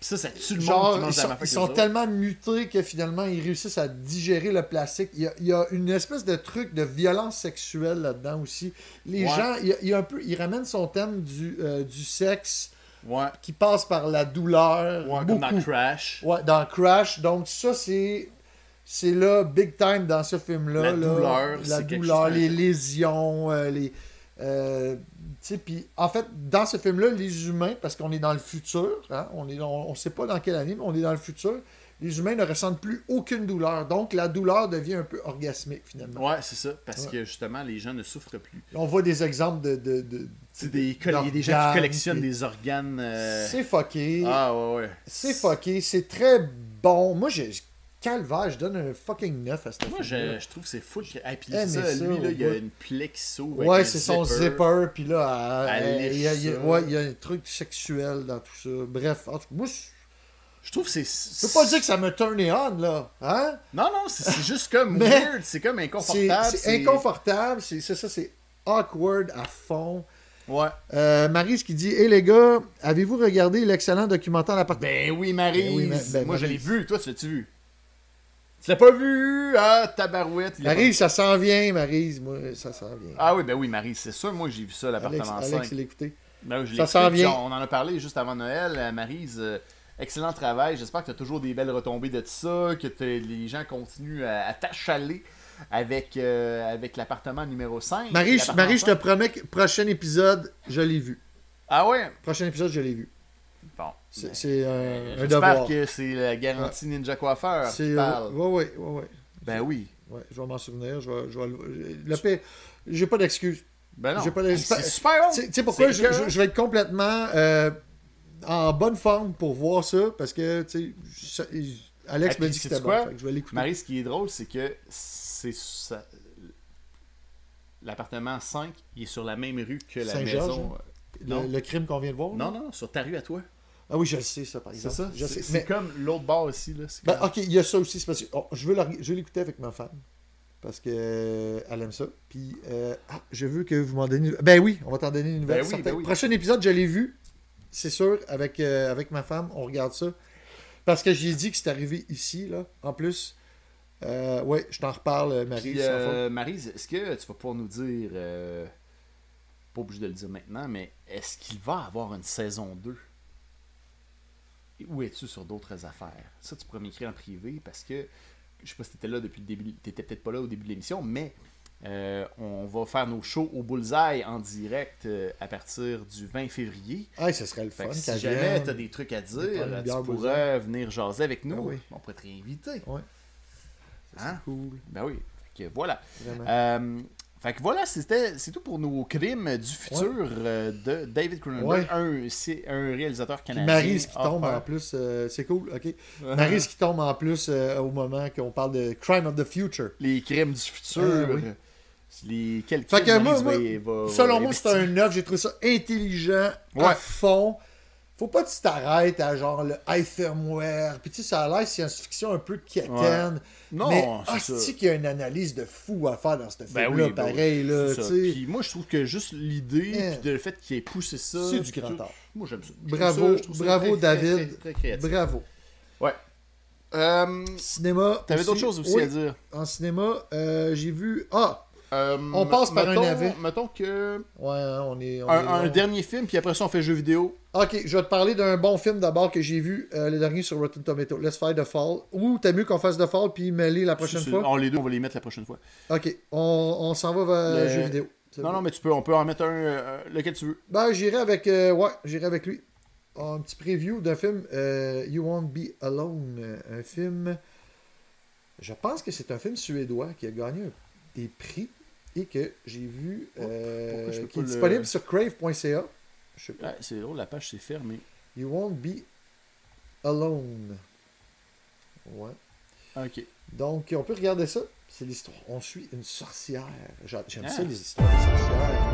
ça, ça tue le Genre, monde qui mange ils la sont, même affaire ils que sont les tellement mutés que finalement, ils réussissent à digérer le plastique. Il y a, il y a une espèce de truc de violence sexuelle là-dedans aussi. Les Ouais. gens, il y a, il y a un peu, ils ramènent son thème du, euh, du sexe Ouais. qui passe par la douleur. Ouais, beaucoup. comme dans Crash. Ouais, dans Crash. Donc, ça, c'est. C'est là, big time dans ce film-là. La là. douleur, La c'est quelque douleur, chose les de- lésions, euh, les. Euh, tu sais, puis en fait, dans ce film-là, les humains, parce qu'on est dans le futur, hein, on est, on, on sait pas dans quelle année, mais on est dans le futur, les humains ne ressentent plus aucune douleur. Donc, la douleur devient un peu orgasmique, finalement. Ouais, c'est ça. Parce Ouais. que justement, les gens ne souffrent plus. On voit des exemples de. de, de C'est des, coll- il y a des gens qui d'organes, collectionnent puis- des organes. euh, C'est fucké. Ah, ouais, ouais. C'est fucké. C'est très bon. Moi, j'ai. Calvaire, je donne un fucking neuf à cette Moi, film-là. je, je trouve que c'est fou. Et puis, Eh, c'est mais ça, ça, lui, là, au il y a bout. une plaie qui s'ouvre. Ouais, avec un c'est son zipper, puis là, elle- Elle elle- il y a, il y a- liche ça. ouais, il y a un truc sexuel dans tout ça. Bref, en tout cas, moi, je Je trouve que c'est. je peux pas dire que ça me turn it on, là. Hein? Non, non, c'est c'est juste comme Mais weird. C'est comme C'est inconfortable. c'est inconfortable, c'est c'est ça, c'est awkward à fond. Ouais. Euh, Maryse qui dit Hey les gars, avez-vous regardé l'excellent documentaire La Partie Ben oui, Maryse. Ben oui, ma- ben, Moi, je l'ai Maryse. vu. Toi, tu l'as-tu vu? Tu l'as pas vu? Ah, tabarouette. il a Maryse, ça s'en vient, Maryse. Moi, ça s'en vient. pas- Ah oui, ben oui, Maryse, c'est sûr. Moi, j'ai vu ça, Alex, l'appartement Alex, cinq. il l'a écouté. Ben oui, je l'ai Ça écouté, s'en puis vient. On on en a parlé juste avant Noël. Euh, Maryse, euh, excellent travail. J'espère que tu as toujours des belles retombées de ça, que t'as- les gens continuent à, à t'achaler avec, euh, avec l'appartement numéro cinq. Maryse, L'appartement Maryse, je te cinq. promets que prochain épisode, je l'ai vu. Ah ouais? Prochain épisode, je l'ai vu. Bon. C'est c'est un, un J'espère devoir. que c'est la garantie Ninja Coiffeur C'est, qui euh, parle. ouais, ouais, ouais, ouais. Ben oui. Ouais, je vais m'en souvenir. Je vais, je vais, le- le pire, j'ai pas d'excuses. Ben non. J'ai pas Hey, d'excuses. c'est super bon. Tu sais- tu sais pourquoi C'est je, écœurant. je- je vais être complètement euh, en bonne forme pour voir ça parce que tu sais, je- Alex Et m'a puis, dit que sais-tu c'était quoi? bon. Fait que je vais l'écouter. Marie, ce qui est drôle, c'est que c'est ça- l'appartement cinq, il est sur la même rue que la Saint-Georges, maison. hein? euh, Le, Non, le crime qu'on vient de voir. non, là? non, sur ta rue à toi. Ah oui, je le sais, ça, par C'est exemple. ça. Je C'est sais. c'est Mais, comme l'autre bar ici. Là. C'est ben, comme- ok, il y a ça aussi. C'est parce que oh, je veux la- je veux l'écouter avec ma femme. Parce que euh, elle aime ça. Puis, euh, ah, je veux que vous m'en donniez. Ben oui, on va t'en donner une nouvelle. Ben oui, certaine. ben oui. Prochain épisode, je l'ai vu. C'est sûr, avec, euh, avec ma femme, on regarde ça. Parce que j'ai dit que c'est arrivé ici, là. En plus, euh, ouais, je t'en reparle, euh, Marie. Puis, sans euh, faute. Maryse, est-ce que tu vas pouvoir nous dire, euh, pas obligé de le dire maintenant, mais est-ce qu'il va avoir une saison deux? Et où es-tu sur d'autres affaires? Ça, tu pourrais m'écrire en privé parce que je sais pas si tu étais là depuis le début, tu étais peut-être pas là au début de l'émission, mais euh, on va faire nos shows au Bullseye en direct euh, à partir du vingt février. Ah, ça serait le Fait fun. que si qu'elle jamais vienne. tu as des trucs à prendre dire, une tu bière pourrais venir jaser avec nous. Ah oui. On pourrait te réinviter. Ouais. Ça, Hein? c'est cool. Ben oui. Fait que voilà. Vraiment. Euh, fait que voilà, c'était, c'est tout pour nos crimes du futur euh, de David Cronenberg, Ouais. un, c'est un réalisateur Puis canadien. Maryse qui tombe hors en plus, euh, c'est cool, ok. Maryse qui tombe en plus euh, au moment qu'on parle de Crime of the Future. Les crimes du futur. Ah, oui. Les quels Fait que crimes moi, Maryse moi, va- va- selon va moi, c'est investiguer. un œuvre. J'ai trouvé ça intelligent, à Ouais. fond. Faut pas que tu t'arrêtes à genre le high firmware. Puis tu sais, ça a l'air science-fiction un peu quétaine. Ouais. Non, mais c'est hostie ça. qu'il y a une analyse de fou à faire dans ce Ben film-là, oui, ben pareil. oui, là, c'est tu ça. sais. Puis moi, je trouve que juste l'idée, Yeah. puis le fait qu'il ait poussé ça. C'est du puis grand tout, art. Moi, j'aime ça. Je Bravo, trouve ça- je trouve ça bravo très, très, David. très, très créatif. Bravo. Ouais. Euh, Cinéma. T'avais d'autres aussi. choses aussi Oui, à dire. En cinéma, euh, j'ai vu. Ah! Euh, On passe par un mettons- navet. Mettons que. Ouais, hein, on est. on Un, est un long. dernier film, puis après ça, on fait jeu vidéo. Ok, je vais te parler d'un bon film d'abord que j'ai vu euh, le dernier sur Rotten Tomatoes. Let's Fight the Fall. Ou t'as mieux qu'on fasse The Fall puis mêler la prochaine C'est- fois. On, les deux, on va les mettre la prochaine fois. Ok, on, on s'en va vers Le- jeu vidéo. C'est Non, bon. non, mais tu peux, on peut en mettre un, euh, lequel tu veux. Ben, j'irai avec. euh, ouais, j'irai avec lui. Un petit preview d'un film, euh, You Won't Be Alone. euh, Un film. Je pense que c'est un film suédois qui a gagné un- des prix et que j'ai vu. euh, pourquoi je peux qui est pas le- disponible sur crave point c a. Je sais pas. Ouais, c'est drôle, la page s'est fermée. You Won't Be Alone. Ouais. Ok. Donc, on peut regarder ça. C'est l'histoire. On suit une sorcière. J'a- J'aime Ah. ça, les histoires de sorcières.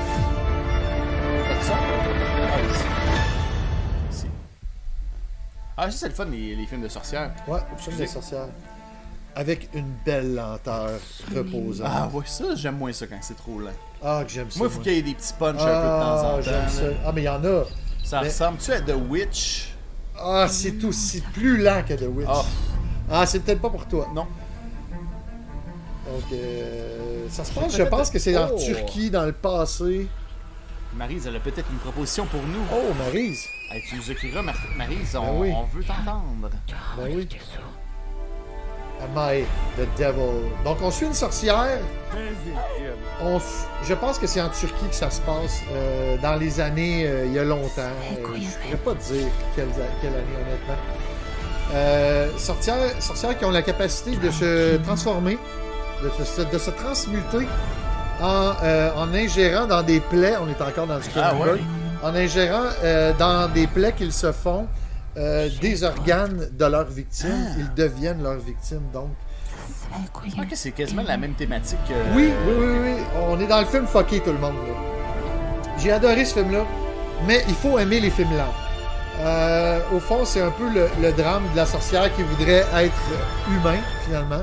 Pas de son? Ah, ici. Ici. Ah, ça, c'est le fun, les, les films de sorcières. Ouais, Oups, film de excusez. sorcière. Avec une belle lenteur reposante. Ah, ouais, ça, j'aime moins ça quand c'est trop lent. Ah, que j'aime ça. Moi, il faut qu'il y ait des petits punchs un peu de temps en Ah, temps. j'aime ça. là. Ah, mais il y en a. Ça Mais- ressemble-tu à The Witch? Ah, c'est aussi plus lent que The Witch. Ah, Ah, c'est peut-être pas pour toi. non. Donc, euh, ça se passe, je Peut-être- pense que c'est en Oh. Turquie dans le passé. Maryse, elle a peut-être une proposition pour nous. Oh, Maryse. Hey, tu nous écriras, Mar- Maryse, on, Ben oui. on veut t'entendre. Ben oui. Am I the devil? Donc, on suit une sorcière. On f- Je pense que c'est en Turquie que ça se passe, euh, dans les années, euh, il y a longtemps. Euh, je ne pourrais pas te dire quelle, quelle année, honnêtement. Euh, sorcières, sorcières qui ont la capacité de se transformer, de se, de se transmuter en, euh, en ingérant dans des plaies. On est encore dans du Ah, Cronenberg. ouais. En ingérant euh, dans des plaies qu'ils se font euh, des organes de leurs victimes. Ah. Ils deviennent leurs victimes, donc. Ok, c'est quasiment la même thématique. euh, Oui, oui, oui, oui. On est dans le film fucké, tout le monde. là. J'ai adoré ce film-là, mais il faut aimer les films lents. Euh, au fond, c'est un peu le, le drame de la sorcière qui voudrait être humain, finalement.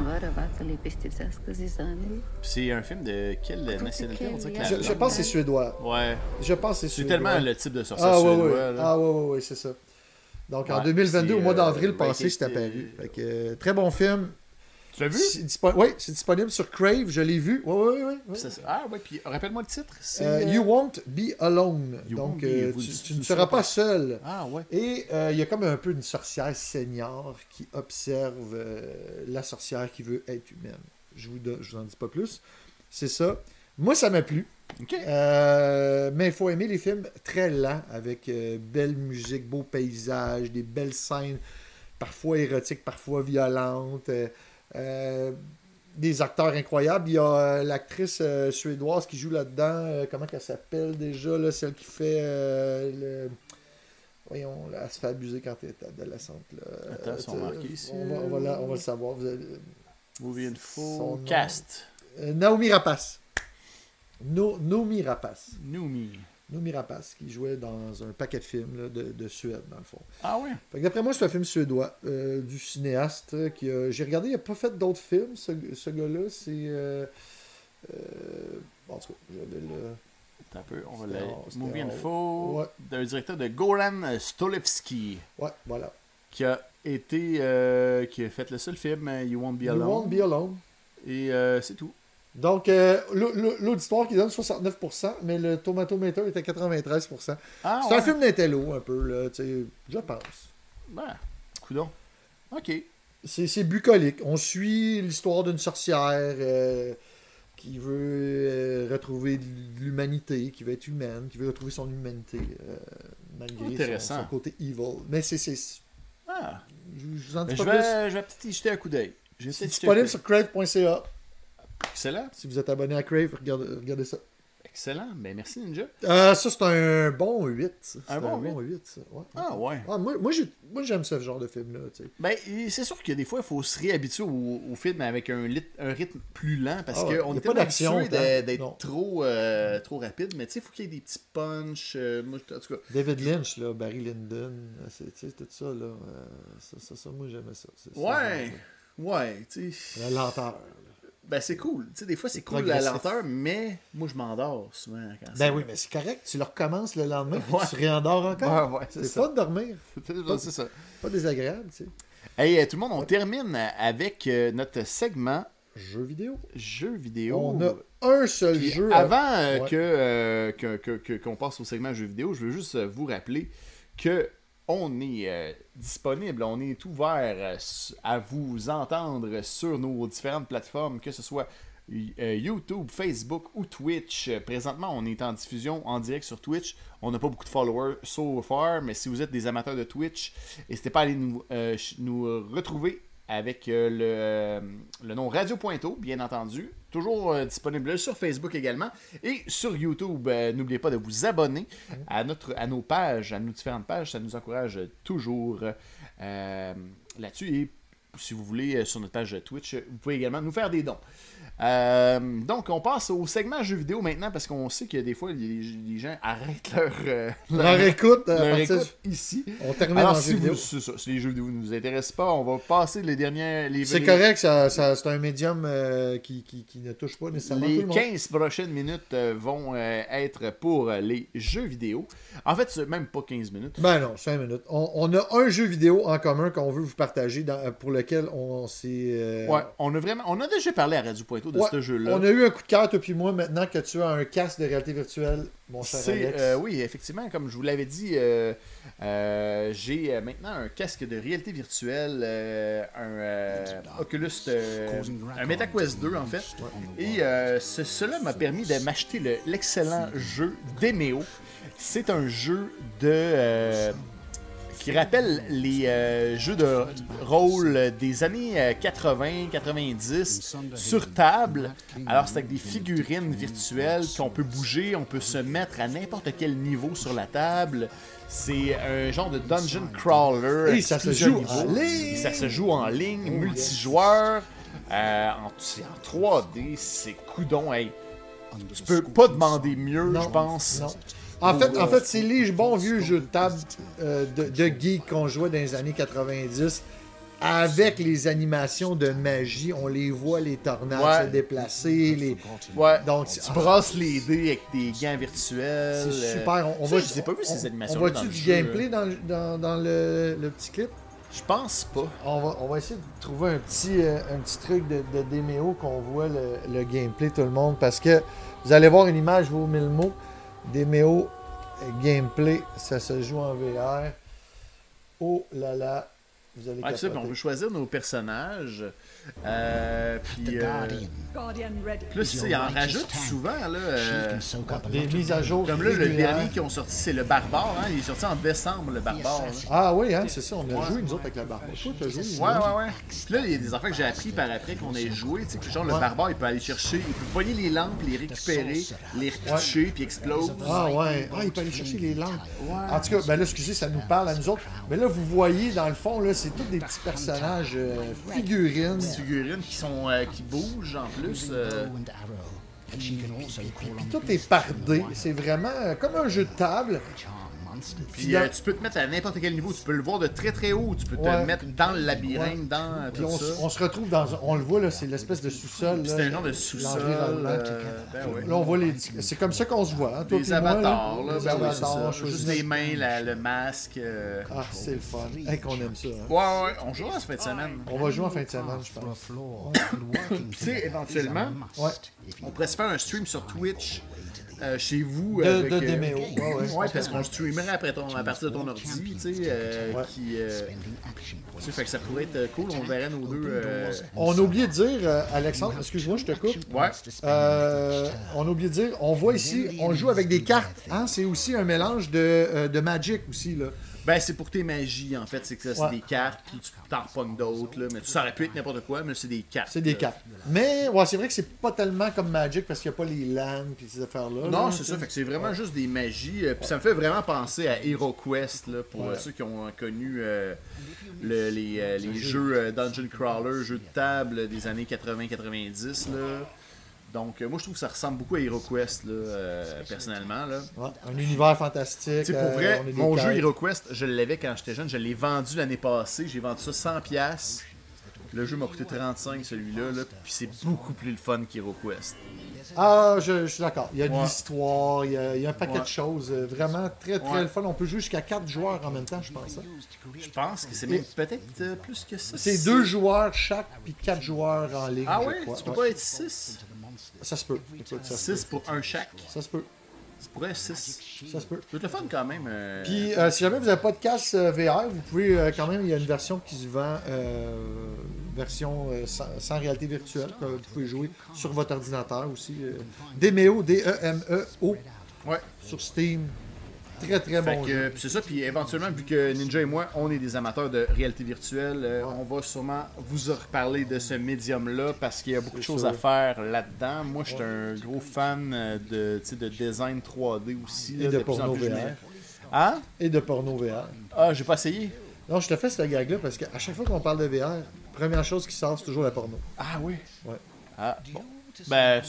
C'est un film de quelle nationalité on dirait que la Je, je pense que c'est suédois. Ouais. Je pense que c'est C'est suédois. tellement le type de sorcière Ah, ouais, suédois. ouais. là. Ah, ouais, ouais, ouais, c'est ça. Donc, en Ouais, deux mille vingt-deux, c'est, au mois euh, d'avril passé, rated, c'est apparu. euh, Fait que, euh, très bon film. Tu l'as vu? C'est dispo- Oui, c'est disponible sur Crave, je l'ai vu. Oui, oui, oui. oui. Ça, c'est- Ah, ouais, puis rappelle-moi le titre. C'est. Euh, euh, You Won't Be Alone. You Donc, won't be- euh, vous- tu, tu tu ne ne seras seras pas pas- seul. Ah, ouais. Et euh, il y a comme un peu une sorcière senior qui observe euh, la sorcière qui veut être humaine. Je vous, don- je vous en dis pas plus. C'est ça. Moi, ça m'a plu. Ok. Euh, mais il faut aimer les films très lents, avec euh, belle musique, beaux paysages, des belles scènes, parfois érotiques, parfois violentes. euh, euh, des acteurs incroyables. Il y a euh, l'actrice euh, suédoise qui joue là-dedans. euh, comment elle s'appelle déjà, là, celle qui fait euh, le... Voyons, là, elle se fait abuser quand elle est adolescente. Là. Attends, ils sont Euh, marqués ici. On va, on va la- on va le savoir. Vous allez- Movie Info. Son nom. Cast. Euh, Naomi Rapace. No, Naomi Rapace. Noomi. Naomi Rapace, qui jouait dans un paquet de films là, de, de Suède, dans le fond. Ah, ouais. Fait que d'après moi, c'est un film suédois, euh, du cinéaste qui a... J'ai regardé, il n'a pas fait d'autres films, ce, ce gars-là. C'est... Euh, euh, en tout cas, j'avais le... Attends un peu, on va C'était la. en- c'était Movie en- Info. Ouais. D'un directeur de Goran Stolevski. Ouais, voilà. Qui a été. euh, qui a fait le seul film, euh, You Won't Be You Alone. Won't Be Alone. Et euh, c'est tout. Donc, euh, l'au- l'au- l'auditoire qui donne soixante-neuf pour cent, mais le Tomatometer est à quatre-vingt-treize pour cent. Ah, c'est ouais. un film d'intello, un peu, là, tu sais, je pense. Ben, coudonc. Ok. C'est c'est bucolique. On suit l'histoire d'une sorcière euh, qui veut euh, retrouver de l'humanité, qui veut être humaine, qui veut retrouver son humanité euh, malgré son, Intéressant. son côté evil. Mais c'est... c'est- Ah. Je, je vous en dis Ben, pas je, plus. vais, je vais peut-être y jeter un coup d'œil. Je vais C'est peut-être y jeter un disponible coup sur crave point c a. Excellent. Si vous êtes abonné à Crave, regardez, regardez ça. Excellent. Ben, merci, Ninja. Euh, ça, c'est un bon huit. ça. C'est Un bon huit? huit, ça. Ouais. Ah, ouais. Ah, moi, moi, j'ai- moi, j'aime ce genre de film-là. Tu sais. Ben, c'est sûr que des fois, il faut se réhabituer au, au film avec un, lit- un rythme plus lent parce Ah ouais, qu'on y a est pas pas d'action habitué autant. d'être d'être Non. trop, euh, trop rapide, mais tu sais, il faut qu'il y ait des petits punchs. euh, moi, en tout cas, David Lynch, là, Barry Lyndon, c'est, tu sais, tout ça, là. euh, ça, ça, ça, moi, j'aimais ça. C'est- c'est ouais, vraiment- ouais, tu sais. La lenteur. Ben, c'est cool. Tu sais, des fois, c'est C'est cool la progressif. lenteur, mais moi, je m'endors souvent quand Ben c'est- oui, mais c'est correct. Tu le recommences le lendemain, puis Ouais. tu réendors encore. Ouais, ouais, c'est c'est fun ça. de dormir. C'est c'est ça. Pas désagréable, tu sais. Hey, euh, tout le monde, on termine avec euh, notre segment Jeux vidéo. Jeux vidéo. On a un seul Puis jeu. à- Avant euh, Ouais. que, euh, que- que- que- qu'on passe au segment jeux vidéo, je veux juste euh, vous rappeler que on est euh, disponible, on est ouvert euh, s- à vous entendre sur nos différentes plateformes, que ce soit euh, YouTube, Facebook ou Twitch. Euh, Présentement, on est en diffusion en direct sur Twitch. On n'a pas beaucoup de followers so far, mais si vous êtes des amateurs de Twitch, n'hésitez pas à aller nous, euh, ch- nous retrouver avec euh, le, euh, le nom Radio Pointeau, bien entendu. Toujours euh, disponible sur Facebook également. Et sur YouTube, euh, n'oubliez pas de vous abonner à, notre, à nos pages, à nos différentes pages. Ça nous encourage toujours euh, là-dessus. Et si vous voulez, euh, sur notre page Twitch, vous pouvez également nous faire des dons. Euh, donc, on passe au segment jeux vidéo maintenant parce qu'on sait que des fois, les, les gens arrêtent leur, euh, leur, leur écoute, leur euh, écoute ici. On termine Alors, dans si, les jeux vous, vidéo. si, si les jeux vidéo ne vous intéressent pas, on va passer les dernières... Les, c'est les, correct, ça, ça, c'est un médium euh, qui, qui, qui ne touche pas nécessairement les tout le monde. quinze prochaines minutes euh, vont euh, être pour euh, les jeux vidéo. En fait, c'est même pas quinze minutes. Ben non, cinq minutes. On, on a un jeu vidéo en commun qu'on veut vous partager dans, pour lequel on s'est... Euh... Ouais, on a vraiment... On a déjà parlé à Radio Pointeau de ouais, ce jeu-là. On a eu un coup de cœur, toi puis moi, maintenant que tu as un casque de réalité virtuelle, mon cher C'est, Alex. euh, oui, effectivement, comme je vous l'avais dit, euh, euh, j'ai euh, maintenant un casque de réalité virtuelle, euh, un euh, Oculus, euh, un MetaQuest deux en fait, et euh, ce, cela m'a permis de m'acheter le, l'excellent jeu Demeo. C'est un jeu de... Euh, qui rappelle les euh, jeux de rôle des années quatre-vingts quatre-vingt-dix sur table. Alors, c'est avec des figurines virtuelles qu'on peut bouger, on peut se mettre à n'importe quel niveau sur la table. C'est un genre de dungeon crawler. Et ça se joue en ligne. Ça se joue en ligne, multijoueur. Euh, en, c'est en trois D, c'est coudon. Hey. Tu peux pas demander mieux, je pense. Non. En fait, en fait, c'est les bons vieux jeux de table euh, de, de geek qu'on jouait dans les années quatre-vingt-dix avec les animations de magie. On les voit, les tornades ouais. se déplacer. Les... Ouais. Donc, tu ah, brasses les dés avec des gants virtuels. C'est super. On, on ça, va, je n'ai pas vu ces animations. On voit-tu du jeu, gameplay dans, dans, dans le, le petit clip? Je pense pas. On va, on va essayer de trouver un petit, euh, un petit truc de, de Demeo qu'on voit le, le gameplay, tout le monde. Parce que vous allez voir une image vaut mille mots. Demeo gameplay, ça se joue en V R. Oh là là, vous allez ouais, ça, on peut choisir nos personnages. Euh, puis, euh, plus, ils en rajoutent souvent. Là, euh, des mises à jour. Comme là, le dernier qui ont sorti, c'est le Barbare. Hein, il est sorti en décembre, le Barbare. Là. Ah oui, hein, c'est ça. On a ouais. joué, nous autres, avec le Barbare. Toi, t'as joué. Ouais, ouais, ouais. Puis là, il y a des affaires que j'ai appris par après qu'on ait joué. Tu sais, que genre, le ouais. Barbare, il peut aller chercher, il peut poigner les lampes, les récupérer, les retoucher, ouais. puis explose. Ah ouais. Ah, il peut aller chercher les lampes. Ouais. En tout cas, ben là, excusez, ça nous parle à nous autres. Mais là, vous voyez, dans le fond, là, c'est tous des petits personnages euh, figurines. Figurines qui sont euh, qui bougent en plus. Euh... Puis, puis tout est par dé. C'est vraiment euh, comme un jeu de table. Puis euh, tu peux te mettre à n'importe quel niveau. Tu peux le voir de très très haut. Tu peux te ouais. mettre dans le labyrinthe, ouais. dans puis tout on, ça. On se retrouve dans... On le voit, là, c'est l'espèce de sous-sol. C'est un genre de sous-sol. Euh, ben ouais. Là, on voit les... C'est comme ça qu'on se voit. Hein, toi les avatars, moi, là. là ben oui, c'est ça. Juste les mains, la, le masque. Euh... Ah, c'est le fun. Hey, qu'on aime ça. Hein. Ouais, ouais. On joue en fin de semaine. On va jouer en fin de semaine, je pense. Tu sais, éventuellement, ouais. on pourrait se faire un stream sur Twitch. Euh, chez vous. De, avec, de euh, Demeo. Ouais, ouais. ouais, parce qu'on streamerait après ton, à partir de ton ordi, tu sais, euh, ouais. qui... Euh, tu sais, fait que ça pourrait être cool, on verrait nos deux... Euh... On a oublié de dire, euh, Alexandre, excuse-moi, je te coupe. Ouais. Euh, on a oublié de dire, on voit ici, on joue avec des cartes, hein, c'est aussi un mélange de, euh, de Magic aussi, là. Ben, c'est pour tes magies, en fait. C'est que ça, c'est ouais. des cartes, puis tu t'en repognes d'autres, là. Mais ça aurait pu être n'importe quoi, mais c'est des cartes. C'est des cartes. Mais, ouais, c'est vrai que c'est pas tellement comme Magic parce qu'il n'y a pas les langues puis ces affaires-là. Non, là, c'est ça. Fait que c'est vraiment ouais. juste des magies. Euh, puis ça me fait vraiment penser à HeroQuest, là, pour ouais. euh, ceux qui ont connu euh, le, les, euh, les jeux euh, Dungeon Crawler, jeux de table des années quatre-vingts quatre-vingt-dix, là. Donc, euh, moi, je trouve que ça ressemble beaucoup à HeroQuest, là, euh, personnellement. Là. Ouais, un univers fantastique. T'sais, pour vrai, euh, mon jeu HeroQuest, je l'avais quand j'étais jeune. Je l'ai vendu l'année passée. J'ai vendu ça cent dollars. Le jeu m'a coûté trente-cinq, celui-là. Là, puis c'est beaucoup plus le fun qu'HeroQuest. Ah, je, je suis d'accord. Il y a de ouais. l'histoire, il y a, il y a un paquet ouais. de choses. Euh, vraiment très, très ouais. le fun. On peut jouer jusqu'à quatre joueurs en même temps, je pense. Hein. Je pense que c'est même peut-être euh, plus que ça. C'est deux joueurs chaque, puis quatre joueurs en ligne. Ah oui? Tu peux ouais. pas être six? Ça se peut. six pour un chaque? Ça se peut. Ça pourrait être six. Ça se peut. C'est le fun quand même. Euh... Puis, euh, si jamais vous n'avez pas de casque euh, V R, vous pouvez euh, quand même, il y a une version qui se vend, euh, version euh, sans, sans réalité virtuelle, que vous pouvez jouer sur votre ordinateur aussi. Euh, Demeo, D E M E O, ouais. sur Steam. Très, très bon que, jeu. C'est ça, puis éventuellement, vu que Ninja et moi, on est des amateurs de réalité virtuelle, euh, ouais. on va sûrement vous reparler de ce médium-là parce qu'il y a beaucoup de choses sûr. à faire là-dedans. Moi, je suis ouais. un gros fan de, de design trois D aussi. Et là, de, de porno V R. Hein? Et de porno V R. Ah, j'ai pas essayé. Non, je te fais cette gag-là parce qu'à chaque fois qu'on parle de V R, première chose qui sort, c'est toujours la porno. Ah oui? Ouais. Ah, bon. Ben,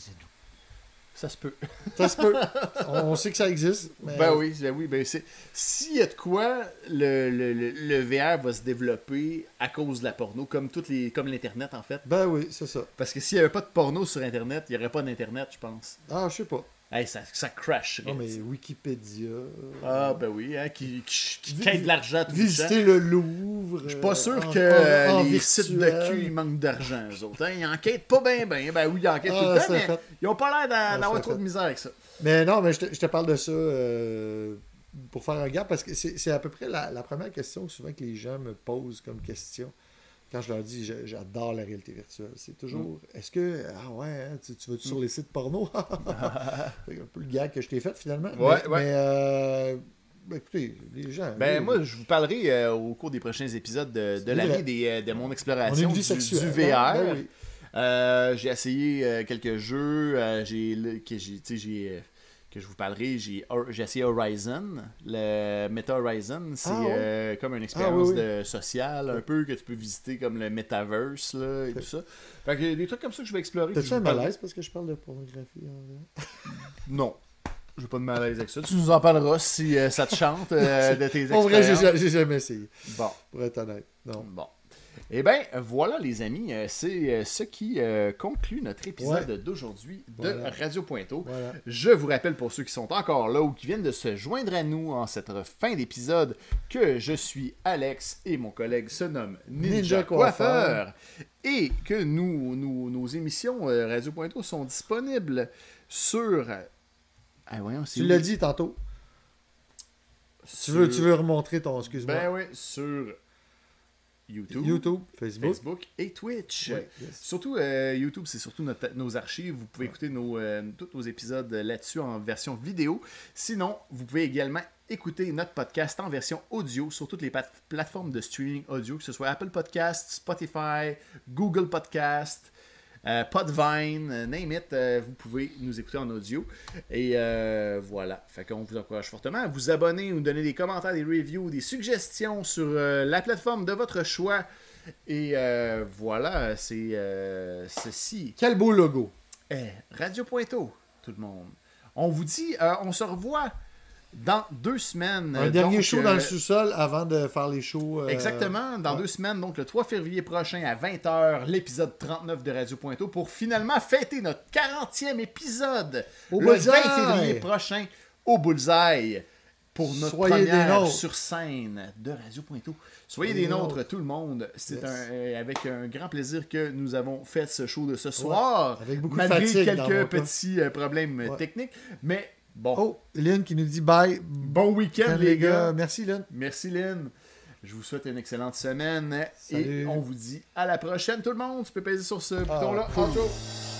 ça se peut. Ça se peut. On sait que ça existe. Mais... Ben oui, ben oui, ben c'est... S'il y a de quoi, le, le, le, le V R va se développer à cause de la porno, comme toutes les, comme l'Internet, en fait. Ben oui, c'est ça. Parce que s'il n'y avait pas de porno sur Internet, il n'y aurait pas d'Internet, je pense. Ah, je sais pas. Hey, ça, ça crash. Non, mais Wikipédia... Ah, ben oui, hein, qui, qui, qui quête de l'argent tout Visiter le temps. le Louvre. Je suis pas sûr en, que euh, en, en les virtuel. sites de cul, ils manquent d'argent, eux autres. Hein. Ils enquêtent pas bien, bien. Ben oui, ils enquêtent Ah, tout le temps, c'est mais fait. ils ont pas l'air d'a- Ah, d'avoir c'est trop fait. de misère avec ça. Mais non, mais je te, je te parle de ça euh, pour faire un gap, parce que c'est c'est à peu près la, la première question souvent que les gens me posent comme question quand je leur dis je- j'adore la réalité virtuelle. C'est toujours, Mm. est-ce que, ah ouais, hein, tu, tu vas-tu sur les sites porno? C'est un peu le gag que je t'ai fait finalement. Ouais, mais, ouais. mais, euh, ben, écoutez, les gens... Ben oui, moi, je vous parlerai euh, au cours des prochains épisodes de, de C'est l'année vrai. des, euh, de mon On a exploration une vie du, sexuelle, du V R. hein? Ben oui. Euh, j'ai essayé euh, quelques jeux. euh, j'ai, le- que j'ai, tu sais, j'ai, euh, que je vous parlerai. J'ai, Hor- j'ai essayé Horizon, le Meta Horizon. C'est Ah, ouais. euh, comme une expérience Ah, oui, oui. de sociale, un peu que tu peux visiter comme le metaverse là, et tout ça. Fait que des trucs comme ça que je vais explorer. T'as-tu puis je un vous parlerai. malaise parce que je parle de pornographie en vrai? Non. J'ai pas de malaise avec ça. Tu nous en parleras si euh, ça te chante euh, de tes En expériences. vrai, j'ai ja- j'ai jamais essayé. Bon. Pour être honnête. Non. Bon. Eh bien, voilà les amis, euh, c'est euh, ce qui euh, conclut notre épisode Ouais. d'aujourd'hui de Voilà. Radio Pointeau. Voilà. Je vous rappelle pour ceux qui sont encore là ou qui viennent de se joindre à nous en cette fin d'épisode que je suis Alex et mon collègue se nomme Ninja, Ninja Coiffeur Coiffeur. et que nous, nous- nos émissions euh, Radio Pointeau sont disponibles sur... Ah, voyons, c'est Tu où? l'as dit tantôt. Tu veux, tu veux remontrer ton... Excuse-moi. Ben oui, sur YouTube, YouTube, Facebook. Facebook et Twitch. Ouais, yes. Surtout euh, YouTube, c'est surtout notre- nos archives. Vous pouvez écouter nos, euh, tous nos épisodes là-dessus en version vidéo. Sinon, vous pouvez également écouter notre podcast en version audio sur toutes les pat- plateformes de streaming audio, que ce soit Apple Podcast, Spotify, Google Podcast, euh, Podvine, euh, name it, euh, vous pouvez nous écouter en audio. Et euh, voilà. Fait qu'on vous encourage fortement à vous abonner, nous donner des commentaires, des reviews, des suggestions sur euh, la plateforme de votre choix. Et euh, voilà, c'est euh, ceci. Quel beau logo. Eh, Radio Pointeau, tout le monde. On vous dit, euh, on se revoit dans deux semaines. Un dernier Donc, show dans euh, le sous-sol avant de faire les shows. euh, Exactement, dans ouais. deux semaines, donc le trois février prochain à vingt heures, l'épisode trente-neuf de Radio Pointeau pour finalement fêter notre quarantième épisode Au le Bullseye! vingt février prochain au Bullseye pour notre Soyez des première nôtres. sur scène de Radio Pointeau. Soyez Soyez des des nôtres, nôtres. tout le monde. C'est Yes. un, euh, avec un grand plaisir que nous avons fait ce show de ce soir. avec beaucoup de malgré fatigue dans quelques mon cas. petits euh, problèmes euh, Ouais. techniques. Mais bon, Oh, Lynn qui nous dit bye. bon week-end les gars. Merci Lynn. Merci Lynn. Je vous souhaite une excellente semaine. Salut. Et on vous dit à la prochaine tout le monde. Tu peux peser sur ce Ah, bouton-là. cool. Outro.